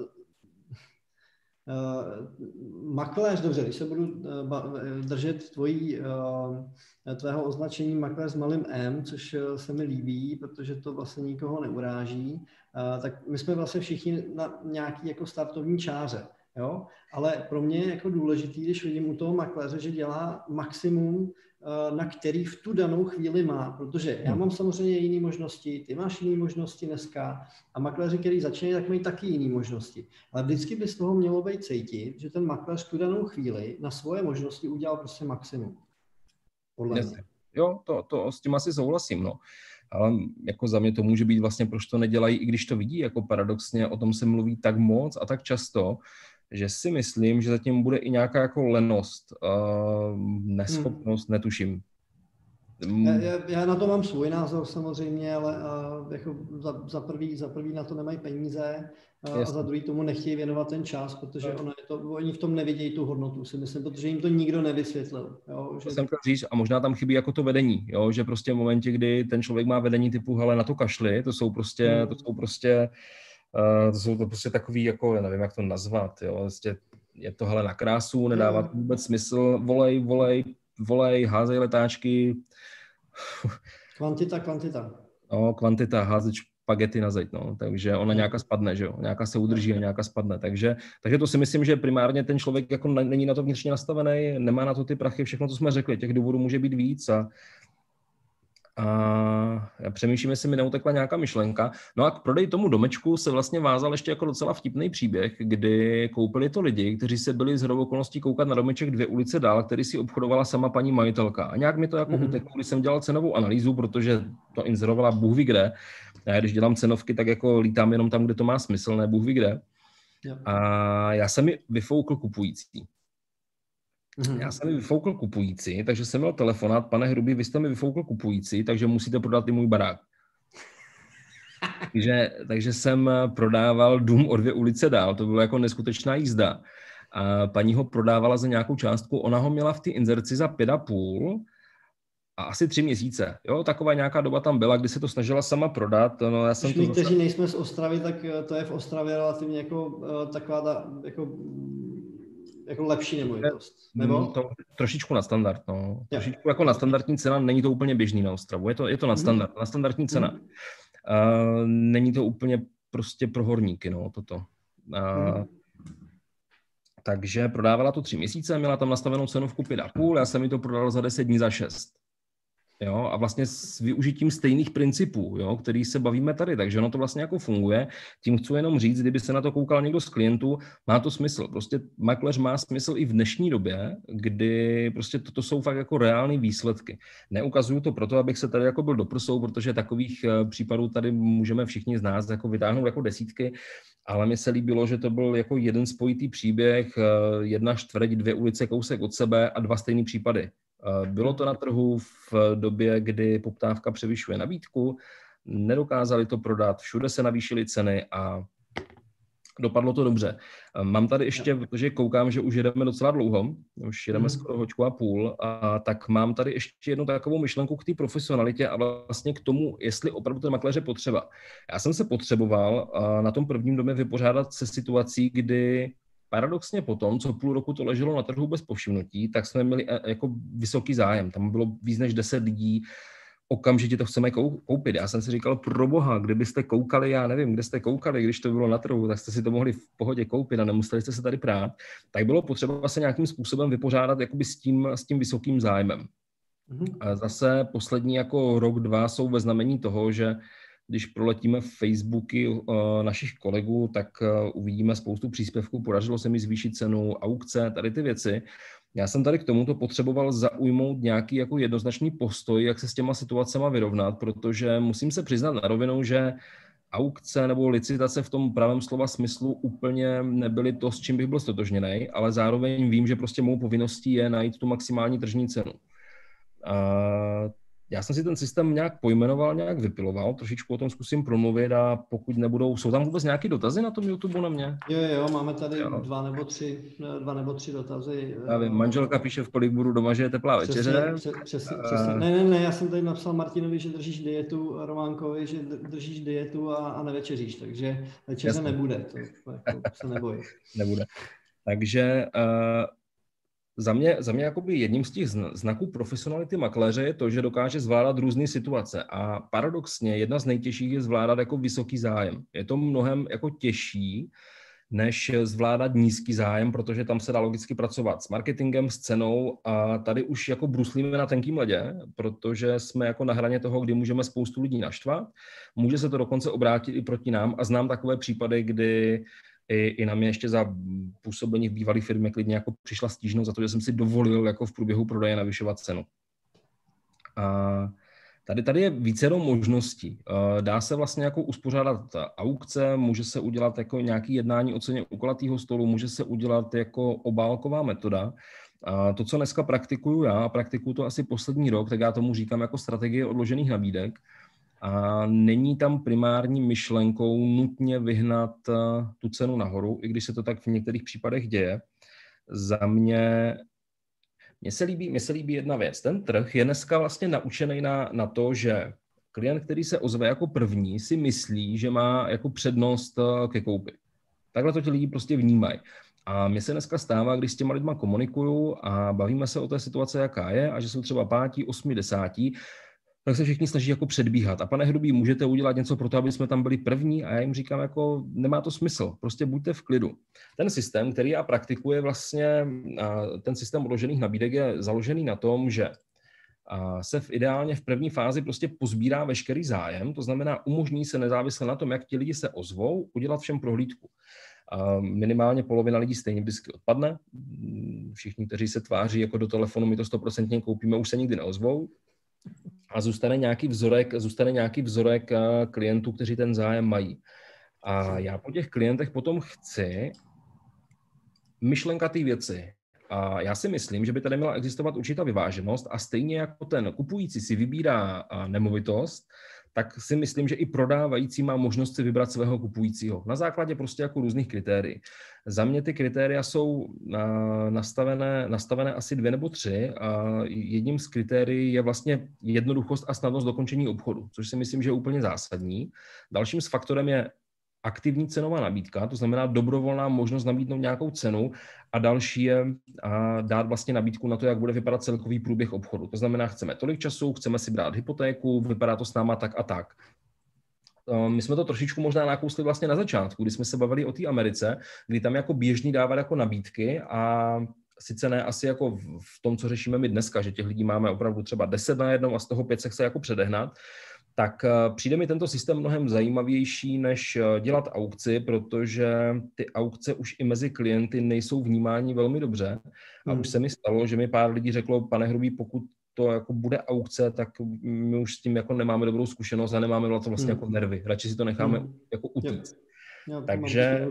makléř, dobře, když se budu držet tvého označení makléř s malým M, což se mi líbí, protože to vlastně nikoho neuráží, tak my jsme vlastně všichni na nějaký jako startovní čáře. Jo? Ale pro mě je jako důležitý, když vidím u toho makléře, že dělá maximum, na který v tu danou chvíli má, protože já mám samozřejmě jiné možnosti, ty máš jiné možnosti dneska a makléři, který začínají, tak mají taky jiné možnosti. Ale vždycky by z toho mělo být cítit, že ten makléř v tu danou chvíli na svoje možnosti udělal prostě maximum. Podle mě. Jo, to s tím asi souhlasím, no. Ale jako za mě to může být vlastně, proč to nedělají, i když to vidí, jako paradoxně o tom se mluví tak moc a tak často, že si myslím, že zatím bude i nějaká jako lenost, neschopnost, netuším. Já na to mám svůj názor samozřejmě, ale jako za prvý na to nemají peníze a za druhý tomu nechtějí věnovat ten čas, protože oni v tom nevidějí tu hodnotu, si myslím, protože jim to nikdo nevysvětlil. Jo, že... To jsem chtěl říct a možná tam chybí jako to vedení, jo, že prostě v momentě, kdy ten člověk má vedení typu, hele, na to kašli, to jsou prostě takový, jako, já nevím, jak to nazvat, jo, vlastně je to, hele, na krásu, nedává to vůbec smysl, volej, házej letáčky. Kvantita. No, kvantita, házet špagety na zeď, no. Takže ona nějaká spadne, že jo, nějaká se udrží a nějaká spadne, takže to si myslím, že primárně ten člověk jako není na to vnitřně nastavený, nemá na to ty prachy, všechno, co jsme řekli, těch důvodů může být víc a já přemýšlím, jestli mi neutekla nějaká myšlenka. No a k prodeji tomu domečku se vlastně vázal ještě jako docela vtipný příběh, kdy koupili to lidi, kteří se byli shodou okolností koukat na domeček 2 ulice dál, který si obchodovala sama paní majitelka. A nějak mi to jako uteklo, když jsem dělal cenovou analýzu, protože to inzerovala Bůh ví kde. Já když dělám cenovky, tak jako lítám jenom tam, kde to má smysl, ne Bůh ví kde. A já jsem mi vyfoukl kupující. Já jsem mi vyfoukl kupující, takže jsem měl telefonát, pane Hrubý, vy jste mi vyfoukl kupující, takže musíte prodat i můj barák. takže jsem prodával dům o 2 ulice dál, to bylo jako neskutečná jízda. A paní ho prodávala za nějakou částku, ona ho měla v té inzerci za 5,5 a asi 3 měsíce. Jo, taková nějaká doba tam byla, kdy se to snažila sama prodat. No, já jsem my, kteří nejsme z Ostravy, tak to je v Ostravě relativně jako taková ta, jako lepší nemovitost, nebo? To trošičku na standard, no. Trošičku jako na standardní cena, není to úplně běžný na Ostravu, je to na standard, na standardní cena. Není to úplně prostě pro horníky, no, toto. Takže prodávala to 3 měsíce, měla tam nastavenou cenovku 5,5, já jsem mi to prodal za 10 dní za 6. Jo, a vlastně s využitím stejných principů, jo, který se bavíme tady, takže ono to vlastně jako funguje. Tím chci jenom říct, kdyby se na to koukal někdo z klientů, má to smysl. Prostě makléř má smysl i v dnešní době, kdy prostě toto jsou fakt jako reální výsledky. Neukazuju to proto, abych se tady jako byl do prsou, protože takových případů tady můžeme všichni z nás jako vytáhnout jako desítky, ale mi se líbilo, že to byl jako jeden spojitý příběh, 1 čtvrť, 2 ulice kousek od sebe a 2 stejný případy. Bylo to na trhu v době, kdy poptávka převyšuje nabídku, nedokázali to prodat, všude se navýšily ceny a dopadlo to dobře. Mám tady ještě, protože koukám, že už jedeme docela dlouho, už jedeme skoro 1,5 hodiny, tak mám tady ještě jednu takovou myšlenku k té profesionalitě a vlastně k tomu, jestli opravdu ten makléř je potřeba. Já jsem se potřeboval na tom prvním domě vypořádat se situací, kdy paradoxně potom, co půl roku to leželo na trhu bez povšimnutí, tak jsme měli jako vysoký zájem. Tam bylo víc než 10 lidí, okamžitě to chceme koupit. Já jsem si říkal, proboha, kdybyste koukali, já nevím, kde jste koukali, když to bylo na trhu, tak jste si to mohli v pohodě koupit a nemuseli jste se tady prát. Tak bylo potřeba se nějakým způsobem vypořádat jakoby s tím vysokým zájmem. A zase poslední jako rok, 2 jsou ve znamení toho, že když proletíme Facebooky našich kolegů, tak uvidíme spoustu příspěvků, podařilo se mi zvýšit cenu, aukce, tady ty věci. Já jsem tady k tomuto potřeboval zaujmout nějaký jako jednoznačný postoj, jak se s těma situacema vyrovnat, protože musím se přiznat na rovinu, že aukce nebo licitace v tom pravém slova smyslu úplně nebyly to, s čím bych byl stotožněný, ale zároveň vím, že prostě mou povinností je najít tu maximální tržní cenu. Já jsem si ten systém nějak pojmenoval, nějak vypiloval, trošičku o tom zkusím promluvit a pokud nebudou, jsou tam vůbec nějaké dotazy na tom YouTube na mě? Jo, máme tady 2 nebo 3 dotazy. Já vím, manželka píše, v kolik budu doma, že je teplá večeře. Přesně. Ne, já jsem tady napsal Martinovi, že držíš dietu, Románkovi, že držíš dietu a nevečeříš, takže večeře nebude, to jako se neboj. Nebude. Takže za mě jakoby jedním z těch znaků profesionality makléře je to, že dokáže zvládat různé situace a paradoxně jedna z nejtěžších je zvládat jako vysoký zájem. Je to mnohem jako těžší, než zvládat nízký zájem, protože tam se dá logicky pracovat s marketingem, s cenou a tady už jako bruslíme na tenkým ledě, protože jsme jako na hraně toho, kdy můžeme spoustu lidí naštvat. Může se to dokonce obrátit i proti nám a znám takové případy, kdy i na mě ještě za působení v bývalé firmě klidně jako přišla stížnost za to, že jsem si dovolil jako v průběhu prodeje navyšovat cenu. A tady je vícero možností. Dá se vlastně jako uspořádat aukce, může se udělat jako nějaké jednání o ceně u kulatého stolu, může se udělat jako obálková metoda. A to, co dneska praktikuju já, a praktikuju to asi poslední rok, tak já tomu říkám jako strategie odložených nabídek. A není tam primární myšlenkou nutně vyhnat tu cenu nahoru, i když se to tak v některých případech děje. Za mě se líbí jedna věc. Ten trh je dneska vlastně naučený na to, že klient, který se ozve jako první, si myslí, že má jako přednost ke koupi. Takhle to ti lidi prostě vnímají. A mně se dneska stává, když s těma lidma komunikuju a bavíme se o té situaci, jaká je, a že jsou třeba 5., 8., 10., tak se všichni snaží jako předbíhat. A pane Hrubý, můžete udělat něco pro to, aby jsme tam byli první? A já jim říkám, jako nemá to smysl, prostě buďte v klidu. Ten systém, který já praktikuji vlastně, ten systém odložených nabídek je založený na tom, že se ideálně v první fázi prostě pozbírá veškerý zájem, to znamená umožní se nezávisle na tom, jak ti lidi se ozvou, udělat všem prohlídku. Minimálně polovina lidí stejně vždycky odpadne. Všichni, kteří se tváří jako do telefonu, my to 100% koupíme, už se nikdy neozvou. A zůstane nějaký vzorek klientů, kteří ten zájem mají. A já po těch klientech potom chci myšlenkatý věci. A já si myslím, že by tady měla existovat určitá vyváženost a stejně jako ten kupující si vybírá nemovitost, tak si myslím, že i prodávající má možnost si vybrat svého kupujícího. Na základě prostě jako různých kritérií. Za mě ty kritéria jsou nastavené asi 2 nebo 3. A jedním z kritérií je vlastně jednoduchost a snadnost dokončení obchodu, což si myslím, že je úplně zásadní. Dalším faktorem je aktivní cenová nabídka, to znamená dobrovolná možnost nabídnout nějakou cenu, a další je dát vlastně nabídku na to, jak bude vypadat celkový průběh obchodu. To znamená, chceme tolik času, chceme si brát hypotéku, vypadá to s náma tak a tak. My jsme to trošičku možná nakousli vlastně na začátku, kdy jsme se bavili o té Americe, kdy tam jako běžný dávat jako nabídky a sice ne asi jako v tom, co řešíme my dneska, že těch lidí máme opravdu třeba 10 na jednou a z toho 5 se chce jako předehnat, tak přijde mi tento systém mnohem zajímavější, než dělat aukci, protože ty aukce už i mezi klienty nejsou vnímány velmi dobře. A už se mi stalo, že mi pár lidí řeklo, pane Hrubý, pokud to jako bude aukce, tak my už s tím jako nemáme dobrou zkušenost a nemáme vlastně jako nervy. Radši si to necháme jako utíct. Takže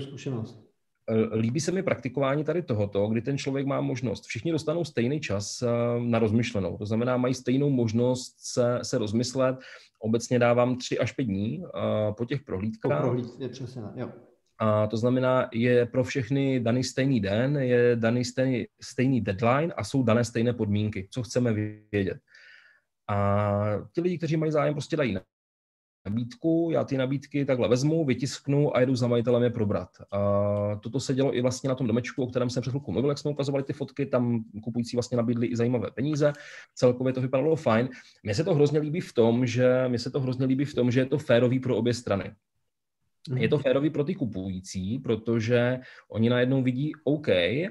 líbí se mi praktikování tady tohoto, kdy ten člověk má možnost. Všichni dostanou stejný čas na rozmyšlenou. To znamená, mají stejnou možnost se rozmyslet. Obecně dávám 3 až 5 dní po těch prohlídkách. Přesně, jo. A to znamená, je pro všechny daný stejný den, je daný stejný deadline a jsou dané stejné podmínky, co chceme vědět. A ti lidi, kteří mají zájem, prostě dají nabídku, já ty nabídky takhle vezmu, vytisknu a jedu za majitelem je probrat. A toto se dělo i vlastně na tom domečku, o kterém jsem před chvilkou mluvil, jak jsme ukazovali ty fotky, tam kupující vlastně nabídli i zajímavé peníze, celkově to vypadalo fajn. Mně se to hrozně líbí v tom, že je to férový pro obě strany. Je to férový pro ty kupující, protože oni najednou vidí OK,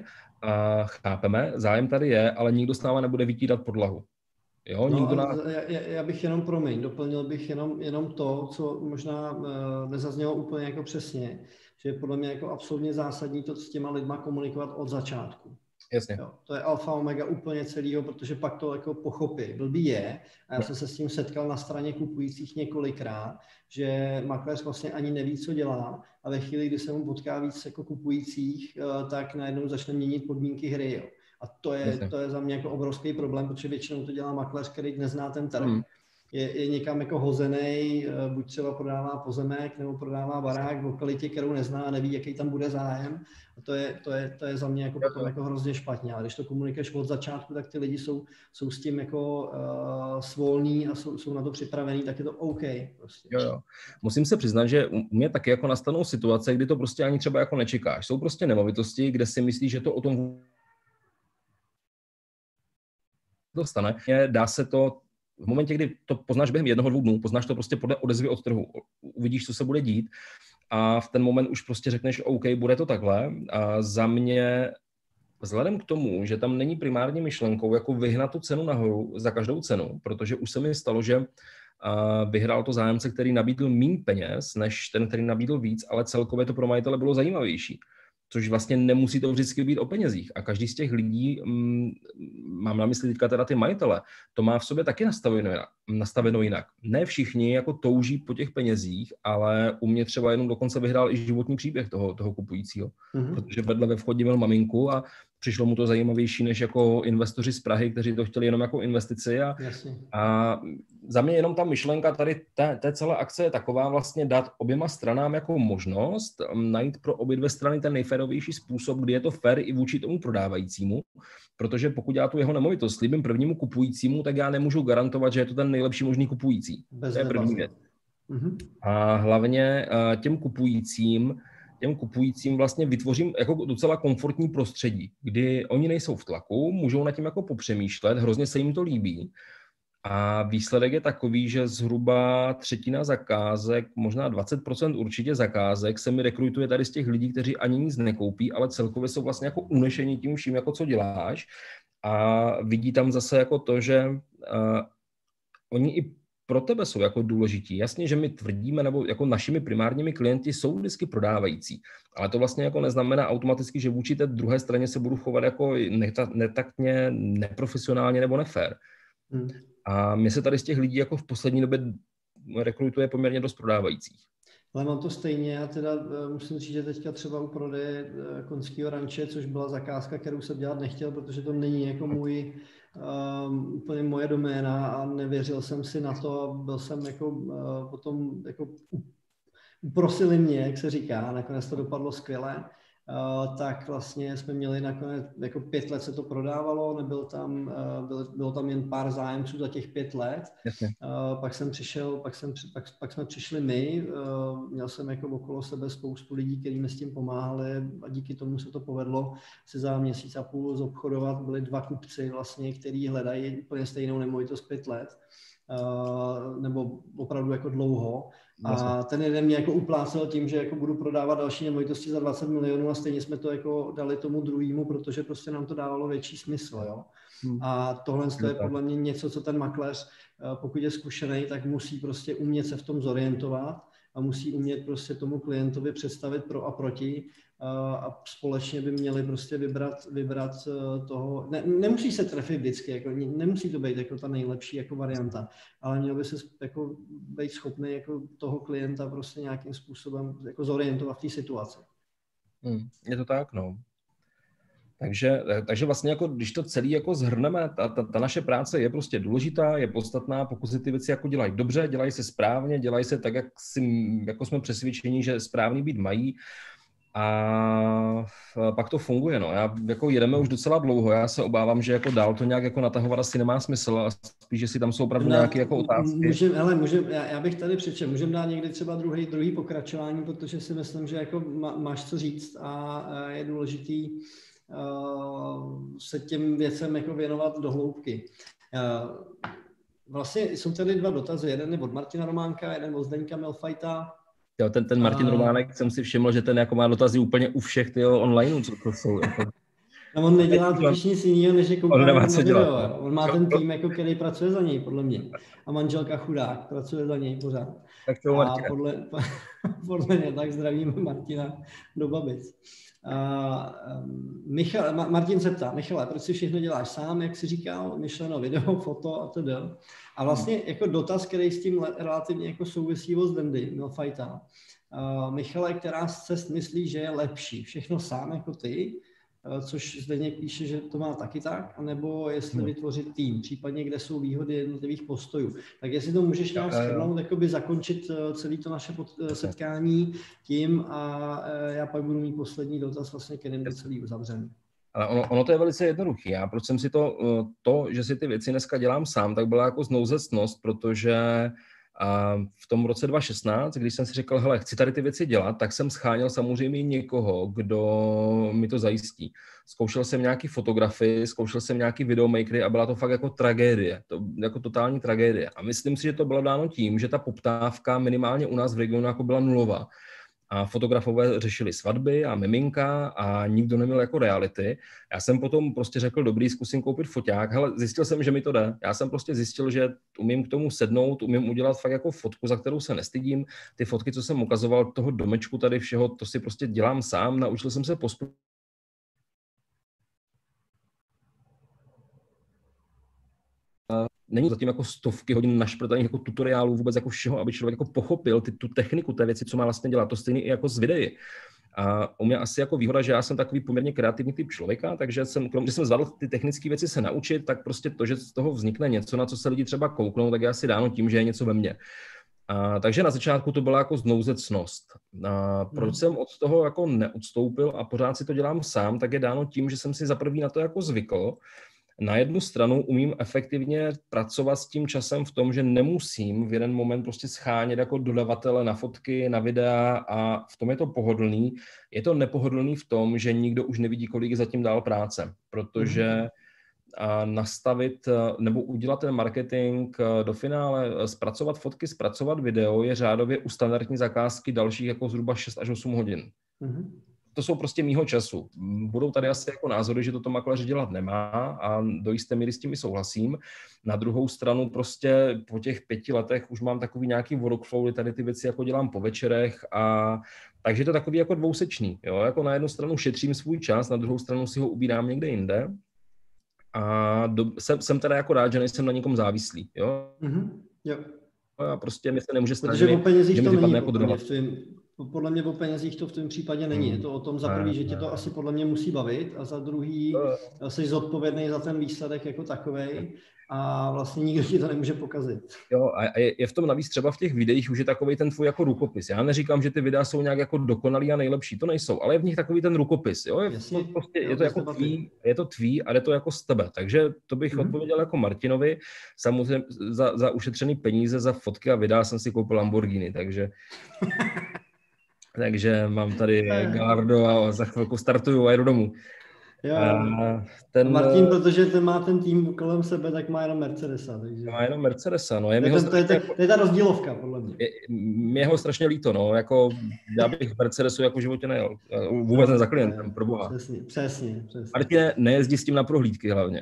chápeme, zájem tady je, ale nikdo s náma nebude vytírat podlahu. Jo, já bych doplnil bych jenom to, co možná nezaznělo úplně jako přesně, že je podle mě jako absolutně zásadní to s těma lidma komunikovat od začátku. Jasně. Jo, to je alfa omega úplně celého, protože pak to jako pochopí. Blbý je, a já jsem se s tím setkal na straně kupujících několikrát, že makléř vlastně ani neví, co dělá, a ve chvíli, kdy se mu potká víc jako kupujících, tak najednou začne měnit podmínky hry. Jo. A to je za mě jako obrovský problém, protože většinou to dělá makléř, který nezná ten trh. Je někam jako hozený, buď třeba prodává pozemek, nebo prodává barák v lokalitě, kterou nezná a neví, jaký tam bude zájem. A to je za mě jako potom jako hrozně špatně. A když to komunikuješ od začátku, tak ty lidi jsou s tím jako svolní a jsou na to připravení, tak je to OK. Prostě. Jo. Musím se přiznat, že u mě taky jako nastanou situace, kdy to prostě ani třeba jako nečekáš. Jsou prostě nemovitosti, kde si myslíš, že to o tom dostane. Dá se to v momentě, kdy to poznáš během 1-2 dnů, poznáš to prostě podle odezvy od trhu, uvidíš, co se bude dít, a v ten moment už prostě řekneš, OK, bude to takhle. A za mě, vzhledem k tomu, že tam není primární myšlenkou jako vyhnat tu cenu nahoru za každou cenu, protože už se mi stalo, že vyhrál to zájemce, který nabídl míň peněz, než ten, který nabídl víc, ale celkově to pro majitele bylo zajímavější. Což vlastně nemusí to vždycky být o penězích. A každý z těch lidí, mám na mysli teďka teda ty majitele, to má v sobě taky nastaveno jinak. Ne všichni jako touží po těch penězích, ale u mě třeba jenom dokonce vyhrál i životní příběh toho kupujícího. Protože vedle ve vchodě měl maminku a přišlo mu to zajímavější než jako investoři z Prahy, kteří to chtěli jenom jako investici. A za mě jenom ta myšlenka tady té celé akce je taková, vlastně dát oběma stranám jako možnost najít pro obě dvě strany ten nejférovější způsob, kdy je to fér i vůči tomu prodávajícímu, protože pokud já tu jeho nemovitost slíbím prvnímu kupujícímu, tak já nemůžu garantovat, že je to ten nejlepší možný kupující. To je první věc. A hlavně těm kupujícím vlastně vytvořím jako docela komfortní prostředí, kdy oni nejsou v tlaku, můžou nad tím jako popřemýšlet, hrozně se jim to líbí. A výsledek je takový, že zhruba třetina zakázek, možná 20% určitě zakázek se mi rekrutuje tady z těch lidí, kteří ani nic nekoupí, ale celkově jsou vlastně jako unešení tím vším, jako co děláš. A vidí tam zase jako to, že oni i pro tebe jsou jako důležití. Jasně, že my tvrdíme, nebo jako našimi primárními klienti jsou vždycky prodávající, ale to vlastně jako neznamená automaticky, že vůči té druhé straně se budu chovat jako netaktně, neprofesionálně nebo nefér. A mě se tady z těch lidí jako v poslední době rekrutuje poměrně dost prodávajících. Ale mám to stejně, já teda musím říct, že teďka třeba u prodeje koňského ranče, což byla zakázka, kterou jsem dělat nechtěl, protože to není jako úplně moje doména a nevěřil jsem si na to a byl jsem jako potom jako uprosili mě, jak se říká, nakonec to dopadlo skvěle. Tak vlastně jsme měli nakonec, jako 5 let se to prodávalo, bylo tam jen pár zájemců za těch 5 let. Pak jsme přišli my, měl jsem jako okolo sebe spoustu lidí, kteří mi s tím pomáhali a díky tomu se to povedlo si za měsíc a půl zobchodovat. Byli 2 kupci vlastně, kteří hledají úplně stejnou nemovitost 5 let. Nebo opravdu jako dlouho. A ten jeden mě jako uplácel tím, že jako budu prodávat další nemovitosti za 20 milionů a stejně jsme to jako dali tomu druhému, protože prostě nám to dávalo větší smysl. Jo? A tohle je podle mě něco, co ten makléř, pokud je zkušený, tak musí prostě umět se v tom zorientovat a musí umět prostě tomu klientovi představit pro a proti a společně by měli prostě vybrat toho, nemusí se trefit vždycky, jako, nemusí to být jako ta nejlepší jako varianta, ale měl by se jako být schopný jako toho klienta prostě nějakým způsobem jako zorientovat v té situaci. Je to tak, no. Takže vlastně jako, když to celé jako zhrneme, ta naše práce je prostě důležitá, je podstatná, pokud se ty věci jako dělají dobře, dělají se správně, dělají se tak, jako jsme přesvědčeni, že správný být mají. A pak to funguje, no. Jako jedeme už docela dlouho, já se obávám, že jako dál to nějak jako natahovat asi nemá smysl a spíš, že si tam jsou opravdu nějaké jako otázky. Já bych tady můžeme dát někdy třeba druhý pokračování, protože si myslím, že jako máš co říct a je důležitý se těm věcem jako věnovat do hloubky. Vlastně jsou tady 2 dotazy, jeden je od Martina Románka, jeden od Zdeňka Melfajta. Jo, ten Martin Románek, jsem si všiml, že ten jako má dotazy úplně u všech online, co to jsou. Jako... No, on nedělá totiž nic jiného, než je kouká na video. On má ten tým, jako, který pracuje za něj, podle mě. A manželka chudák, pracuje za něj pořád. Tak to a podle mě tak zdravíme Martina do Babic. Martin se ptá, Michale, proč si všechno děláš sám, jak jsi říkal, myšleno video, foto a td. A vlastně jako dotaz, který s tím relativně jako souvisí od Dendy, Melfajta. Michale, která z cest myslí, že je lepší? Všechno sám jako ty, což Zdeněk píše, že to má taky tak, anebo jestli vytvořit tým, případně kde jsou výhody jednotlivých postojů. Tak jestli to můžeš nějak shrnout, jakoby zakončit celé to naše setkání tím a já pak budu mít poslední dotaz, vlastně, kterým to celý uzavřený. Ale ono to je velice jednoduché. Já proč jsem si to, že si ty věci dneska dělám sám, tak byla jako znouzectnost, protože v tom roce 2016, když jsem si řekl, hele, chci tady ty věci dělat, tak jsem scháněl samozřejmě někoho, kdo mi to zajistí. Zkoušel jsem nějaký fotografii, zkoušel jsem nějaký videomakery a byla to fakt jako tragédie, jako totální tragédie. A myslím si, že to bylo dáno tím, že ta poptávka minimálně u nás v regionu jako byla nulová. A fotografové řešili svatby a miminka a nikdo neměl jako reality. Já jsem potom prostě řekl, dobrý, zkusím koupit foťák. Hele, zjistil jsem, že mi to jde. Já jsem prostě zjistil, že umím k tomu sednout, umím udělat fakt jako fotku, za kterou se nestydím. Ty fotky, co jsem ukazoval, toho domečku tady všeho, to si prostě dělám sám. Naučil jsem se Není zatím jako stovky hodin našprtaných jako tutoriálů vůbec jako všeho, aby člověk jako pochopil tu techniku té věci, co má vlastně dělat. To stejně i jako z videí. A u mě asi jako výhoda, že já jsem takový poměrně kreativní typ člověka, takže kromě jsem zvládl ty technické věci se naučit, tak prostě to, že z toho vznikne něco, na co se lidi třeba kouknou, tak je asi dáno tím, že je něco ve mně. Takže na začátku to byla jako znouzecnost. Proč jsem od toho jako neodstoupil a pořád si to dělám sám, tak je dáno tím, že jsem si za první na to jako zvykl. Na jednu stranu umím efektivně pracovat s tím časem v tom, že nemusím v jeden moment prostě schánět jako dodavatele na fotky, na videa a v tom je to pohodlný. Je to nepohodlný v tom, že nikdo už nevidí, kolik je zatím dál práce, protože a nastavit nebo udělat ten marketing do finále, zpracovat fotky, zpracovat video je řádově u standardní zakázky dalších jako zhruba 6 až 8 hodin. Mm-hmm. To jsou prostě mýho času. Budou tady asi jako názory, že toto makléř dělat nemá a do jisté míry s tím souhlasím. Na druhou stranu prostě po těch 5 letech už mám takový nějaký workflow, kdy tady ty věci jako dělám po večerech a takže to je takový jako dvousečný. Jo? Jako na jednu stranu šetřím svůj čas, na druhou stranu si ho ubírám někde jinde a jsem teda jako rád, že nejsem na nikom závislý. Jo? Mm-hmm. Jo. A prostě mi se nemůže stát, že mi vypadne jako dodavatel. Podle mě o penězích to v tom případě není. Je to o tom za prvý, že tě to asi podle mě musí bavit a za druhý jsi zodpovědný za ten výsledek jako takovej a vlastně nikdo ti to nemůže pokazit. Jo, a je v tom navíc třeba v těch videích už je takový ten tvůj jako rukopis. Já neříkám, že ty videa jsou nějak jako dokonalý a nejlepší, to nejsou, ale je v nich takový ten rukopis. Jo? Je to tvý a jde to jako z tebe. Takže to bych odpověděl jako Martinovi. Samozřejmě za ušetřený peníze, za fotky a videa jsem si koupil Lamborghini, takže mám tady Gallardo a za chvilku startuju a jedu domů. Jo. Martin, protože ten má ten tým kolem sebe, tak má jenom Mercedesa. Takže... Má jenom Mercedesa, no. To je ta rozdílovka, podle mě. Mě ho strašně líto, no. Jako, já bych Mercedesu jako v životě nejel. Vůbec ne za klientem, pro boha. Přesně. Martine, nejezdí s tím na prohlídky hlavně.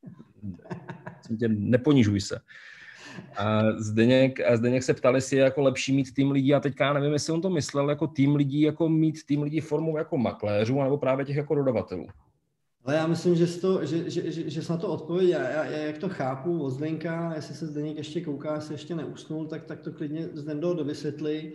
Neponižuj se. A Zdeněk se ptal, jestli je jako lepší mít tým lidí a teďka nevím, jestli on to myslel jako tým lidí, jako mít tým lidí formou jako makléřů, nebo právě těch jako dodavatelů. Ale já myslím, že jsi na to odpověděl. Já jak to chápu od Zdenka, jestli se Zdeněk ještě kouká, jestli ještě neusnul, tak to klidně Zdendo dovysvětli.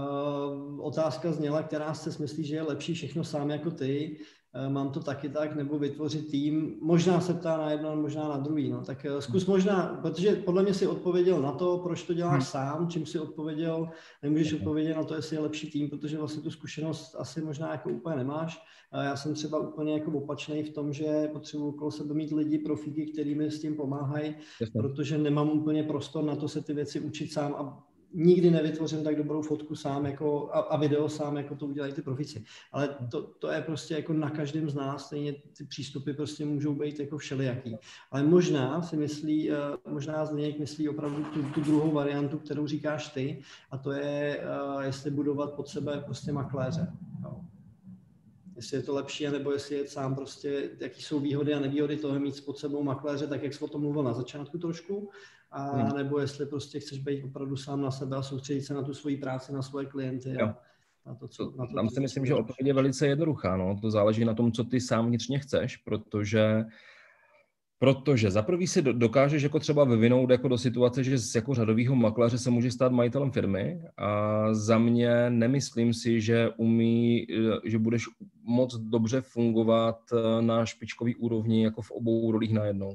Otázka zněla, která se myslí, že je lepší všechno sám jako ty. Mám to taky tak, nebo vytvořit tým, možná se ptá na jedno, možná na druhý, no, tak zkus možná, protože podle mě si odpověděl na to, proč to děláš sám, čím si odpověděl, nemůžeš odpovědět na to, jestli je lepší tým, protože vlastně tu zkušenost asi možná jako úplně nemáš. Já jsem třeba úplně jako opačnej v tom, že potřebuji okolo sebe mít lidi, profíky, který mi s tím pomáhají, protože nemám úplně prostor na to se ty věci učit sám a nikdy nevytvořím tak dobrou fotku sám jako, a video sám, jako to udělají ty profíci. Ale to je prostě jako na každém z nás, stejně ty přístupy prostě můžou být jako všelijaký. Ale možná si myslí, možná Zdeněk myslí opravdu tu druhou variantu, kterou říkáš ty, a to je, jestli budovat pod sebe prostě makléře. No. Jestli je to lepší, nebo jestli je sám prostě, jaký jsou výhody a nevýhody toho mít pod sebou makléře, tak jak jsi o tom mluvil na začátku trošku, a nebo jestli prostě chceš být opravdu sám na sebe a soustředit se na tu svoji práci, na svoje klienty. Tam si myslím, že odpověď je velice jednoduchá. No. To záleží na tom, co ty sám vnitřně chceš, protože za prvý si dokážeš jako třeba vyvinout jako do situace, že z jako řadového makléře se může stát majitelem firmy a za mě nemyslím si, že budeš moc dobře fungovat na špičkový úrovni jako v obou rolích najednou.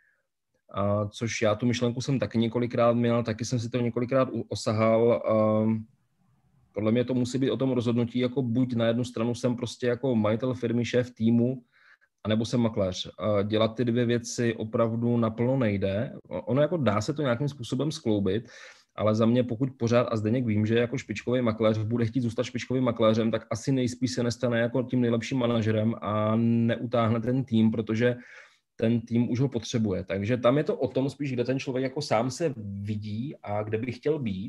Což já tu myšlenku jsem taky několikrát měl, taky jsem si to několikrát osahal. Podle mě to musí být o tom rozhodnutí, jako buď na jednu stranu jsem prostě jako majitel firmy, šéf týmu, anebo jsem makléř. Dělat ty dvě věci opravdu naplno nejde. Ono jako dá se to nějakým způsobem skloubit, ale za mě pokud pořád, a Zdeněk vím, že jako špičkový makléř bude chtít zůstat špičkovým makléřem, tak asi nejspíš se nestane jako tím nejlepším manažerem a neutáhne ten tým, protože ten tým už ho potřebuje. Takže tam je to o tom spíš, kde ten člověk jako sám se vidí a kde by chtěl být.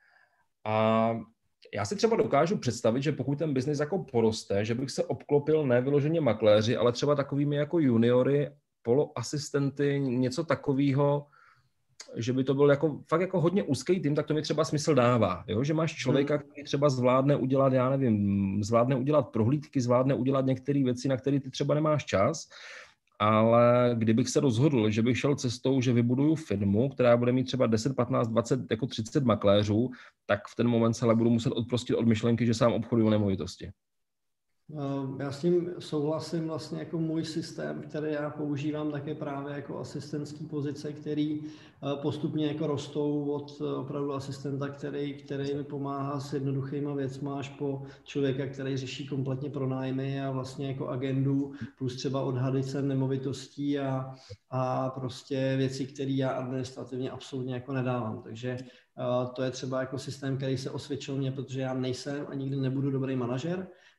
A já si třeba dokážu představit, že pokud ten biznis jako poroste, že bych se obklopil ne vyloženě makléři, ale třeba takovými jako juniory, poloasistenty, něco takového, že by to byl jako fakt jako hodně úzký tým, tak to mi třeba smysl dává. Jo? Že máš člověka, který třeba zvládne udělat prohlídky, zvládne udělat některé věci, na které ty třeba nemáš čas, ale kdybych se rozhodl, že bych šel cestou, že vybuduju firmu, která bude mít třeba 10, 15, 20, jako 30 makléřů, tak v ten moment se ale budu muset odprostit od myšlenky, že sám obchoduju nemovitosti. Já s tím souhlasím, vlastně jako můj systém, který já používám také právě jako asistentský pozice, který postupně jako rostou od opravdu asistenta, který mi pomáhá s jednoduchýma věcma, až po člověka, který řeší kompletně pronájmy a vlastně jako agendu, plus třeba odhady cen nemovitostí a prostě věci, které já administrativně absolutně jako nedávám. Takže to je třeba jako systém, který se osvědčil mě, protože já nejsem a nikdy nebudu dobrý manažer.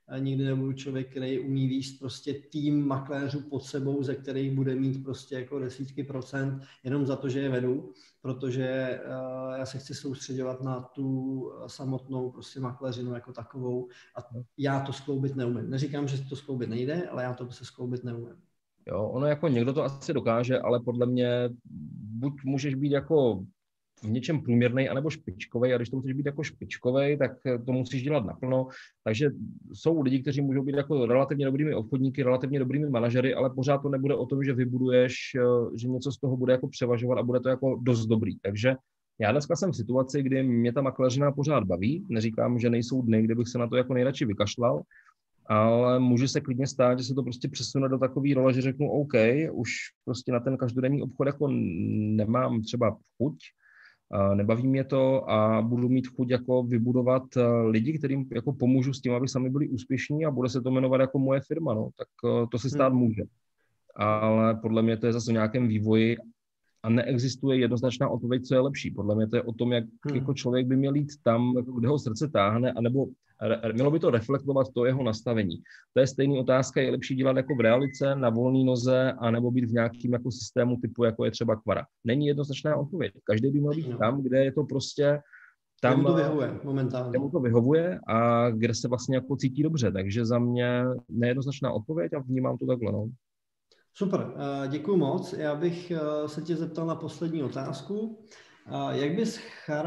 nikdy nebudu člověk, který umí vést prostě tým makléřů pod sebou, ze kterých bude mít prostě jako desítky procent jenom za to, že je vedu, protože já se chci soustředovat na tu samotnou prostě makléřinu jako takovou a já to skloubit neumím. Neříkám, že to skloubit nejde, ale já to se skloubit neumím. Jo, ono jako někdo to asi dokáže, ale podle mě buď můžeš být jako v něčem průměrnej, anebo špičkovej, a když to musíš být jako špičkovej, tak to musíš dělat naplno. Takže jsou lidi, kteří můžou být jako relativně dobrými obchodníky, relativně dobrými manažery, ale pořád to nebude o tom, že vybuduješ, že něco z toho bude jako převažovat a bude to jako dost dobrý. Takže já dneska jsem v situaci, kdy mě ta makléřina pořád baví. Neříkám, že nejsou dny, kde bych se na to jako nejradši vykašlal, ale může se klidně stát, že se to prostě přesune do takové role, že řeknu OK, už prostě na ten každodenní obchod jako nemám třeba chuť, nebaví mě to a budu mít chuť jako vybudovat lidi, kterým jako pomůžu s tím, aby sami byli úspěšní a bude se to jmenovat jako moje firma, no, tak to se stát může. Ale podle mě to je zase o nějakém vývoji a neexistuje jednoznačná odpověď, co je lepší. Podle mě to je o tom, jak jako člověk by měl jít tam, kde ho srdce táhne, anebo mělo by to reflektovat to jeho nastavení. To je stejná otázka, je lepší dělat jako v realice, na volné noze, anebo být v nějakým jako systému typu, jako je třeba Quora. Není jednoznačná odpověď. Každý by měl být tam, kde je to prostě tam, kde mu to vyhovuje momentálně. Kde mu to vyhovuje a kde se vlastně jako cítí dobře. Takže za mě nejednoznačná odpověď a vnímám to takhle. No. Super, děkuji moc. Já bych se tě zeptal na poslední otázku. Jak bys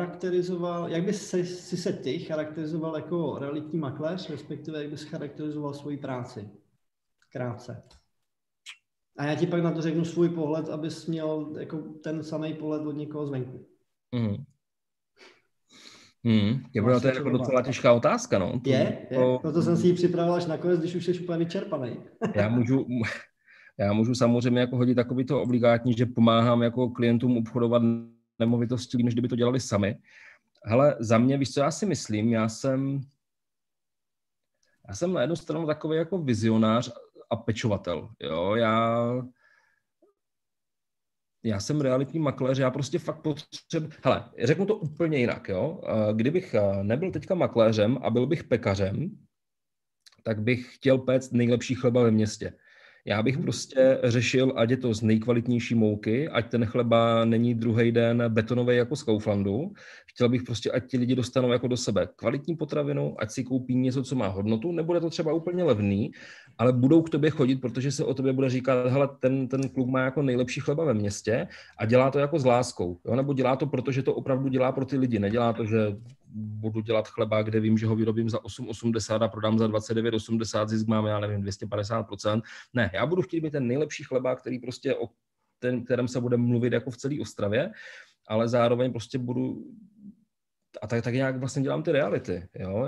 si se ty charakterizoval jako realitní makléř, respektive jak bys charakterizoval svoji práci? Krátce. A já ti pak na to řeknu svůj pohled, abys měl jako ten samý pohled od někoho zvenku. To je jako docela těžká otázka, no. Je, proto jsem si ji připravil až nakonec, když už jsi úplně vyčerpaný. Já můžu samozřejmě jako hodit takový to obligátní, že pomáhám jako klientům obchodovat nemovitosti, než kdyby to dělali sami. Hele, za mě, víš, co já si myslím? Já jsem na jednu stranu takový jako vizionář a pečovatel. Jo? Já jsem realitní makléř, já prostě fakt potřebuji... Hele, řeknu to úplně jinak, jo? Kdybych nebyl teďka makléřem a byl bych pekařem, tak bych chtěl péct nejlepší chleba ve městě. Já bych prostě řešil, ať je to z nejkvalitnější mouky, ať ten chleba není druhý den betonový jako z Kauflandu. Chtěl bych prostě, ať ti lidi dostanou jako do sebe kvalitní potravinu, ať si koupí něco, co má hodnotu, nebude to třeba úplně levný, ale budou k tobě chodit, protože se o tobě bude říkat, hele, ten kluk má jako nejlepší chleba ve městě a dělá to jako s láskou, jo? Nebo dělá to, protože to opravdu dělá pro ty lidi, nedělá to, že budu dělat chleba, kde vím, že ho vyrobím za 8,80 a prodám za 29,80, zisk máme, já nevím, 250%. Ne, já budu chtít mít ten nejlepší chleba, který prostě o kterém se bude mluvit jako v celé Ostravě, ale zároveň prostě budu a tak nějak vlastně dělám ty reality, jo,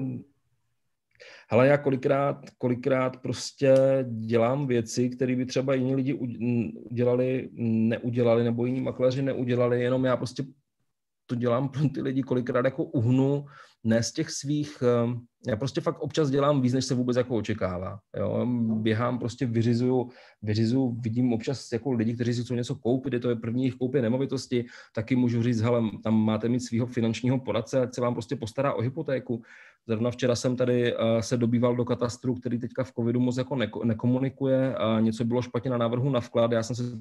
já kolikrát prostě dělám věci, které by třeba jiní lidi neudělali, nebo jiní makléři neudělali, jenom já prostě to dělám pro ty lidi, kolikrát jako uhnu, ne z těch svých, já prostě fakt občas dělám víc, než se vůbec jako očekává, jo, běhám, prostě vyřizuju, vidím občas jako lidi, kteří si chcou něco koupit, je to první jejich koupě nemovitosti, taky můžu říct, hele, tam máte mít svého finančního poradce, ať se vám prostě postará o hypotéku. Zrovna včera jsem tady se dobýval do katastru, který teďka v covidu moc jako nekomunikuje, a něco bylo špatně na návrhu na vklad, já jsem se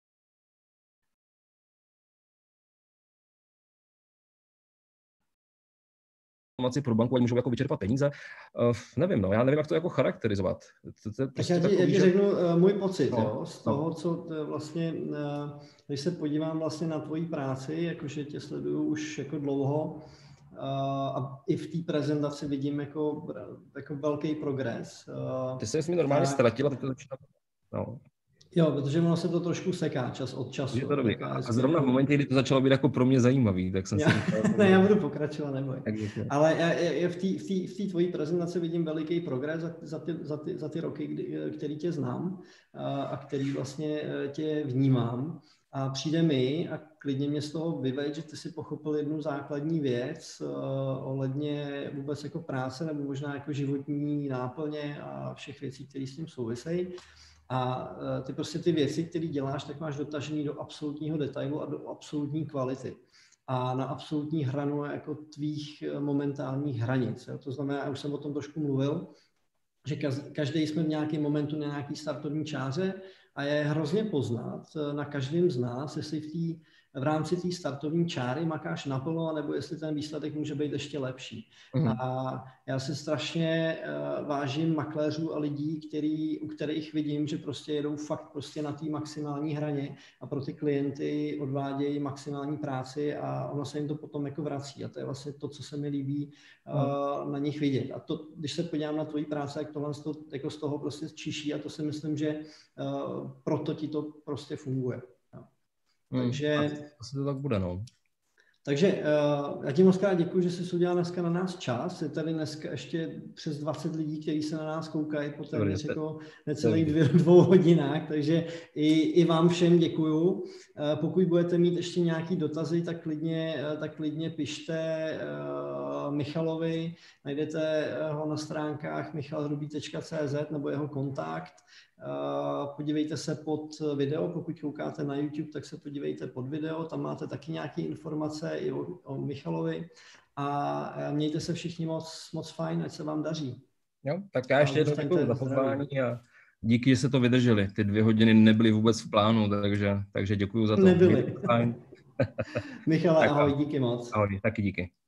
pro banku, ať můžou jako vyčerpat peníze. Nevím, no, já nevím, jak to jako charakterizovat. Tak já ti řeknu můj pocit, jo, z toho, co vlastně, když se podívám vlastně na tvoji práci, jakože tě sleduju už jako dlouho, a i v té prezentaci vidím jako velký progres. Ty jsi mi normálně ztratil a teď to začíná. No. Jo, protože ono se to trošku seká čas od času. Je to dobrý. A zrovna v momentě, kdy to začalo být jako pro mě zajímavý, tak jsem si říkal... Ne, já budu pokračovat, neboj. Ale v té tvojí prezentaci vidím veliký progres za ty roky, který tě znám a který vlastně tě vnímám. A přijde mi, a klidně mě z toho vyveď, že ty si pochopil jednu základní věc ohledně vůbec jako práce nebo možná jako životní náplně a všech věcí, které s tím souvisejí. A ty prostě ty věci, které děláš, tak máš dotažený do absolutního detailu a do absolutní kvality. A na absolutní hranu jako tvých momentálních hranic. Jo. To znamená, já už jsem o tom trošku mluvil, že každý jsme v nějakém momentu na nějaký startovní čáře a je hrozně poznat na každém z nás, jestli v rámci té startovní čáry makáš naplno, nebo jestli ten výsledek může být ještě lepší. A já si strašně vážím makléřů a lidí, u kterých vidím, že prostě jedou fakt prostě na té maximální hraně a pro ty klienty odvádějí maximální práci a ono se jim to potom jako vrací. A to je vlastně to, co se mi líbí na nich vidět. A to, když se podívám na tvoji práci, jak tohle jako z toho prostě čiší a to si myslím, že proto ti to prostě funguje. Takže asi to tak bude, no. Takže já ti moc krát děkuji, že jsi udělal dneska na nás čas. Je tady dneska ještě přes 20 lidí, kteří se na nás koukají po téměř jako necelých 2 hodinách, takže i vám všem děkuju. Pokud budete mít ještě nějaký dotazy, tak klidně pište Michalovi. Najdete ho na stránkách michalhrubý.cz nebo jeho kontakt. Podívejte se pod video, pokud koukáte na YouTube, tak se podívejte pod video, tam máte taky nějaké informace i o Michalovi a mějte se všichni moc fajn, ať se vám daří. Jo, tak já ještě jednou děkuji za pozvání a díky, že se to vydrželi. Ty 2 hodiny nebyly vůbec v plánu, takže děkuji za to. Nebyly. Michale, ahoj, díky moc. Ahoj, taky díky.